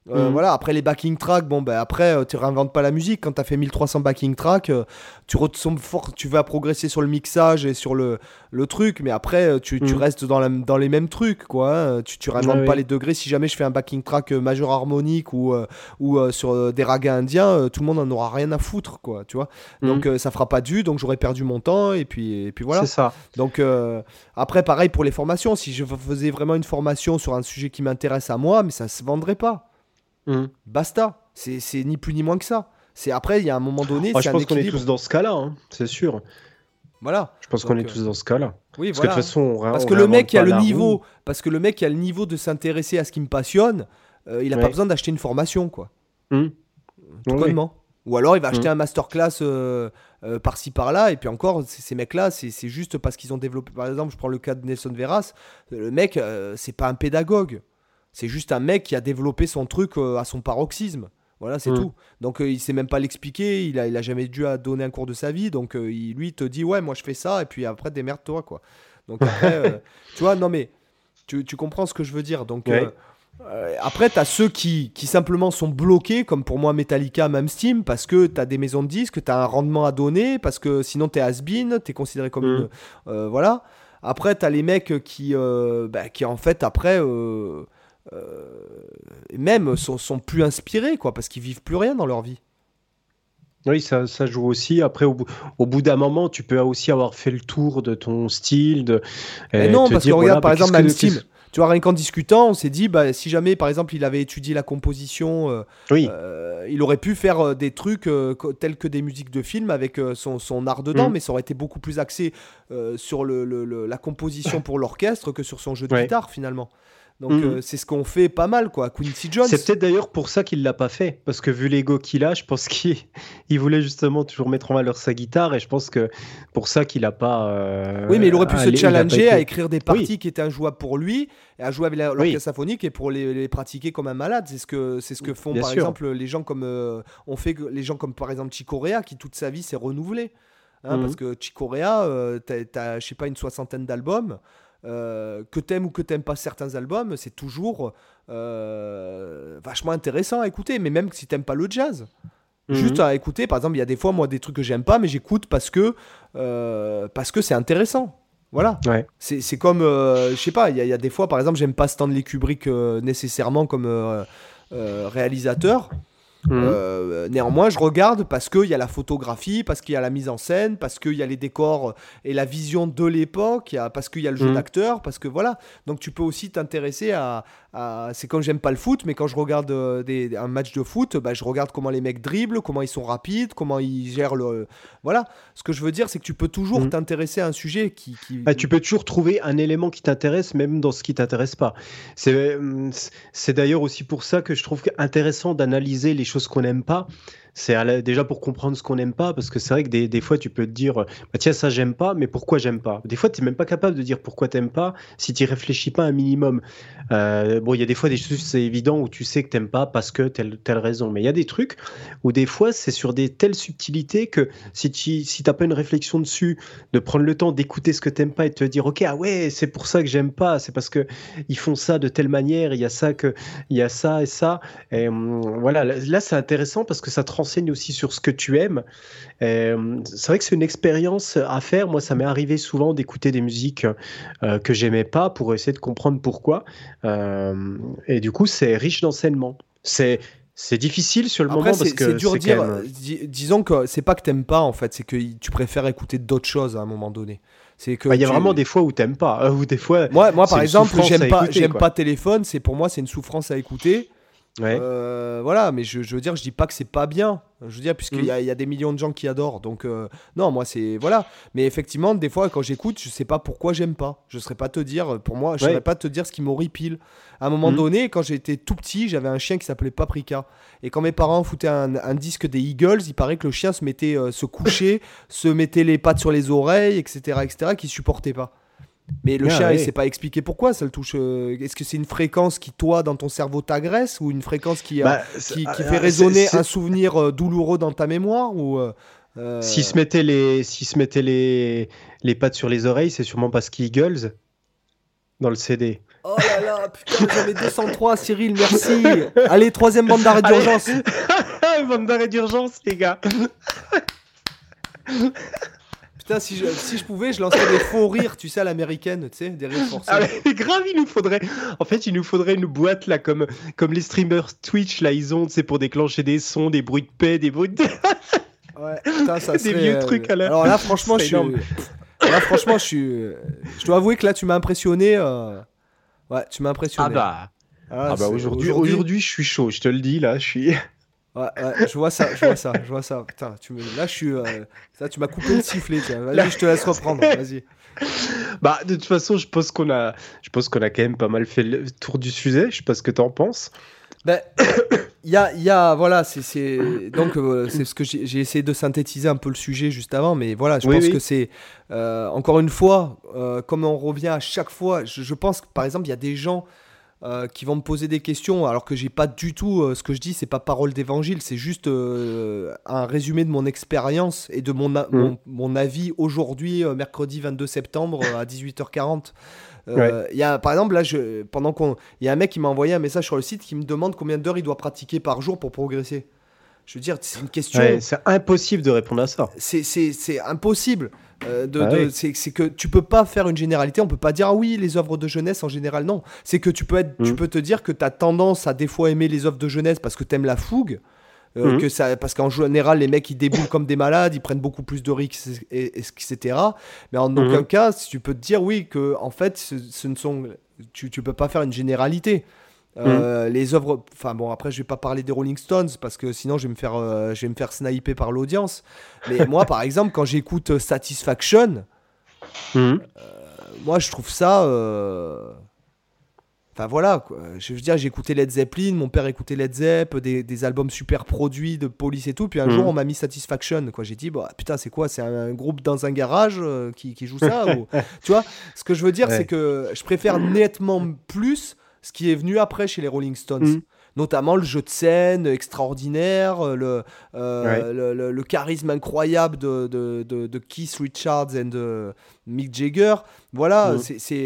Voilà, après les backing tracks, bon, ben après, tu réinventes pas la musique. Quand tu as fait 1300 backing tracks, tu vas progresser sur le mixage et sur le truc, mais après, tu restes dans les mêmes trucs, quoi. Tu réinventes pas les degrés. Si jamais je fais un backing track majeur harmonique ou sur des ragas indiens, tout le monde en aura rien à foutre, quoi, tu vois. Donc, ça fera pas de vue, donc j'aurais perdu mon temps, et puis voilà. C'est ça. Donc, après, pareil pour les formations. Si je faisais vraiment une formation sur un sujet qui m'intéresse à moi, mais ça se vendrait pas. Basta, c'est ni plus ni moins que ça. Après, il y a un moment donné, je pense qu'on est tous dans ce cas-là, hein, c'est sûr. Voilà. Je pense qu'on est tous dans ce cas-là. Oui, parce que de toute façon, parce que le mec qui a le niveau, de s'intéresser à ce qui me passionne, il a pas besoin d'acheter une formation, quoi. Tout connement. Ou alors il va acheter un masterclass par-ci par-là, et puis encore, ces mecs-là, c'est juste parce qu'ils ont développé. Par exemple, je prends le cas de Nelson Veras. Le mec, c'est pas un pédagogue. C'est juste un mec qui a développé son truc à son paroxysme. Voilà, c'est tout. Donc, il sait même pas l'expliquer. Il a jamais dû donner un cours de sa vie. Donc, lui, il te dit, ouais, moi, je fais ça. Et puis après, démerde-toi, quoi. Donc, après, tu vois, non, mais tu comprends ce que je veux dire. Donc, après, tu as ceux qui simplement sont bloqués, comme pour moi, Metallica, même Steam, parce que tu as des maisons de disques, tu as un rendement à donner, parce que sinon, tu es has-been, tu es considéré comme une. Voilà. Après, tu as les mecs qui en fait, après. Même sont plus inspirés, quoi, parce qu'ils vivent plus rien dans leur vie. Oui, ça joue aussi. Après, au bout d'un moment, tu peux aussi avoir fait le tour de ton style. Mais non, parce que regarde, par exemple, même Steam, tu vois, rien qu'en discutant, on s'est dit, si jamais, par exemple, il avait étudié la composition, il aurait pu faire des trucs tels que des musiques de film avec son art dedans, mais ça aurait été beaucoup plus axé sur la composition pour l'orchestre que sur son jeu de guitare, finalement. Donc c'est ce qu'on fait pas mal, quoi. Quincy Jones. C'est peut-être d'ailleurs pour ça qu'il l'a pas fait, parce que vu l'ego qu'il a, je pense qu'il voulait justement toujours mettre en valeur sa guitare, et je pense que pour ça qu'il a pas. Oui, mais il aurait pu se challenger à écrire des parties qui étaient injouables pour lui, et à jouer avec l'orchestre symphonique et pour les pratiquer comme un malade. C'est ce que font par exemple les gens comme les gens comme par exemple Chick Corea, qui toute sa vie s'est renouvelé, parce que Chick Corea, t'as je sais pas une 60aine d'albums. Que t'aimes ou que t'aimes pas certains albums, c'est toujours vachement intéressant à écouter, mais même si t'aimes pas le jazz, juste à écouter. Par exemple, il y a des fois, moi, des trucs que j'aime pas, mais j'écoute parce que c'est intéressant. Voilà. C'est comme, je sais pas, il y a des fois, par exemple, j'aime pas Stanley Kubrick nécessairement comme réalisateur. Néanmoins, je regarde parce qu'il y a la photographie, parce qu'il y a la mise en scène, parce qu'il y a les décors et la vision de l'époque, parce qu'il y a le jeu d'acteur, parce que voilà. Donc tu peux aussi t'intéresser à c'est comme j'aime pas le foot, mais quand je regarde un match de foot, je regarde comment les mecs dribblent, comment ils sont rapides, comment ils gèrent le. Voilà. Ce que je veux dire, c'est que tu peux toujours t'intéresser à un sujet qui... tu peux toujours trouver un élément qui t'intéresse, même dans ce qui t'intéresse pas. C'est d'ailleurs aussi pour ça que je trouve intéressant d'analyser les choses qu'on n'aime pas. C'est déjà pour comprendre ce qu'on n'aime pas, parce que c'est vrai que des fois tu peux te dire tiens, ça j'aime pas, mais pourquoi j'aime pas? Des fois tu n'es même pas capable de dire pourquoi t'aimes pas si tu réfléchis pas un minimum. Bon, il y a des fois des choses, c'est évident, où tu sais que t'aimes pas parce que telle raison, mais il y a des trucs où des fois c'est sur des telles subtilités que si t'as pas une réflexion dessus, de prendre le temps d'écouter ce que t'aimes pas et de te dire ok, ah ouais, c'est pour ça que j'aime pas, c'est parce que ils font ça de telle manière, il y a ça et ça, et voilà, là c'est intéressant parce que ça te renseigne aussi sur ce que tu aimes. C'est vrai que c'est une expérience à faire. Moi, ça m'est arrivé souvent d'écouter des musiques que j'aimais pas pour essayer de comprendre pourquoi. Et du coup, c'est riche d'enseignement. C'est difficile sur le moment parce que c'est dur de dire. Même... Disons que c'est pas que t'aimes pas en fait, c'est que tu préfères écouter d'autres choses à un moment donné. C'est que il y a vraiment des fois où t'aimes pas, ou des fois. Moi par exemple, j'aime pas téléphone. Pour moi, c'est une souffrance à écouter. Voilà, mais je veux dire, je dis pas que c'est pas bien. Je veux dire, puisqu'il y a des millions de gens qui adorent. Donc, non, moi, c'est. Voilà. Mais effectivement, des fois, quand j'écoute, je sais pas pourquoi j'aime pas. Je saurais pas te dire, pour moi, je saurais pas te dire ce qui m'horripile. À un moment donné, quand j'étais tout petit, j'avais un chien qui s'appelait Paprika. Et quand mes parents foutaient un disque des Eagles, il paraît que le chien se couchait, se mettait les pattes sur les oreilles, etc., qu'il supportait pas. Mais le chien, il sait pas expliquer pourquoi ça le touche. Est-ce que c'est une fréquence qui, toi, dans ton cerveau, t'agresse, ou une fréquence qui fait résonner un souvenir douloureux dans ta mémoire, ou S'il se mettait les pattes sur les oreilles, c'est sûrement parce qu'Eagles dans le CD. Oh là là, Ah putain, j'avais 203, Cyril, merci. Allez, 3e bande d'arrêt d'urgence. Bande d'arrêt d'urgence, les gars. Putain, si je pouvais, je lancerais des faux rires, tu sais, à l'américaine, tu sais, des rires forcés. Ah, mais grave, il nous faudrait une boîte là, comme les streamers Twitch là, ils ont, tu sais, pour déclencher des sons, des bruits de paix, des bruits de... Ouais, putain, ça des serait, vieux trucs à la... Alors là, franchement, je dois avouer que là, tu m'as impressionné. Ouais, tu m'as impressionné. Ah bah aujourd'hui, je suis chaud, je te le dis là, je suis... Ouais, je vois ça. Putain, là, tu m'as coupé le sifflet, tiens. Vas-y, je te laisse reprendre, vas-y. Bah, de toute façon, je pense qu'on a quand même pas mal fait le tour du sujet, je sais pas ce que t'en penses. Ben, voilà, donc c'est ce que j'ai essayé de synthétiser un peu le sujet juste avant, mais voilà, je pense que c'est, encore une fois, comme on revient à chaque fois, je pense que par exemple, il y a des gens qui vont me poser des questions alors que j'ai pas du tout ce que je dis, c'est pas parole d'évangile, c'est juste un résumé de mon expérience et de mon avis aujourd'hui, mercredi 22 septembre à 18h40. Y a, par exemple, là, il y a un mec qui m'a envoyé un message sur le site qui me demande combien d'heures il doit pratiquer par jour pour progresser. Je veux dire, c'est une question. Ouais, c'est impossible de répondre à ça. C'est impossible. C'est que tu peux pas faire une généralité. On peut pas dire oui, les œuvres de jeunesse en général, non. C'est que tu peux te dire que tu as tendance à des fois aimer les œuvres de jeunesse parce que tu aimes la fougue. Parce qu'en général, les mecs ils déboulent comme des malades, ils prennent beaucoup plus de risques, etc. Mais en aucun cas, tu peux te dire oui, que en fait, tu peux pas faire une généralité. Les œuvres, enfin bon, après je vais pas parler des Rolling Stones parce que sinon je vais me faire sniper par l'audience. Mais moi, par exemple, quand j'écoute Satisfaction, moi je trouve ça. Enfin voilà, quoi. Je veux dire, j'ai écouté Led Zeppelin, mon père écoutait Led Zepp, des albums super produits de Police et tout. Puis un jour, on m'a mis Satisfaction, quoi. J'ai dit, bah, putain, c'est quoi? C'est un groupe dans un garage qui joue ça ou... Tu vois, ce que je veux dire, c'est que je préfère nettement plus ce qui est venu après chez les Rolling Stones. Notamment le jeu de scène extraordinaire, le charisme incroyable de Keith Richards et de Mick Jagger. Voilà,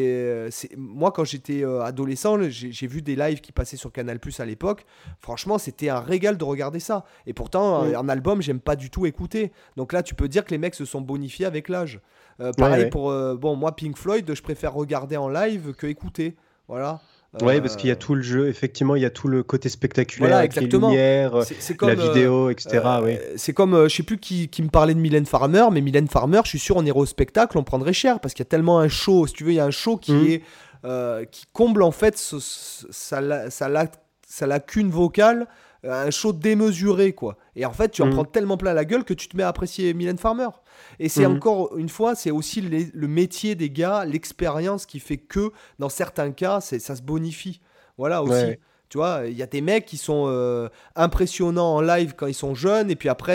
moi quand j'étais adolescent, j'ai vu des lives qui passaient sur Canal+ à l'époque. Franchement, c'était un régal de regarder ça. Et pourtant, un album, j'aime pas du tout écouter. Donc là, tu peux dire que les mecs se sont bonifiés avec l'âge. Pareil pour moi, Pink Floyd, je préfère regarder en live que écouter. Voilà. Ouais, parce qu'il y a tout le jeu, effectivement, il y a tout le côté spectaculaire, voilà, avec les lumières, c'est comme, la vidéo, etc. C'est comme, je sais plus qui me parlait de Mylène Farmer, mais Mylène Farmer, je suis sûr, on irait au spectacle, on prendrait cher, parce qu'il y a tellement un show, si tu veux, il y a un show qui comble en fait sa lacune vocale, un show démesuré, quoi. Et en fait, tu en prends tellement plein la gueule que tu te mets à apprécier Mylène Farmer. Et c'est encore une fois, c'est aussi le métier des gars, l'expérience qui fait que dans certains cas, ça se bonifie. Voilà aussi. Ouais. Tu vois, il y a des mecs qui sont impressionnants en live quand ils sont jeunes, et puis après,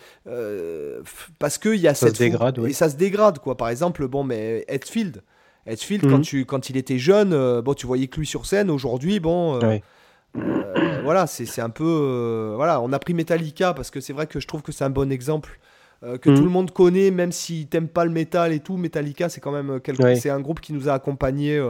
parce qu'il y a cette se dégrade, et ça se dégrade, quoi. Par exemple, mais Hetfield, quand il était jeune, tu voyais que lui sur scène. Aujourd'hui, voilà, c'est un peu... voilà, on a pris Metallica parce que c'est vrai que je trouve que c'est un bon exemple que tout le monde connaît, même s'ils t'aiment pas le métal et tout. Metallica, c'est quand même c'est un groupe qui nous a accompagnés,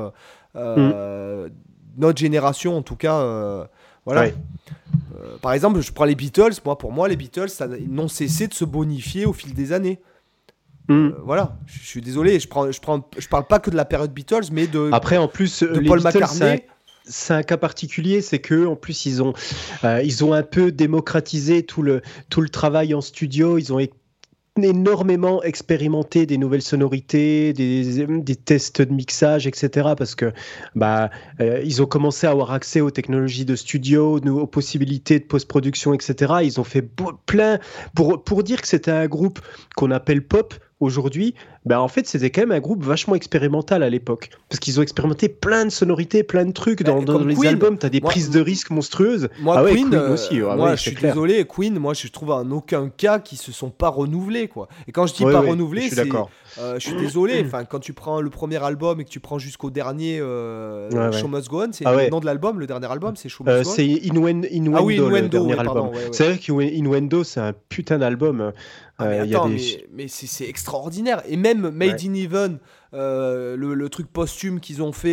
notre génération en tout cas. Voilà. Par exemple, je prends les Beatles. Pour moi, les Beatles, ils n'ont cessé de se bonifier au fil des années. Voilà, je suis désolé, je parle pas que de la période Beatles, mais de... Après, en plus, de Paul McCartney. C'est un cas particulier, c'est que en plus ils ont un peu démocratisé tout le travail en studio. Ils ont énormément expérimenté des nouvelles sonorités, des tests de mixage, etc. Parce que ils ont commencé à avoir accès aux technologies de studio, aux possibilités de post-production, etc. Ils ont fait plein pour dire que c'était un groupe qu'on appelle pop aujourd'hui. En fait, c'était quand même un groupe vachement expérimental à l'époque. Parce qu'ils ont expérimenté plein de sonorités, plein de trucs. Dans les Queen, albums, tu as des prises de risques monstrueuses. Queen aussi. Je suis désolé, Queen, moi, je trouve en aucun cas qu'ils se sont pas renouvelés, quoi. Et quand je dis renouvelés, je suis d'accord. Je suis désolé. Quand tu prends le premier album et que tu prends jusqu'au dernier Show Must Go On, c'est le nom de l'album, le dernier album, c'est Show Must Go On. C'est Innuendo, le dernier album. C'est vrai qu'Innuendo, c'est un putain d'album. Mais c'est extraordinaire. Et même Made in Heaven, le truc posthume qu'ils ont fait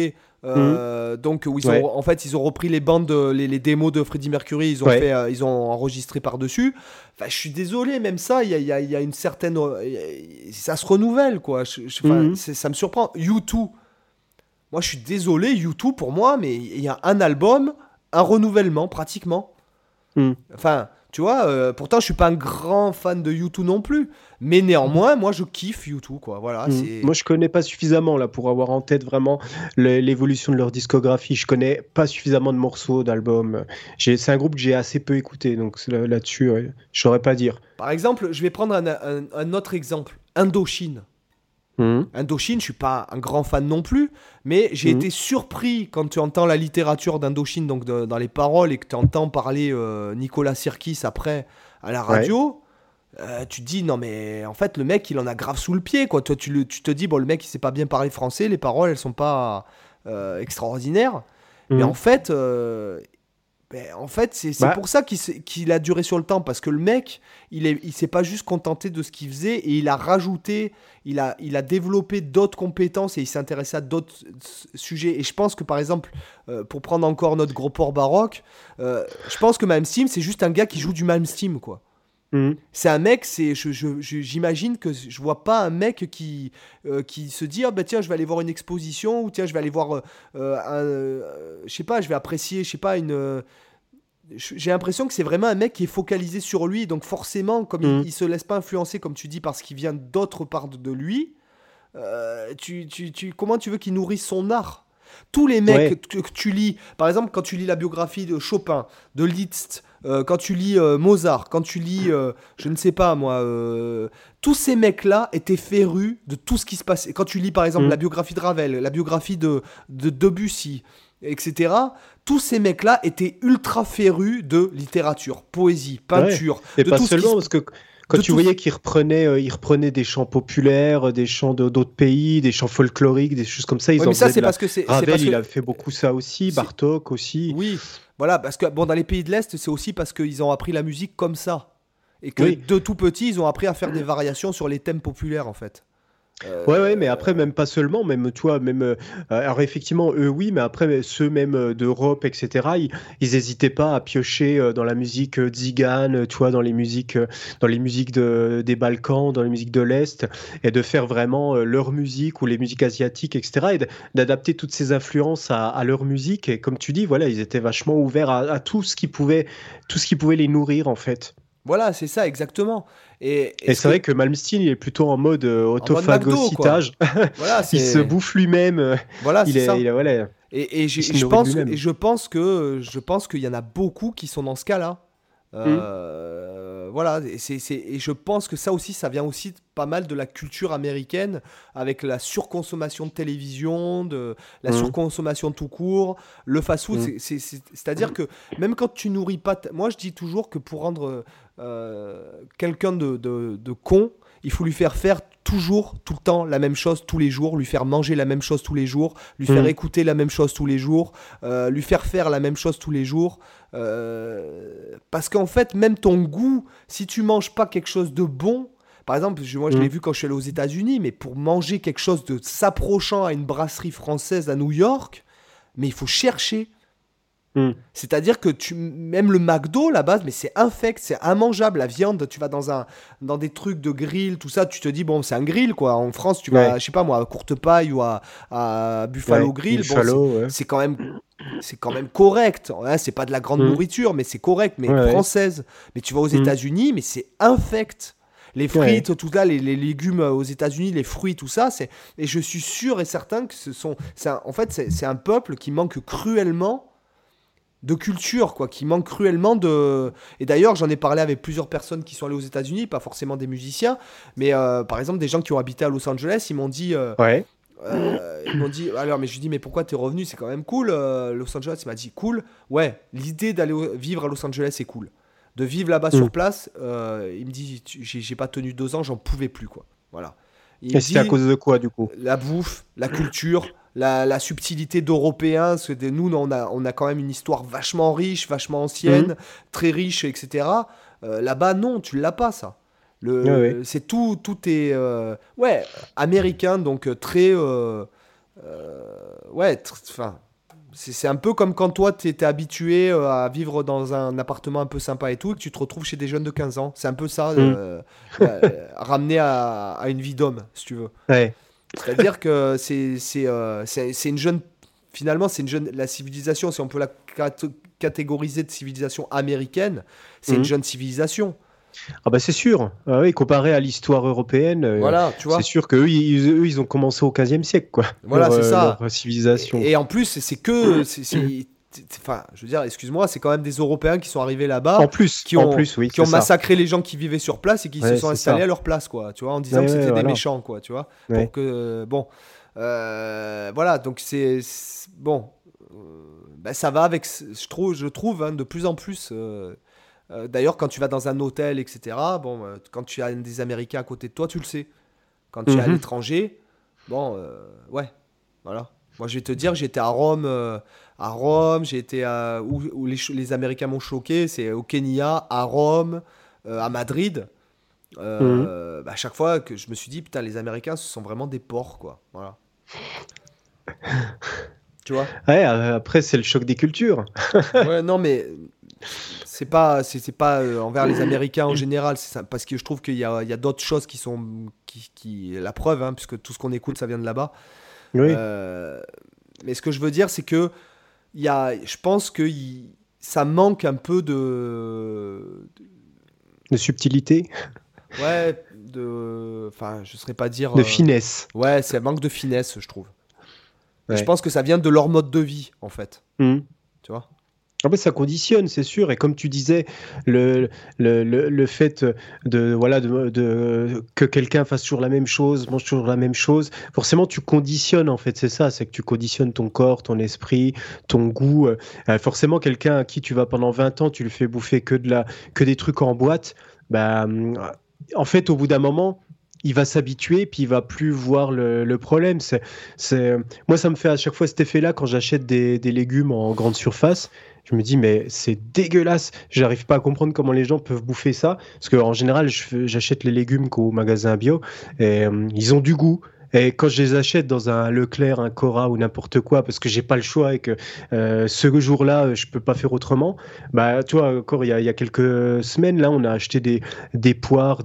Mhm. Donc où Ouais. en fait ils ont repris les bandes, les démos de Freddie Mercury, Ouais. ils ont enregistré par dessus. Enfin, je suis désolé, même ça, il y a une certaine, ça se renouvelle quoi. Enfin, Mhm. ça me surprend. U2, moi je suis désolé, U2 pour moi, mais il y a un album, un renouvellement pratiquement. Mhm. Enfin, tu vois, pourtant je suis pas un grand fan de U2 non plus, mais néanmoins, moi je kiffe U2 quoi. Voilà, Mhm. c'est. Moi, je connais pas suffisamment là pour avoir en tête vraiment l'évolution de leur discographie. Je connais pas suffisamment de morceaux, d'albums. C'est un groupe que j'ai assez peu écouté, donc là-dessus, ouais, je saurais pas dire. Par exemple, je vais prendre un autre exemple. Indochine. Mhm. Indochine, je suis pas un grand fan non plus, mais j'ai Mhm. été surpris quand tu entends la littérature d'Indochine, donc dans les paroles, et que tu entends parler Nicolas Sirkis après à la Ouais. radio. Tu te dis, non mais en fait, le mec, il en a grave sous le pied, quoi. Toi, tu te dis, bon, le mec, il sait pas bien parler français, les paroles, elles sont pas extraordinaires. Mais Mhm. en fait, c'est Bah, pour ça qu'il a duré sur le temps, parce que le mec, il s'est pas juste contenté de ce qu'il faisait, et il a rajouté, il a développé d'autres compétences, et il s'est intéressé à d'autres sujets. Et je pense que, par exemple, pour prendre encore notre gros port baroque, je pense que Malmsteen, c'est juste un gars qui joue du Malmsteen, quoi. mhm. C'est un mec, j'imagine que je vois pas un mec qui se dit, ah bah tiens, je vais aller voir une exposition, ou tiens, je vais aller voir je sais pas, je vais apprécier, je sais pas, j'ai l'impression que c'est vraiment un mec qui est focalisé sur lui, donc forcément, comme Mhm. il se laisse pas influencer, comme tu dis, par ce qui vient d'autre part de lui, comment tu veux qu'il nourrisse son art? Tous les mecs Ouais. que tu lis, par exemple, quand tu lis la biographie de Chopin, de Liszt, quand tu lis Mozart, quand tu lis, je ne sais pas moi, tous ces mecs-là étaient férus de tout ce qui se passait. Quand tu lis par exemple la Mhm. biographie de Ravel, la biographie de Debussy, etc., tous ces mecs-là étaient ultra férus de littérature, poésie, Ouais. peinture, Et de pas tout ce qui seulement, se... parce que quand De tu tout... voyais qu'il reprenait des chants populaires, des chants d'autres pays, des chants folkloriques, des choses comme ça, Oui, ils mais en ça, faisaient de c'est la... parce que c'est Ravel, parce il que a fait beaucoup ça aussi, c'est- Bartók aussi. Oui, voilà, parce que bon, dans les pays de l'Est, c'est aussi parce qu'ils ont appris la musique comme ça. Et que Oui, de tout petit, ils ont appris à faire des variations sur les thèmes populaires, en fait. ouais, ouais, mais Euh, après, même pas seulement, même toi, même. Alors, effectivement, eux, oui, mais après, ceux même d'Europe, etc., ils hésitaient pas à piocher dans la musique tzigane, tu vois, dans les musiques des Balkans, dans les musiques de l'Est, et de faire vraiment leur musique ou les musiques asiatiques, etc., et d'adapter toutes ces influences à leur musique. Et comme tu dis, voilà, ils étaient vachement ouverts à tout ce qui pouvait les nourrir, en fait. voilà, c'est ça, exactement. Et Et ce c'est vrai que... que Malmsteen, il est plutôt en mode En mode McDo, quoi. autophagocytage. Voilà, Il se c'est... bouffe lui-même. Voilà, c'est ça. Voilà, il se nourrit de lui-même. Je pense qu'il y en a beaucoup qui sont dans ce cas-là. Hmm. Voilà, et je pense que ça aussi, ça vient aussi pas mal de la culture américaine, avec la surconsommation de télévision, de la Hmm. surconsommation tout court, le fast-food. Hmm. C'est-à-dire que même quand tu nourris pas, moi je dis toujours que pour rendre quelqu'un de con, il faut lui faire toujours, tout le temps, la même chose tous les jours, lui faire manger la même chose tous les jours, lui faire Hmm. écouter la même chose tous les jours, lui faire la même chose tous les jours. Parce qu'en fait, même ton goût, si tu manges pas quelque chose de bon, par exemple, moi je l'ai Hmm. vu quand je suis allé aux États-Unis, mais pour manger quelque chose de s'approchant à une brasserie française à New York, mais il faut chercher. Hmm. C'est-à-dire que même le McDo, la base, mais c'est infect, c'est immangeable. La viande, tu vas dans des trucs de grill, tout ça, tu te dis, bon, c'est un grill, quoi. En France, tu vas, Ouais, je sais pas moi, à Courtepaille ou à Buffalo ouais. Grill, bon, Buffalo, ouais. c'est quand même. C'est quand même correct. Hein, c'est pas de la grande Hmm. nourriture, mais c'est correct, mais Ouais, ouais. française. Mais tu vas aux Hmm. États-Unis, mais c'est infect. Les Ouais. frites, tout ça, les légumes aux États-Unis, les fruits, tout ça, et je suis sûr et certain que en fait, c'est un peuple qui manque cruellement de culture, quoi, qui manque cruellement de... Et d'ailleurs, j'en ai parlé avec plusieurs personnes qui sont allées aux États-Unis, pas forcément des musiciens, mais par exemple, des gens qui ont habité à Los Angeles, Ouais. ils m'ont dit, alors, mais je lui dis, mais pourquoi t'es revenu? C'est quand même cool, Los Angeles. Il m'a dit, cool, ouais, l'idée d'aller vivre à Los Angeles, c'est cool. De vivre là-bas Hmm. sur place, il me dit, j'ai pas tenu 2 ans, j'en pouvais plus, quoi. Voilà. Il Et me c'était à dit, cause de quoi, du coup? la bouffe, la culture, la subtilité d'Européens. Parce que nous, on a quand même une histoire vachement riche, vachement Hmm. ancienne, très riche, etc. Là-bas, non, tu l'as pas, ça. Ouais, ouais. C'est tout est ouais, américain, donc très ouais, enfin, c'est un peu comme quand toi, tu étais habitué à vivre dans un appartement un peu sympa et tout, et que tu te retrouves chez des jeunes de 15 ans. C'est un peu ça, ramené à une vie d'homme, si tu veux. Ouais. C'est-à-dire que c'est une jeune. Finalement, c'est une jeune. La civilisation, si on peut la catégoriser de civilisation américaine, c'est une Mhm. jeune civilisation. Ah bah c'est sûr. Ah oui, comparé à l'histoire européenne, Voilà, tu c'est vois. sûr qu'eux, ils ont commencé au 15e siècle, quoi. Voilà, c'est ça. Leur civilisation. Et en plus, c'est que. Enfin, je veux dire, excuse-moi, c'est quand même des Européens qui sont arrivés là-bas, En plus, oui, qui c'est ont ça. massacré les gens qui vivaient sur place et qui se Ouais, sont c'est installés ça. à leur place, quoi, tu vois, en disant Ouais, que ouais, c'était des voilà. méchants, quoi, tu vois. Ouais. Pour que, bon, voilà, donc bon, ben, ça va avec, je trouve, hein, de plus en plus. D'ailleurs, quand tu vas dans un hôtel, etc., bon, quand tu as des Américains à côté de toi, tu le sais. Quand tu es à Mhm. l'étranger, bon, ouais, voilà. Moi, je vais te dire, j'étais à Rome, j'ai été où les Américains m'ont choqué, c'est au Kenya, à Rome, à Madrid. Mhm. À chaque fois que je me suis dit, putain, les Américains, ce sont vraiment des porcs, quoi. Voilà. Tu vois? Ouais, après, c'est le choc des cultures. Ouais, non, mais c'est pas envers les Américains en général, c'est ça, parce que je trouve qu'il y a d'autres choses qui sont la preuve, hein, puisque tout ce qu'on écoute, ça vient de là-bas. Oui, Euh, mais ce que je veux dire, c'est que je pense que ça manque un peu de subtilité, ouais, enfin, je saurais pas dire, de finesse. ouais, c'est un manque de finesse, je trouve. Et je Ouais. pense que ça vient de leur mode de vie, en fait. Mhm. Tu vois? Ah bah, ça conditionne, c'est sûr. Et comme tu disais, le fait voilà, que quelqu'un fasse toujours la même chose, mange toujours la même chose, forcément, tu conditionnes, en fait. C'est ça, c'est que tu conditionnes ton corps, ton esprit, ton goût. Forcément, quelqu'un à qui tu vas pendant 20 ans, tu lui fais bouffer que des trucs en boîte, bah, en fait, au bout d'un moment, il va s'habituer, puis il va plus voir le problème. Moi, ça me fait à chaque fois cet effet-là quand j'achète des légumes en grande surface. Je me dis, mais c'est dégueulasse. J'arrive pas à comprendre comment les gens peuvent bouffer ça. Parce qu'en général, j'achète les légumes qu'au magasin bio et ils ont du goût. Et quand je les achète dans un Leclerc, un Cora ou n'importe quoi, parce que j'ai pas le choix et que ce jour-là, je peux pas faire autrement, bah, tu vois, encore il y a quelques semaines, là, on a acheté des poires,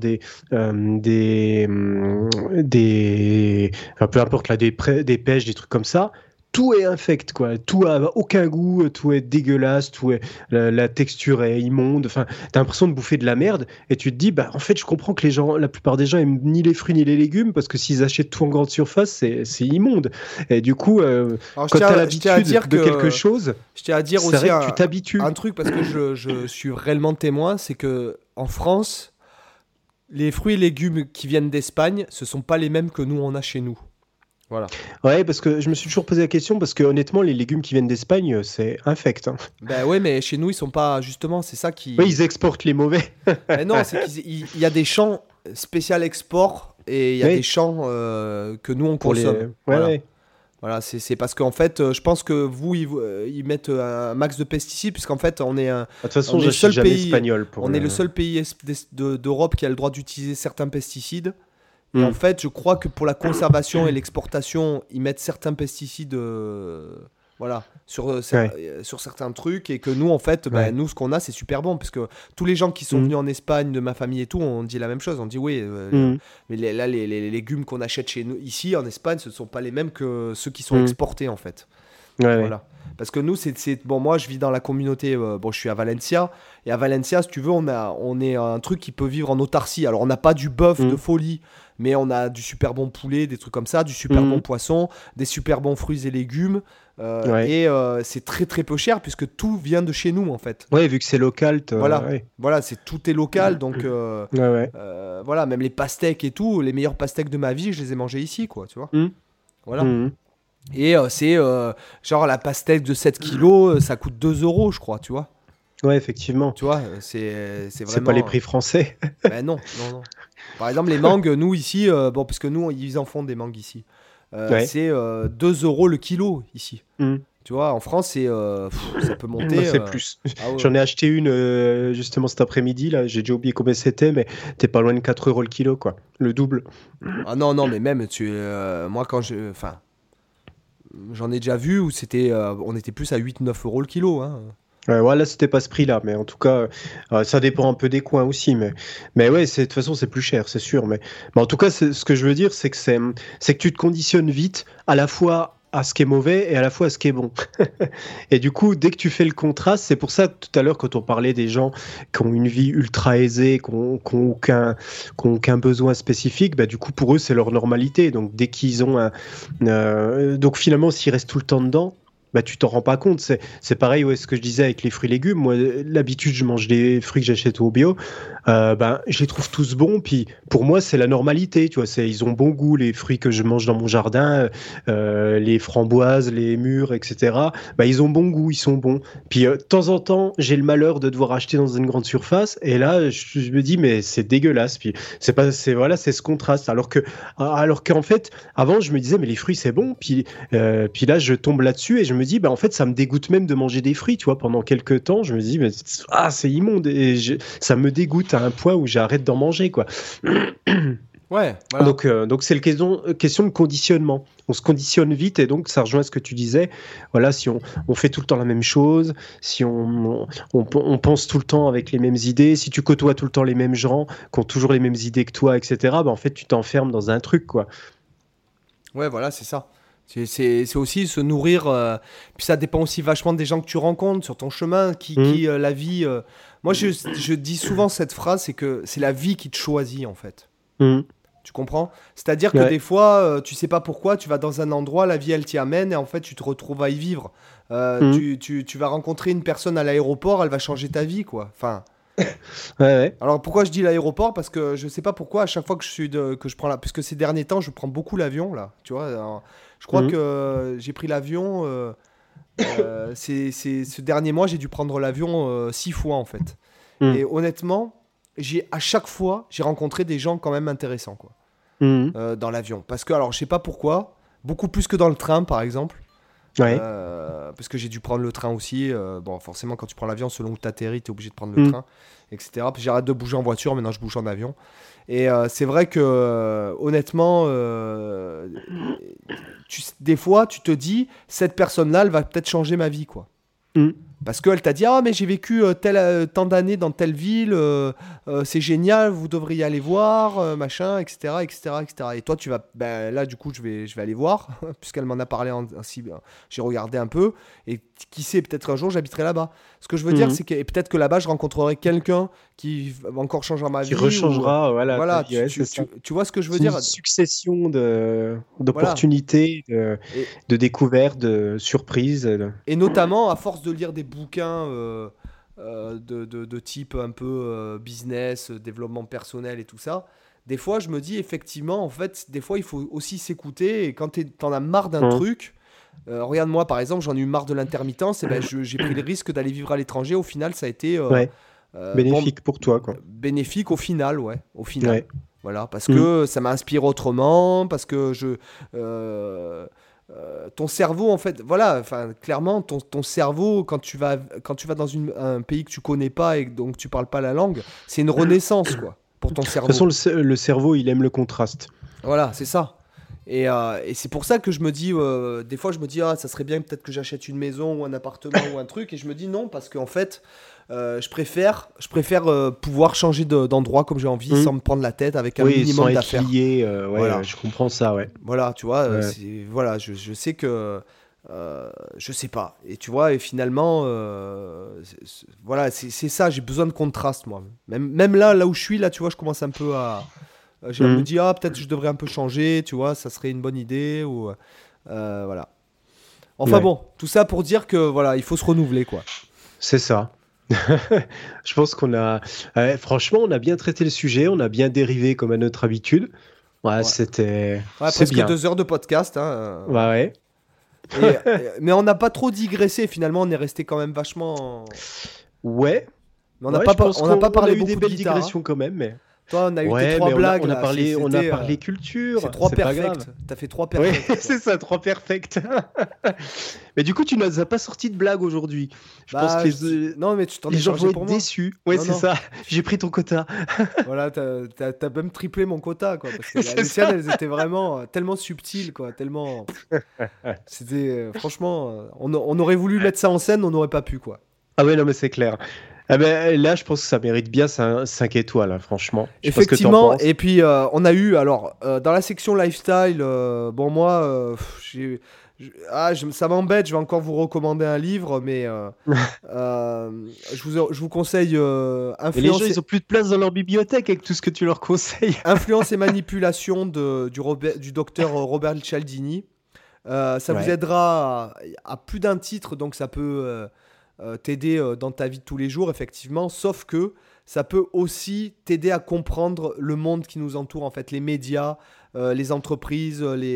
enfin, peu importe, là, des pêches, des trucs comme ça. Tout est infect, quoi. Tout a aucun goût, tout est dégueulasse, la texture est immonde. Enfin, t'as l'impression de bouffer de la merde et tu te dis, bah, en fait, je comprends que la plupart des gens aiment ni les fruits ni les légumes parce que s'ils achètent tout en grande surface, c'est immonde. Et du coup, Alors, quand t'as je tiens à l'habitude dire de que quelque chose, je tiens à dire c'est aussi vrai que tu t'habitues. un truc, parce que je suis réellement témoin, c'est que en France, les fruits et légumes qui viennent d'Espagne, ce sont pas les mêmes que nous on a chez nous. Voilà. Ouais, parce que je me suis toujours posé la question parce que honnêtement, les légumes qui viennent d'Espagne, c'est infect, hein. Ben ouais, mais chez nous, ils sont pas. Justement, c'est ça qui. Oui, ils exportent les mauvais. Ben non, c'est qu'il y a des champs spécial export et il y a Oui, des champs que nous on pour les. consomme. Ouais, Voilà. ouais. Voilà, c'est parce qu'en fait, je pense que vous, ils mettent un max de pesticides, puisqu'en fait, De toute façon, on est le j'achète seul jamais pays, espagnol pour on est le. le seul pays d'Europe qui a le droit d'utiliser certains pesticides. Et en Hmm. fait, je crois que pour la conservation et l'exportation, ils mettent certains pesticides voilà, Ouais, sur certains trucs. Et que nous, en fait, ben, ouais. nous, ce qu'on a, c'est super bon. Parce que tous les gens qui sont Hmm. venus en Espagne, de ma famille et tout, on dit la même chose. On dit oui, Hmm. mais là, les légumes qu'on achète chez nous, ici, en Espagne, ce ne sont pas les mêmes que ceux qui sont Hmm. exportés, en fait. Ouais, ouais. Voilà. Parce que nous, bon, moi, je vis dans la communauté. Bon, je suis à Valencia. Et à Valencia, si tu veux, on est un truc qui peut vivre en autarcie. Alors, on n'a pas du bœuf de Hmm. folie, mais on a du super bon poulet, des trucs comme ça, du super bon Hmm. poisson, des super bons fruits et légumes. Ouais. Et c'est très, très peu cher puisque tout vient de chez nous, en fait. Ouais, vu que c'est local, Voilà. ouais. Voilà, tout est local. Donc, Ouais, ouais. voilà, même les pastèques et tout, les meilleurs pastèques de ma vie, je les ai mangés ici, quoi, tu vois. Hmm. Voilà. Hmm. Et c'est genre la pastèque de 7 kilos, ça coûte 2 euros, je crois, tu vois. Ouais, effectivement. Tu vois, c'est C'est pas les vraiment. prix français. Ben non, non, non. Par exemple, les mangues, nous ici, bon, parce que nous, ils en font des mangues ici. Ouais. C'est 2 euros le kilo ici. Hmm. Tu vois, en France, ça peut Moi, monter. c'est plus. Ah ouais. J'en ai acheté une justement cet après-midi, là. J'ai déjà oublié combien c'était, mais t'es pas loin de 4 euros le kilo, quoi. Le double. Ah non, non, mais même, moi, quand je. Enfin. j'en ai déjà vu où on était plus à 8-9 euros le kilo. Hein. Ouais, là, c'était pas ce prix-là, mais en tout cas, ça dépend un peu des coins aussi. Mais ouais, de toute façon, c'est plus cher, c'est sûr. Mais en tout cas, ce que je veux dire, c'est que tu te conditionnes vite à la fois à ce qui est mauvais et à la fois à ce qui est bon. Et du coup, dès que tu fais le contraste, c'est pour ça que tout à l'heure, quand on parlait des gens qui ont une vie ultra aisée, qui n'ont aucun besoin spécifique, bah, du coup, pour eux, c'est leur normalité. Donc, dès qu'ils ont donc finalement, s'ils restent tout le temps dedans, bah, tu t'en rends pas compte. C'est pareil, ouais, ce que je disais avec les fruits et légumes. Moi, l'habitude, je mange des fruits que j'achète au bio. Je les trouve tous bons. Puis pour moi, c'est la normalité. Tu vois, ils ont bon goût, les fruits que je mange dans mon jardin, les framboises, les mûres, etc. Bah, ils ont bon goût, ils sont bons. Puis de temps en temps, j'ai le malheur de devoir acheter dans une grande surface. Et là, je me dis, mais c'est dégueulasse. Puis c'est ce contraste. Alors qu'en fait, avant, je me disais, mais les fruits, c'est bon. Puis là, je tombe là-dessus et je me dis, bah, en fait, ça me dégoûte même de manger des fruits. Tu vois, pendant quelques temps, je me dis, mais c'est immonde. Et ça me dégoûte à un point où j'arrête d'en manger, quoi. Ouais, voilà. Donc c'est une question de conditionnement. On se conditionne vite et donc ça rejoint ce que tu disais. Voilà, si on fait tout le temps la même chose, si on pense tout le temps avec les mêmes idées, si tu côtoies tout le temps les mêmes gens qui ont toujours les mêmes idées que toi, etc., bah, en fait, tu t'enfermes dans un truc, quoi. Ouais, voilà, c'est ça. C'est aussi se nourrir. Puis ça dépend aussi vachement des gens que tu rencontres sur ton chemin, la vie. Moi, je dis souvent cette phrase, c'est que c'est la vie qui te choisit, en fait. Tu comprends? C'est-à-dire que des fois, tu sais pas pourquoi, tu vas dans un endroit, la vie, elle t'y amène, et en fait, tu te retrouves à y vivre. Tu vas rencontrer une personne à l'aéroport, elle va changer ta vie, quoi. Enfin... Ouais. Alors pourquoi je dis l'aéroport? Parce que je sais pas pourquoi à chaque fois que je prends puisque ces derniers temps je prends beaucoup l'avion là, tu vois. Alors, je crois que j'ai pris l'avion. Ce dernier mois j'ai dû prendre l'avion 6 fois en fait. Et honnêtement, à chaque fois j'ai rencontré des gens quand même intéressants quoi. Dans l'avion. Parce que alors je sais pas pourquoi, beaucoup plus que dans le train par exemple. Ouais. Parce que j'ai dû prendre le train aussi. Bon, forcément, quand tu prends l'avion, selon où tu atterris, tu es obligé de prendre le train, etc. Puis j'arrête de bouger en voiture, maintenant je bouge en avion. Et c'est vrai que, honnêtement, des fois, tu te dis, cette personne-là, elle va peut-être changer ma vie, quoi. Parce qu'elle t'a dit, ah, mais j'ai vécu tant d'années dans telle ville, c'est génial, vous devriez aller voir, machin, etc., etc., etc. Et toi, tu vas, là, du coup, je vais aller voir, puisqu'elle m'en a parlé ainsi, j'ai regardé un peu, et qui sait, peut-être un jour, j'habiterai là-bas. Ce que je veux dire, c'est que peut-être que là-bas, je rencontrerai quelqu'un qui va encore changer ma vie. Qui rechangera, voilà. Tu vois ce que je veux dire? Une succession d'opportunités, de découvertes, de surprises. Et notamment, à force de lire des bouquins de type un peu business, développement personnel et tout ça, des fois, je me dis, effectivement, en fait, des fois, il faut aussi s'écouter. Et quand t'en as marre d'un truc... regarde-moi par exemple, j'en ai eu marre de l'intermittence et j'ai pris le risque d'aller vivre à l'étranger. Au final, ça a été bénéfique pour toi, quoi. Bénéfique au final, ouais. Au final, voilà, parce que ça m'inspire autrement, parce que ton cerveau, en fait, voilà, enfin, clairement, ton cerveau, quand tu vas dans un pays que tu connais pas et donc tu parles pas la langue, c'est une renaissance, quoi, pour ton cerveau. De toute façon, le cerveau, il aime le contraste. Voilà, c'est ça. Et c'est pour ça que je me dis, des fois je me dis, ça serait bien peut-être que j'achète une maison ou un appartement ou un truc, et je me dis non, parce qu'en fait, je préfère pouvoir changer d'endroit comme j'ai envie, sans me prendre la tête, avec un minimum d'affaires. Sans être lié, voilà. Je comprends ça, ouais. Voilà, tu vois, je sais que... je sais pas, et tu vois, et finalement voilà, c'est ça, j'ai besoin de contraste, moi. Même là où je suis, là, tu vois, je commence un peu à... Je me dis, peut-être je devrais un peu changer, tu vois, ça serait une bonne idée, ou voilà. Enfin bon, tout ça pour dire que voilà, il faut se renouveler, quoi. C'est ça. Je pense qu'on a, franchement, on a bien traité le sujet, on a bien dérivé comme à notre habitude. C'était presque bien. 2 heures de podcast. Hein. Ouais. Mais on n'a pas trop digressé, finalement, on est resté quand même vachement... Ouais. Mais on n'a pas parlé beaucoup de guitare. On a eu des belles digressions quand même, mais... Toi, on a eu tes Ouais, 3 mais blagues. on a là. parlé, on a C'était, parlé culture. c'est 3 C'est pas grave. perfects. T'as fait 3 Oui, perfects. c'est ça, 3 perfects. Mais du coup, tu nous as pas sorti de blague aujourd'hui. Je pense que Non, mais tu t'en les es gens chargé vont pour être moi. déçus. Ouais, Non, c'est non. ça. J'ai pris ton quota. Voilà, t'as même triplé mon quota, quoi. Parce que C'est les tiennes, ça. elles étaient vraiment tellement subtiles, quoi. Tellement. C'était. Franchement, on aurait voulu mettre ça en scène, on n'aurait pas pu, quoi. Ah ouais, non, mais c'est clair. Ah ben, là, je pense que ça mérite bien 5 étoiles, hein, franchement. Je sais pas ce que t'en Effectivement, penses. et puis on a eu, alors, dans la section lifestyle, bon, moi, ça m'embête, je vais encore vous recommander un livre, mais je vous conseille Et les gens, ils ont plus de place dans leur bibliothèque avec tout ce que tu leur conseilles. Influence et manipulation du docteur Robert Cialdini. Ça vous Ouais. aidera à plus d'un titre, donc ça peut t'aider dans ta vie de tous les jours, effectivement, sauf que ça peut aussi t'aider à comprendre le monde qui nous entoure, en fait, les médias, les entreprises,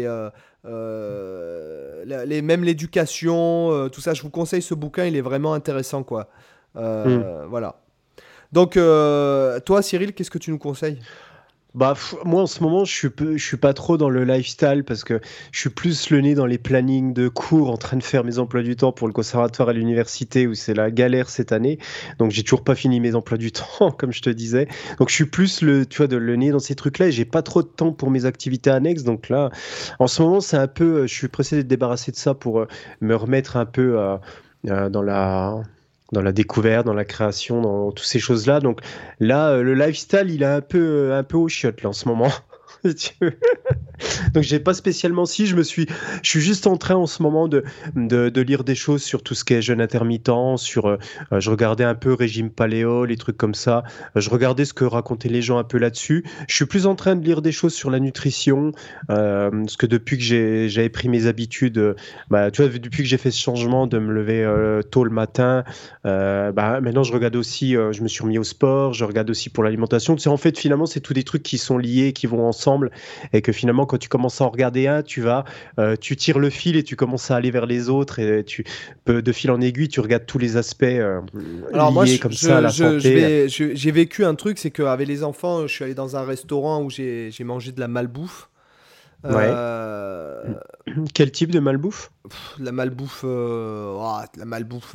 même l'éducation, tout ça. Je vous conseille ce bouquin, il est vraiment intéressant, quoi. Voilà. Donc, toi, Cyril, qu'est-ce que tu nous conseilles? Bah, moi, en ce moment, je suis pas trop dans le lifestyle parce que je suis plus le nez dans les plannings de cours en train de faire mes emplois du temps pour le conservatoire et l'université où c'est la galère cette année. Donc, j'ai toujours pas fini mes emplois du temps, comme je te disais. Donc, je suis plus tu vois, le nez dans ces trucs-là et j'ai pas trop de temps pour mes activités annexes. Donc là, en ce moment, c'est un peu, je suis pressé d'être débarrassé de ça pour me remettre un peu dans dans la découverte, dans la création, dans toutes ces choses-là. Donc là, le lifestyle, il est un peu au chiottes là en ce moment. Si tu veux. Donc j'ai pas spécialement je suis juste en train en ce moment de lire des choses sur tout ce qui est jeûne intermittent, je regardais un peu régime paléo, les trucs comme ça. Je regardais ce que racontaient les gens un peu là-dessus. Je suis plus en train de lire des choses sur la nutrition, parce que depuis que j'avais pris mes habitudes, bah tu vois, depuis que j'ai fait ce changement de me lever tôt le matin, bah maintenant je regarde aussi, je me suis remis au sport, je regarde aussi pour l'alimentation. Tu sais, en fait finalement c'est tous des trucs qui sont liés, qui vont ensemble, et que finalement quand tu commences à en regarder un, tu tires le fil et tu commences à aller vers les autres et de fil en aiguille, tu regardes tous les aspects Alors moi, liés comme ça à la santé. j'ai vécu un truc, c'est qu'avec les enfants, je suis allé dans un restaurant où j'ai mangé de la malbouffe. Ouais. Euh, Quel type de malbouffe? de la malbouffe, de la malbouffe,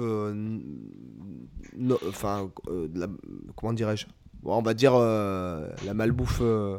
enfin, comment dirais-je? Bon, on va dire la malbouffe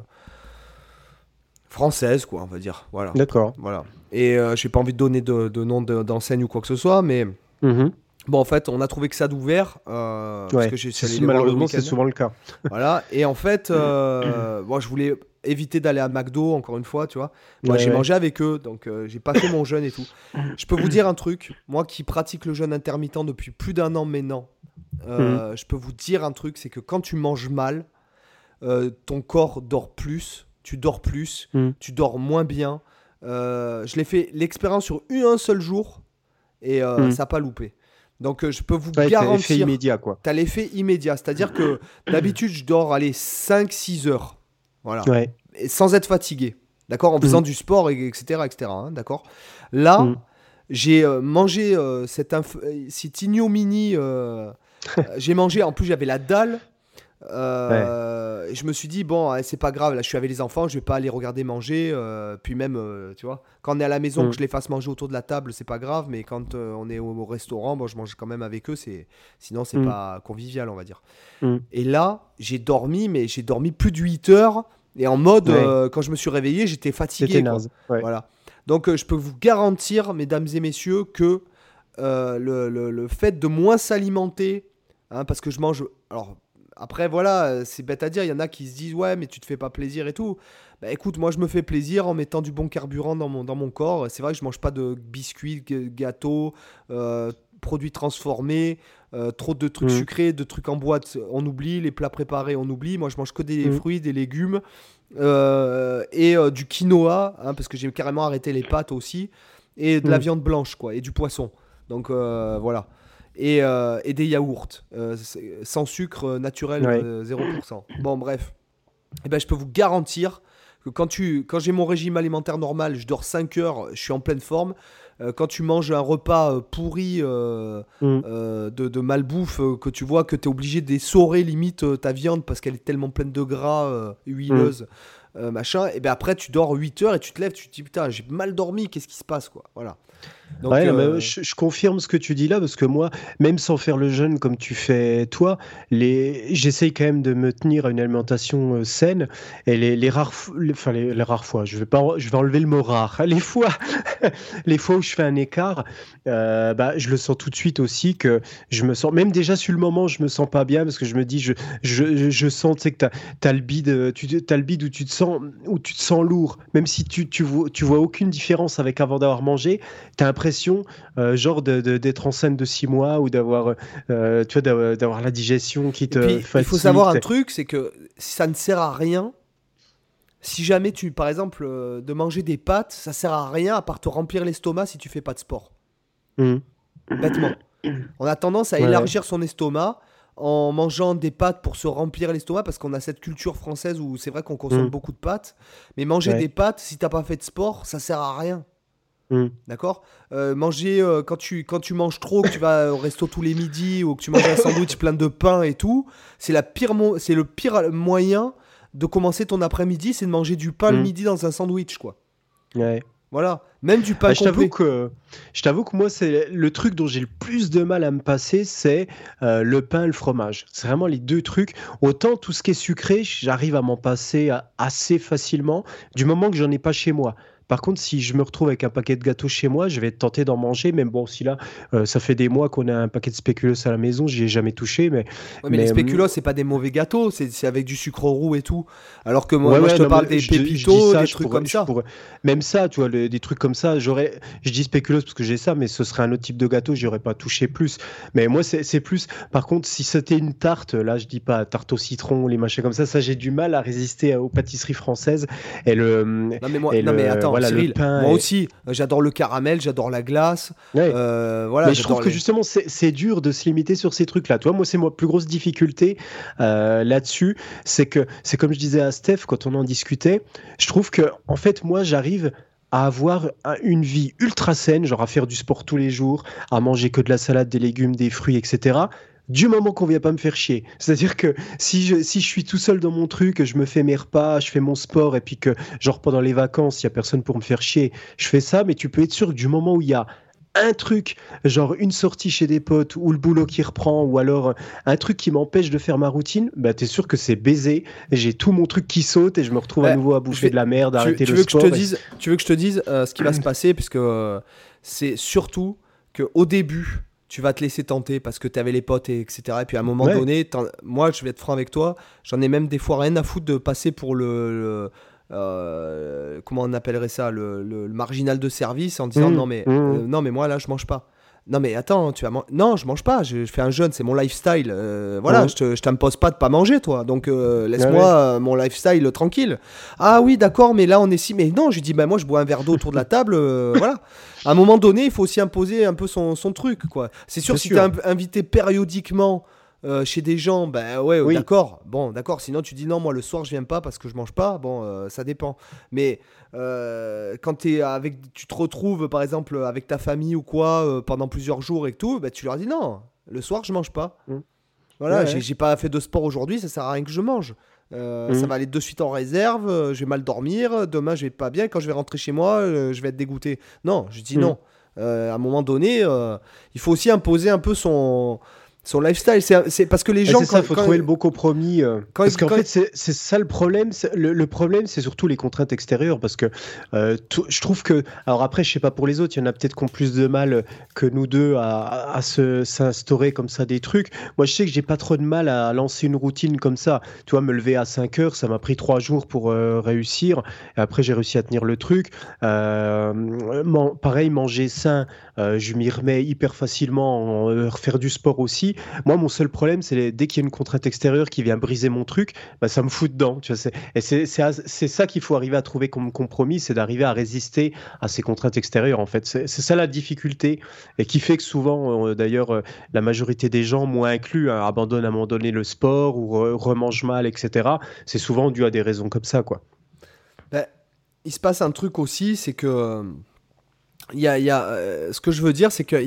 française, quoi, on va dire. Voilà. D'accord. Voilà. Et j'ai pas envie de donner de nom d'enseigne ou quoi que ce soit, mais Mhm. bon, en fait, on a trouvé que ça d'ouvert parce Ouais. que je suis allé les voir le Malheureusement, c'est week-end. souvent le cas. Voilà. Et en fait, moi, je voulais éviter d'aller à McDo, encore une fois, tu vois. Moi, Ouais, j'ai ouais. mangé avec eux, donc j'ai pas fait mon jeûne et tout. Je peux vous dire un truc, moi qui pratique le jeûne intermittent depuis plus d'1 an maintenant, je peux vous dire un truc, c'est que quand tu manges mal, ton corps dort plus, tu dors plus, Mhm. tu dors moins bien. Je l'ai fait l'expérience sur un seul jour et Mhm. ça n'a pas loupé. Donc je peux vous Ouais, t'as effet garantir, immédiat, quoi. tu as l'effet immédiat. C'est-à-dire que d'habitude, je dors allez, 5-6 heures. Voilà. Ouais. Et sans être fatigué. D'accord. En faisant du sport, etc. etc. Hein, d'accord. Là, Mhm. j'ai mangé cette ignominie. J'ai mangé, en plus, j'avais la dalle. Et je me suis dit, bon, c'est pas grave, là je suis avec les enfants, je vais pas aller regarder manger. Puis même, tu vois, quand on est à la maison, que je les fasse manger autour de la table, c'est pas grave, mais quand on est au restaurant, bon, je mange quand même avec eux, sinon c'est pas convivial, on va dire. Mhm. Et là, j'ai dormi, mais j'ai dormi plus de 8 heures, et en mode, quand je me suis réveillé, j'étais fatigué. C'était Quoi. naze. Ouais. Voilà. Donc je peux vous garantir, mesdames et messieurs, que le fait de moins s'alimenter, hein, parce que je mange. Alors, après, voilà, c'est bête à dire. Il y en a qui se disent, ouais, mais tu te fais pas plaisir et tout. Bah écoute, moi, je me fais plaisir en mettant du bon carburant dans mon corps. C'est vrai que je mange pas de biscuits, gâteaux, produits transformés, trop de trucs sucrés, de trucs en boîte, on oublie. Les plats préparés, on oublie. Moi, je mange que des fruits, des légumes et du quinoa, hein, parce que j'ai carrément arrêté les pâtes aussi, et de la viande blanche, quoi, et du poisson. Donc, voilà. Et des yaourts sans sucre naturel, 0%. Bon, bref. Eh ben, je peux vous garantir que quand j'ai mon régime alimentaire normal, je dors 5 heures, je suis en pleine forme. Quand tu manges un repas pourri de malbouffe, que tu vois que tu es obligé d'essorer limite ta viande parce qu'elle est tellement pleine de gras, huileuse, machin, et bien après tu dors 8 heures et tu te lèves, tu te dis putain, j'ai mal dormi, qu'est-ce qui se passe quoi, voilà. Donc, Ouais, non, mais je confirme ce que tu dis là, parce que moi, même sans faire le jeûne comme tu fais toi, j'essaye quand même de me tenir à une alimentation saine. Et les rares fois, je vais enlever le mot rare. Les fois, les fois où je fais un écart, bah, je le sens tout de suite aussi que je me sens, même déjà sur le moment, je me sens pas bien parce que je me dis, je sens, tu sais, que t'as le bide, t'as le bide où tu te sens lourd, même si tu vois aucune différence avec avant d'avoir mangé. T'as l'impression, genre, d'être enceinte de 6 mois ou d'avoir, tu vois, d'avoir la digestion qui te puis, il fatigue. faut savoir un truc, c'est que ça ne sert à rien. Si jamais par exemple, de manger des pâtes, ça sert à rien à part te remplir l'estomac si tu fais pas de sport. Mmh. Bêtement. On a tendance à Ouais. élargir son estomac en mangeant des pâtes pour se remplir l'estomac parce qu'on a cette culture française où c'est vrai qu'on consomme beaucoup de pâtes. Mais manger Ouais. des pâtes, si t'as pas fait de sport, ça sert à rien. Mmh. D'accord. Manger quand tu manges trop, que tu vas au resto tous les midis ou que tu manges un sandwich plein de pain et tout, c'est le pire moyen de commencer ton après-midi, c'est de manger du pain le Mmh. midi dans un sandwich, quoi. Ouais. Voilà, même du pain Ah, je complet. t'avoue que moi, c'est le truc dont j'ai le plus de mal à me passer, c'est le pain et le fromage. C'est vraiment les deux trucs. Autant tout ce qui est sucré, j'arrive à m'en passer assez facilement du moment que j'en ai pas chez moi. Par contre, si je me retrouve avec un paquet de gâteaux chez moi, je vais être tenté d'en manger. Même bon, si là, ça fait des mois qu'on a un paquet de spéculoos à la maison, j'y ai jamais touché. Ouais, mais les spéculoos, c'est pas des mauvais gâteaux, c'est avec du sucre roux et tout. Alors que moi, je te non, parle mais des je dis pépitos, ça, des trucs comme ça. même ça, tu vois, des trucs comme ça, je dis spéculoos parce que j'ai ça, mais ce serait un autre type de gâteau, j'y aurais pas touché plus. Mais moi, c'est plus, par contre, si c'était une tarte, là, je dis pas tarte au citron, les machins comme ça, j'ai du mal à résister aux pâtisseries françaises. Et Non mais attends, voilà, Cyril, le pain moi et- aussi, j'adore le caramel, j'adore la glace. Ouais. Voilà, Mais je trouve que justement, c'est dur de se limiter sur ces trucs-là. Tu vois, moi, c'est ma plus grosse difficulté là-dessus. C'est comme je disais à Steph quand on en discutait, je trouve que, en fait, moi, j'arrive à avoir une vie ultra saine, genre à faire du sport tous les jours, à manger que de la salade, des légumes, des fruits, etc. Du moment qu'on vient pas me faire chier. C'est-à-dire que si je suis tout seul dans mon truc, je me fais mes repas, je fais mon sport, et puis que, genre, pendant les vacances, il y a personne pour me faire chier, je fais ça, mais tu peux être sûr que du moment où il y a un truc, genre une sortie chez des potes ou le boulot qui reprend ou alors un truc qui m'empêche de faire ma routine, bah t'es sûr que c'est baisé. J'ai tout mon truc qui saute et je me retrouve à nouveau à bouffer de la merde, à arrêter le sport. Tu veux que je te dise ce qui va se passer, puisque c'est surtout qu'au début, tu vas te laisser tenter parce que tu avais les potes, etc. Et puis à un moment donné, moi je vais être franc avec toi, j'en ai même des fois rien à foutre de passer pour comment on appellerait ça, le marginal de service en disant non mais moi là je mange pas. Non mais attends, non, je mange pas, je fais un jeûne, c'est mon lifestyle. Voilà, je t'impose pas de pas manger toi. Donc laisse-moi mon lifestyle tranquille. Ah oui, d'accord, mais là on est si mais non, je lui dis bah moi je bois un verre d'eau autour de la table voilà. À un moment donné, il faut aussi imposer un peu son truc quoi. C'est sûr si tu es invité périodiquement chez des gens, ben ouais, Oui. d'accord. Bon, d'accord. Sinon, tu dis non, moi le soir je viens pas parce que je mange pas. Bon, ça dépend. Mais quand tu te retrouves par exemple avec ta famille ou quoi pendant plusieurs jours et tout, ben, tu leur dis non, le soir je mange pas. Voilà, j'ai pas fait de sport aujourd'hui, ça sert à rien que je mange. Ça va aller de suite en réserve, je vais mal dormir, demain je vais pas bien, quand je vais rentrer chez moi, je vais être dégoûté. Non, je dis non. À un moment donné, il faut aussi imposer un peu son lifestyle. C'est parce que les gens... C'est ça, il faut trouver le bon compromis. Parce qu'en fait, c'est ça le problème. Le problème, c'est surtout les contraintes extérieures. Parce que je trouve que... Alors après, je sais pas pour les autres, il y en a peut-être qui ont plus de mal que nous deux à s'instaurer comme ça des trucs. Moi, je sais que j'ai pas trop de mal à lancer une routine comme ça. Tu vois, me lever à 5 heures, ça m'a pris 3 jours pour réussir. Et après, j'ai réussi à tenir le truc. Pareil, manger sain, je m'y remets hyper facilement. Faire du sport aussi. Moi, mon seul problème, c'est dès qu'il y a une contrainte extérieure qui vient briser mon truc, bah, ça me fout dedans. Tu vois, c'est ça qu'il faut arriver à trouver comme compromis, c'est d'arriver à résister à ces contraintes extérieures. En fait, c'est ça la difficulté et qui fait que souvent, d'ailleurs, la majorité des gens, moi inclus, abandonnent à un moment donné le sport ou remangent mal, etc. C'est souvent dû à des raisons comme ça, quoi. il se passe un truc aussi, c'est que ce que je veux dire, c'est que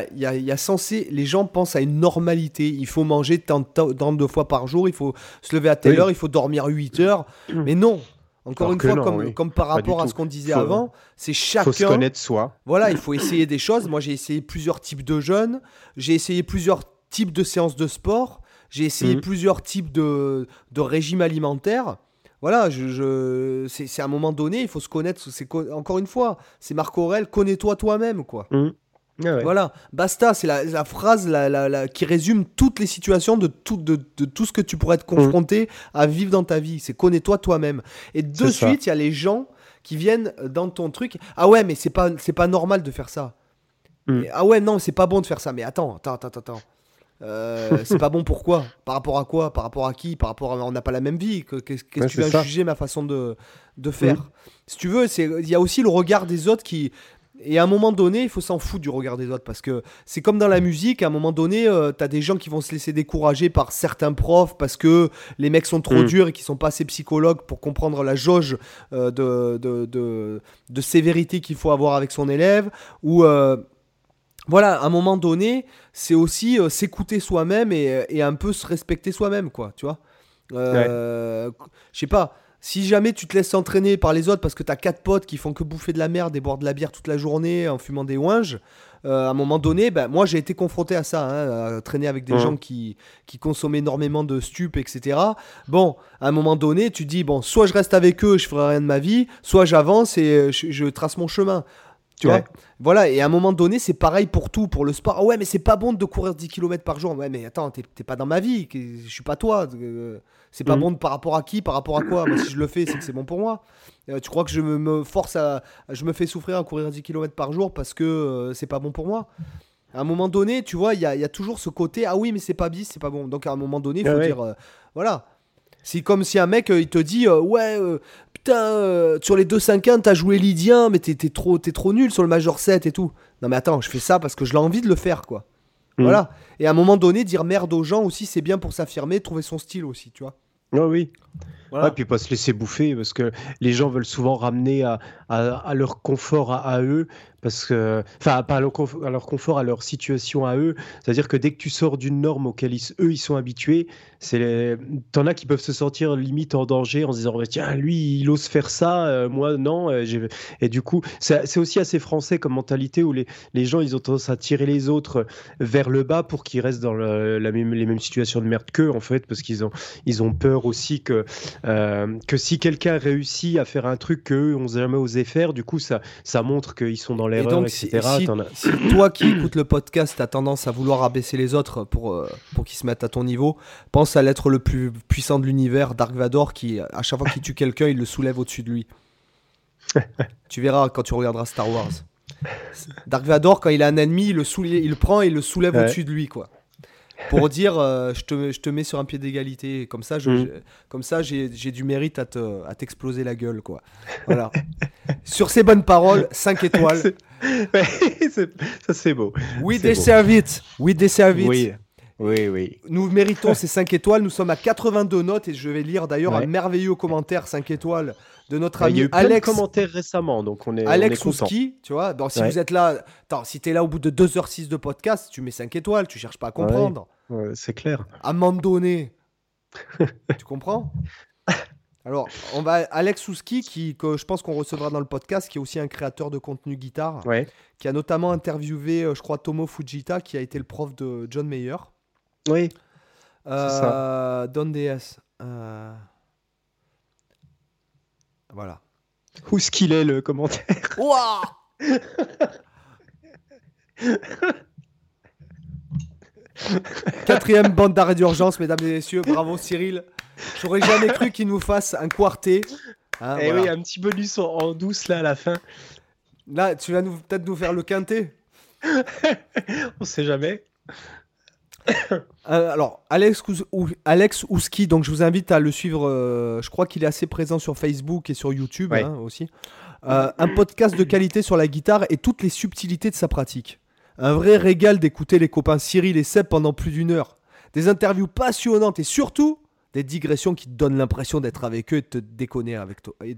les gens pensent à une normalité. Il faut manger tant de fois par jour, il faut se lever à telle heure, il faut dormir 8 heures. Mais non. Encore une fois, comme par rapport à ce qu'on disait avant, c'est chacun. Faut se connaître soi. Voilà, il faut essayer des choses. Moi, j'ai essayé plusieurs types de jeûnes, j'ai essayé plusieurs types de séances de sport, j'ai essayé plusieurs types de régimes alimentaires. Voilà, c'est à un moment donné, il faut se connaître. Encore une fois, c'est Marc Aurèle, connais-toi toi-même, quoi. Ah ouais. Voilà, basta, c'est la phrase qui résume toutes les situations de tout ce que tu pourrais être confronté à vivre dans ta vie. C'est connais-toi toi-même. Et de suite, il y a les gens qui viennent dans ton truc. Ah ouais, mais c'est pas normal de faire ça. Ah ouais, non, c'est pas bon de faire ça. Mais attends. C'est pas bon, pourquoi? Par rapport à quoi? Par rapport à qui? On n'a pas la même vie. Qu'est-ce que tu viens juger ma façon de faire? Si tu veux, il y a aussi le regard des autres qui. Et à un moment donné, il faut s'en foutre du regard des autres, parce que c'est comme dans la musique, à un moment donné, t'as des gens qui vont se laisser décourager par certains profs parce que les mecs sont trop durs et qui sont pas assez psychologues pour comprendre la jauge de sévérité qu'il faut avoir avec son élève, ou voilà, à un moment donné, c'est aussi s'écouter soi-même et un peu se respecter soi-même, quoi, tu vois. Je sais pas. Si jamais tu te laisses entraîner par les autres parce que t'as 4 potes qui font que bouffer de la merde et boire de la bière toute la journée en fumant des ouinges, à un moment donné, moi j'ai été confronté à ça, à traîner avec des gens qui consomment énormément de stupes, etc. Bon, à un moment donné, tu dis, bon, soit je reste avec eux, je ferai rien de ma vie, soit j'avance et je trace mon chemin. Tu vois, voilà, et à un moment donné, c'est pareil pour tout, pour le sport. Ah ouais, mais c'est pas bon de courir 10 km par jour. Ouais, mais attends, t'es pas dans ma vie, je suis pas toi. C'est pas bon par rapport à qui, par rapport à quoi? Moi, si je le fais, c'est que c'est bon pour moi. Tu crois que je me force je me fais souffrir à courir 10 km par jour parce que c'est pas bon pour moi? À un moment donné, tu vois, il y a toujours ce côté, ah oui, mais c'est pas bis, c'est pas bon. Donc à un moment donné, il faut dire, voilà. C'est comme si un mec, il te dit, putain, sur les 2,50, t'as joué Lydien, mais t'es trop nul sur le Major 7 et tout. Non mais attends, je fais ça parce que j'ai envie de le faire, quoi. Voilà. Et à un moment donné, dire merde aux gens aussi, c'est bien pour s'affirmer, trouver son style aussi, tu vois. Oh oui. Voilà. Ouais, puis pas se laisser bouffer, parce que les gens veulent souvent ramener à leur confort à eux, parce que, enfin, pas à leur confort, à leur situation à eux. C'est-à-dire que dès que tu sors d'une norme auquel eux ils sont habitués, t'en as qui peuvent se sentir limite en danger en se disant, tiens, lui il ose faire ça, moi non. Et du coup, c'est aussi assez français comme mentalité où les gens ils ont tendance à tirer les autres vers le bas pour qu'ils restent dans les mêmes situations de merde qu'eux, en fait, parce qu'ils ont peur aussi que si quelqu'un réussit à faire un truc qu'eux n'ont jamais osé faire, du coup ça montre qu'ils sont dans l'erreur, etc. Si toi qui écoutes le podcast as tendance à vouloir abaisser les autres pour qu'ils se mettent à ton niveau, pense à l'être le plus puissant de l'univers, Dark Vador, qui à chaque fois qu'il tue quelqu'un, il le soulève au-dessus de lui. Tu verras quand tu regarderas Star Wars. Dark Vador, quand il a un ennemi, il le prend et il le soulève au-dessus de lui, quoi. Pour dire, je te mets sur un pied d'égalité. Comme ça, j'ai du mérite à t'exploser la gueule, quoi. Voilà. Sur ces bonnes paroles, 5 étoiles. Ça, c'est beau. We deserve it. We deserve it. Oui. Nous méritons ces 5 étoiles. Nous sommes à 82 notes et je vais lire d'ailleurs un merveilleux commentaire 5 étoiles de notre ami Alex. Il y a eu plein de commentaires récemment, donc on est content. Ouski, tu vois. Bon, si vous êtes là, si t'es là au bout de 2h06 de podcast, tu mets 5 étoiles, tu cherches pas à comprendre. Ouais, c'est clair. À un moment donné. Tu comprends? Alors, on va Alex Ouski, que je pense qu'on recevra dans le podcast, qui est aussi un créateur de contenu guitare, qui a notamment interviewé, je crois, Tomo Fujita, qui a été le prof de John Mayer. Oui. C'est ça. Don DS. Voilà. Où est-ce qu'il est, le commentaire? Ouah. Quatrième bande d'arrêt d'urgence, mesdames et messieurs. Bravo Cyril. J'aurais jamais cru qu'il nous fasse un quartet. Voilà. Oui, un petit bonus en douce là à la fin. Là, tu vas peut-être nous faire le quintet. On sait jamais. Alors, Alex Ouski, donc je vous invite à le suivre. Je crois qu'il est assez présent sur Facebook et sur YouTube aussi. Un podcast de qualité sur la guitare et toutes les subtilités de sa pratique. Un vrai régal d'écouter les copains Cyril et Seb pendant plus d'1 heure. Des interviews passionnantes et surtout des digressions qui te donnent l'impression d'être avec eux et de te déconner avec toi et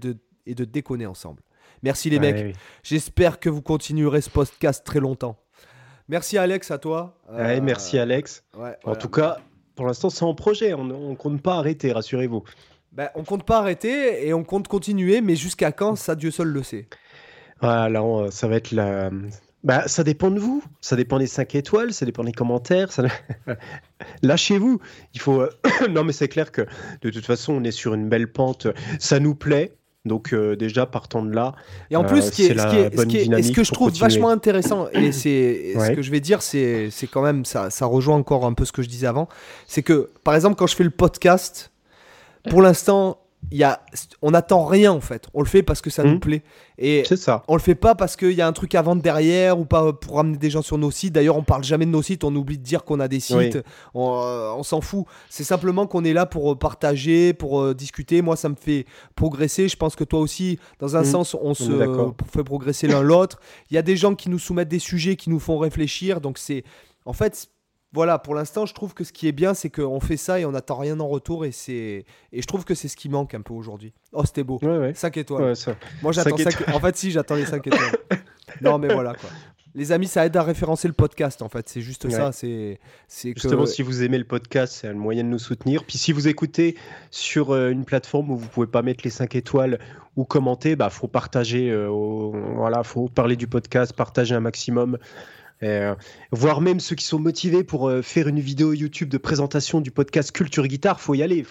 et de déconner ensemble. Merci les mecs. Oui. J'espère que vous continuerez ce podcast très longtemps. Merci Alex, à toi. Merci Alex. Ouais, En tout cas, pour l'instant, c'est en projet. On ne compte pas arrêter, rassurez-vous. On compte pas arrêter et on compte continuer, mais jusqu'à quand, ça Dieu seul le sait. Voilà, ça va être la... ça dépend de vous. Ça dépend des 5 étoiles, ça dépend des commentaires. Lâchez-vous. Il faut... Non, mais c'est clair que de toute façon, on est sur une belle pente. Ça nous plaît. Donc déjà, partant de là, et en plus, ce que je trouve continuer. vachement intéressant, et c'est Ouais. ce que je vais dire, c'est quand même, ça rejoint encore un peu ce que je disais avant, c'est que, par exemple, quand je fais le podcast, pour l'instant, on n'attend rien en fait. On le fait parce que ça nous plaît. Et C'est ça. on le fait pas parce qu'il y a un truc à vendre derrière ou pas pour ramener des gens sur nos sites. D'ailleurs, on parle jamais de nos sites, on oublie de dire qu'on a des sites. Oui. On s'en fout. C'est simplement qu'on est là pour partager, pour discuter. Moi, ça me fait progresser. Je pense que toi aussi, dans un sens, on est d'accord. fait progresser l'un l'autre. Il y a des gens qui nous soumettent des sujets qui nous font réfléchir. Donc c'est, en fait, voilà, pour l'instant, je trouve que ce qui est bien, c'est qu'on fait ça et on n'attend rien en retour. Et je trouve que c'est ce qui manque un peu aujourd'hui. Oh, c'était beau. Ouais. 5 étoiles. Ouais, ça. Moi, j'attends 5 5 En fait, si, j'attends les 5 étoiles. Non, mais voilà, quoi. Les amis, ça aide à référencer le podcast, en fait. C'est juste ça. Ouais. C'est Justement, que... si vous aimez le podcast, c'est un moyen de nous soutenir. Puis si vous écoutez sur une plateforme où vous pouvez pas mettre les 5 étoiles ou commenter, faut partager. Faut parler du podcast, partager un maximum. Voire même ceux qui sont motivés pour faire une vidéo YouTube de présentation du podcast Culture Guitare, faut y aller.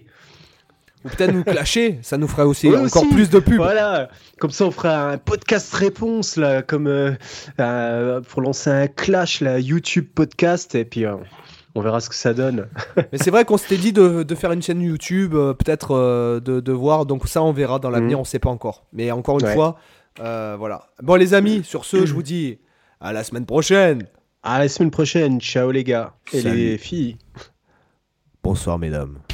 Ou peut-être nous clasher, ça nous ferait aussi Ouais, encore aussi. plus de pub. Voilà, comme ça on fera un podcast réponse là, comme pour lancer un clash là, YouTube podcast et puis on verra ce que ça donne. Mais c'est vrai qu'on s'était dit de faire une chaîne YouTube, peut-être de voir. Donc ça, on verra dans l'avenir, on sait pas encore. Mais encore une fois, voilà. Bon les amis, sur ce, je vous dis à la semaine prochaine. À la semaine prochaine, ciao les gars et Salut. les filles. Bonsoir mesdames.